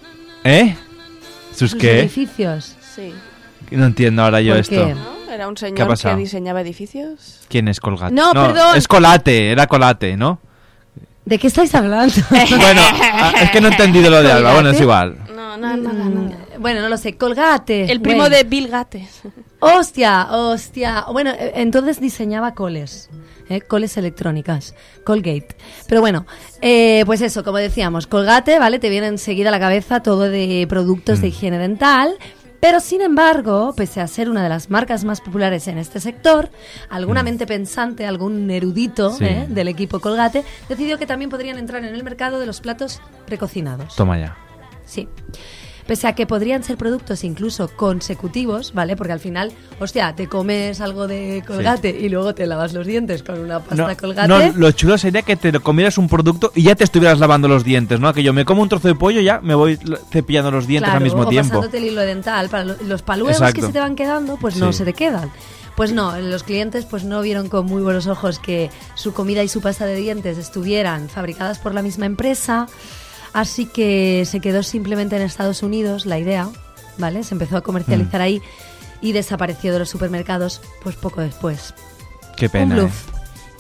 ¿Eh? ¿Sus sus qué? edificios. Sí. No entiendo ahora yo ¿Por esto. qué? ¿No? Era un ¿Qué ha señor pasado? que diseñaba edificios. ¿Quién es Colgate? No, perdón. Es Colate, era Colate, ¿no? ¿De qué estáis hablando? Bueno, ah, es que no he entendido lo de Alba, bueno, es igual. No, no, nada, nada. Bueno, no lo sé. Colgate. El primo güey. de Bill Gates. Hostia, hostia. Bueno, eh, entonces diseñaba coles, ¿eh? Coles electrónicas, Colgate. Pero bueno, eh, pues eso, como decíamos, Colgate, ¿vale? Te viene enseguida a la cabeza todo de productos de higiene dental. Pero sin embargo, pese a ser una de las marcas más populares en este sector, alguna mente pensante, algún erudito Sí. ¿eh? del equipo Colgate, decidió que también podrían entrar en el mercado de los platos precocinados. Toma ya. Sí. Pese a que podrían ser productos incluso consecutivos, ¿vale? Porque al final, hostia, te comes algo de Colgate y luego te lavas los dientes con una pasta No, Colgate. no, lo chulo sería que te comieras un producto y ya te estuvieras lavando los dientes, ¿no? Que yo me como un trozo de pollo y ya me voy l- cepillando los dientes Claro, al mismo o tiempo. pasándote el hilo dental. Para lo- los paluegos Exacto. que se te van quedando, pues no Sí. se te quedan. Pues no, los clientes pues no vieron con muy buenos ojos que su comida y su pasta de dientes estuvieran fabricadas por la misma empresa, así que se quedó simplemente en Estados Unidos la idea, ¿vale? Se empezó a comercializar Mm. ahí y desapareció de los supermercados pues poco después. Qué pena. Un eh. bluff.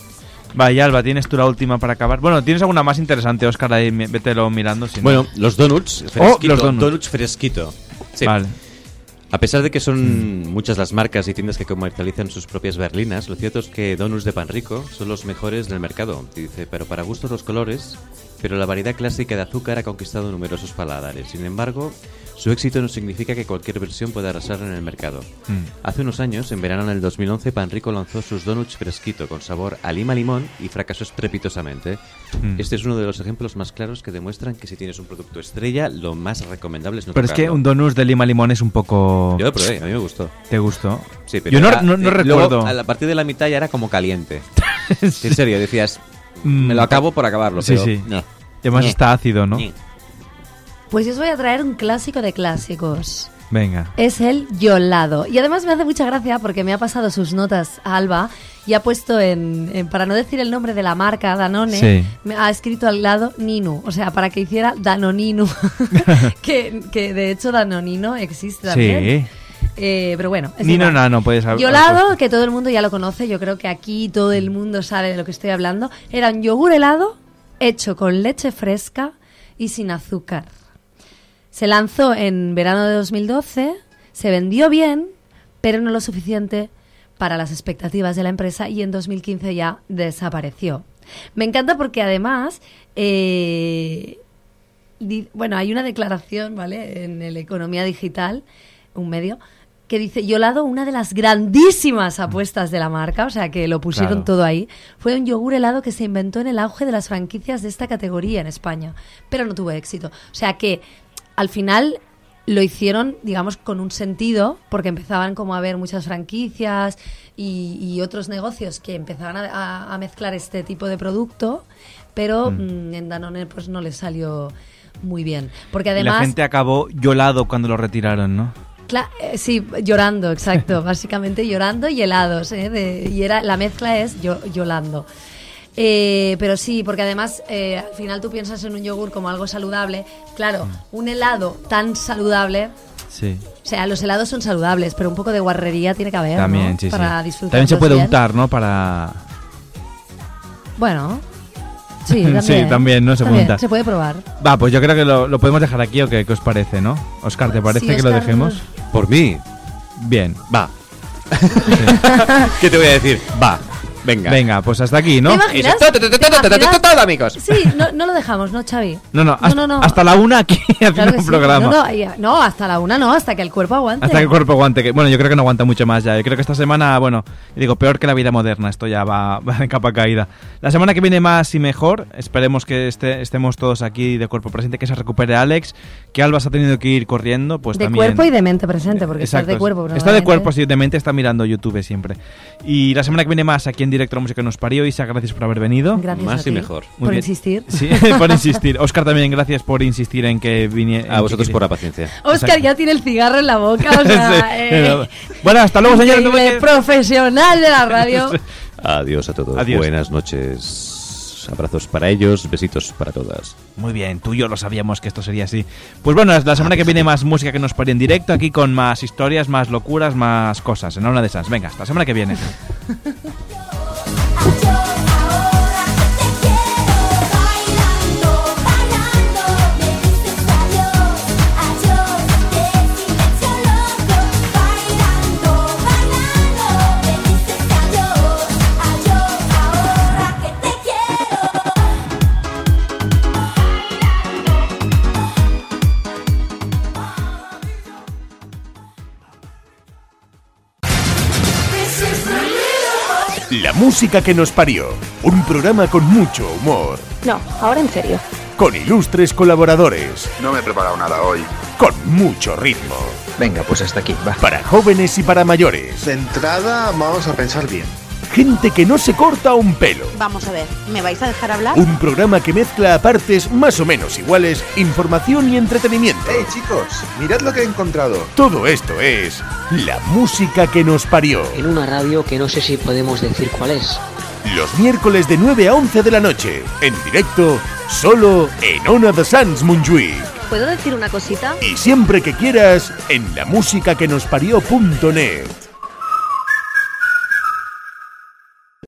Vaya, Alba, ¿tienes tú la última para acabar? Bueno, ¿tienes alguna más interesante, Óscar? Ahí mi- vételo mirando. Si no. Bueno, los donuts Oh, fresquito. los donuts. fresquito. Sí. Vale. A pesar de que son muchas las marcas y tiendas que comercializan sus propias berlinas, lo cierto es que donuts de pan rico son los mejores del mercado. Y dice, pero para gustos los colores, pero la variedad clásica de azúcar ha conquistado numerosos paladares. Sin embargo, su éxito no significa que cualquier versión pueda arrasar en el mercado. Mm. Hace unos años, en verano del dos mil once, Pan Rico lanzó sus donuts fresquito con sabor a lima limón y fracasó estrepitosamente. Mm. Este es uno de los ejemplos más claros que demuestran que si tienes un producto estrella, lo más recomendable es no Pero es que tocarlo. un donut de lima limón es un poco... Yo lo probé, a mí me gustó. ¿Te gustó? Sí, pero Yo no, era- no, no eh, luego, recuerdo. a la- a partir de la mitad ya era como caliente. En serio, decías, Mm. me lo acabo por acabarlo, Sí, pero sí. no. Y además Ñe. está ácido, ¿no? Ñe. Pues yo os voy a traer un clásico de clásicos. Venga. Es el Yolado. Y además me hace mucha gracia porque me ha pasado sus notas a Alba y ha puesto en, en- para no decir el nombre de la marca, Danone, Sí. me ha escrito al lado Ninu. O sea, para que hiciera Danoninu. que, que de hecho Danonino existe también. Sí. Eh, pero bueno, es Nino igual. Nano, puedes haber- Yolado, que todo el mundo ya lo conoce, yo creo que aquí todo el mundo sabe de lo que estoy hablando. Era un yogur helado hecho con leche fresca y sin azúcar. Se lanzó en verano de dos mil doce, se vendió bien, pero no lo suficiente para las expectativas de la empresa y en dos mil quince ya desapareció. Me encanta porque además, eh, di- bueno, hay una declaración, ¿vale? En el Economía Digital, un medio, que dice, Yolado, una de las grandísimas apuestas de la marca, o sea que lo pusieron Claro. todo ahí, fue un yogur helado que se inventó en el auge de las franquicias de esta categoría en España, pero no tuvo éxito. O sea que al final lo hicieron, digamos, con un sentido, porque empezaban como a haber muchas franquicias y, y otros negocios que empezaban a, a- a mezclar este tipo de producto, pero Mm. mm, en Danone pues no les salió muy bien. Porque Y además... la gente acabó Yolado cuando lo retiraron, ¿no? Cla- eh, sí, llorando, exacto. Básicamente llorando y helados. ¿eh? De- y era, la mezcla es yo, yolando. Eh, pero sí, porque además eh, al final tú piensas en un yogur como algo saludable. Claro, un helado tan saludable. Sí. O sea, los helados son saludables, pero un poco de guarrería tiene que haber, También, ¿no? sí, Para sí. disfrutar. También se puede untar, ¿no? Para... Bueno, sí, también. Sí, también, ¿no? Se puede También, untar. se puede probar. Va, pues yo creo que lo, lo podemos dejar aquí, ¿o qué, qué os parece, no? Oscar, ¿te parece Sí, que lo Óscar, dejemos? Por mí, Bien. va. ¿Qué te voy a decir? Va. Venga. Venga, pues hasta aquí, ¿no? ¿Te imaginas? Eso, todo, todo, todo, ¿Te todo, todo, imaginas? todo, amigos. Sí, no, no lo dejamos, ¿no, Xavi? No, no, hasta, no, no. hasta la una aquí haciendo Claro que un sí. programa. No, no, ya- no, hasta la una no, hasta que el cuerpo aguante. Hasta que el cuerpo aguante. Que, bueno, yo creo que no aguanta mucho más ya. Yo creo que esta semana, bueno, digo, peor que la vida moderna. Esto ya va, va en capa caída. La semana que viene más y mejor. Esperemos que este, estemos todos aquí de cuerpo presente, que se recupere Alex, que Alba se ha tenido que ir corriendo. Pues de también... cuerpo y de mente presente, porque estás Exacto. de cuerpo. Está de normalmente. cuerpo, sí, de mente está mirando YouTube siempre. Y la semana que viene más aquí en directo La Música que nos parió. Isa, gracias por haber venido. Gracias Más a y ti mejor. Muy por bien. insistir. Sí, por insistir. Óscar también, gracias por insistir en que viniera. A vosotros por la paciencia. Óscar ya tiene el cigarro en la boca, o sea, Sí. eh, Bueno, hasta luego, señores. increíble, profesional de la radio. Adiós a todos. Adiós. Buenas noches. Abrazos para ellos, besitos para todas. Muy bien, tú y yo lo sabíamos que esto sería así. Pues bueno, la semana que viene más música que nos pare en directo, aquí con más historias, más locuras, más cosas, en una de esas. Venga, hasta la semana que viene. La música que nos parió. Un programa con mucho humor. No, ahora en serio. Con ilustres colaboradores. No me he preparado nada hoy. Con mucho ritmo. Venga, pues hasta aquí, va. Para jóvenes y para mayores. De entrada, vamos a pensar bien. Gente que no se corta un pelo. Vamos a ver, ¿me vais a dejar hablar? Un programa que mezcla a partes más o menos iguales información y entretenimiento. ¡Hey, chicos! Mirad lo que he encontrado. Todo esto es la música que nos parió. En una radio que no sé si podemos decir cuál es. Los miércoles de nueve a once de la noche. En directo, solo en Ona de Sants Montjuïc. ¿Puedo decir una cosita? Y siempre que quieras, en la música que nos parió punto net.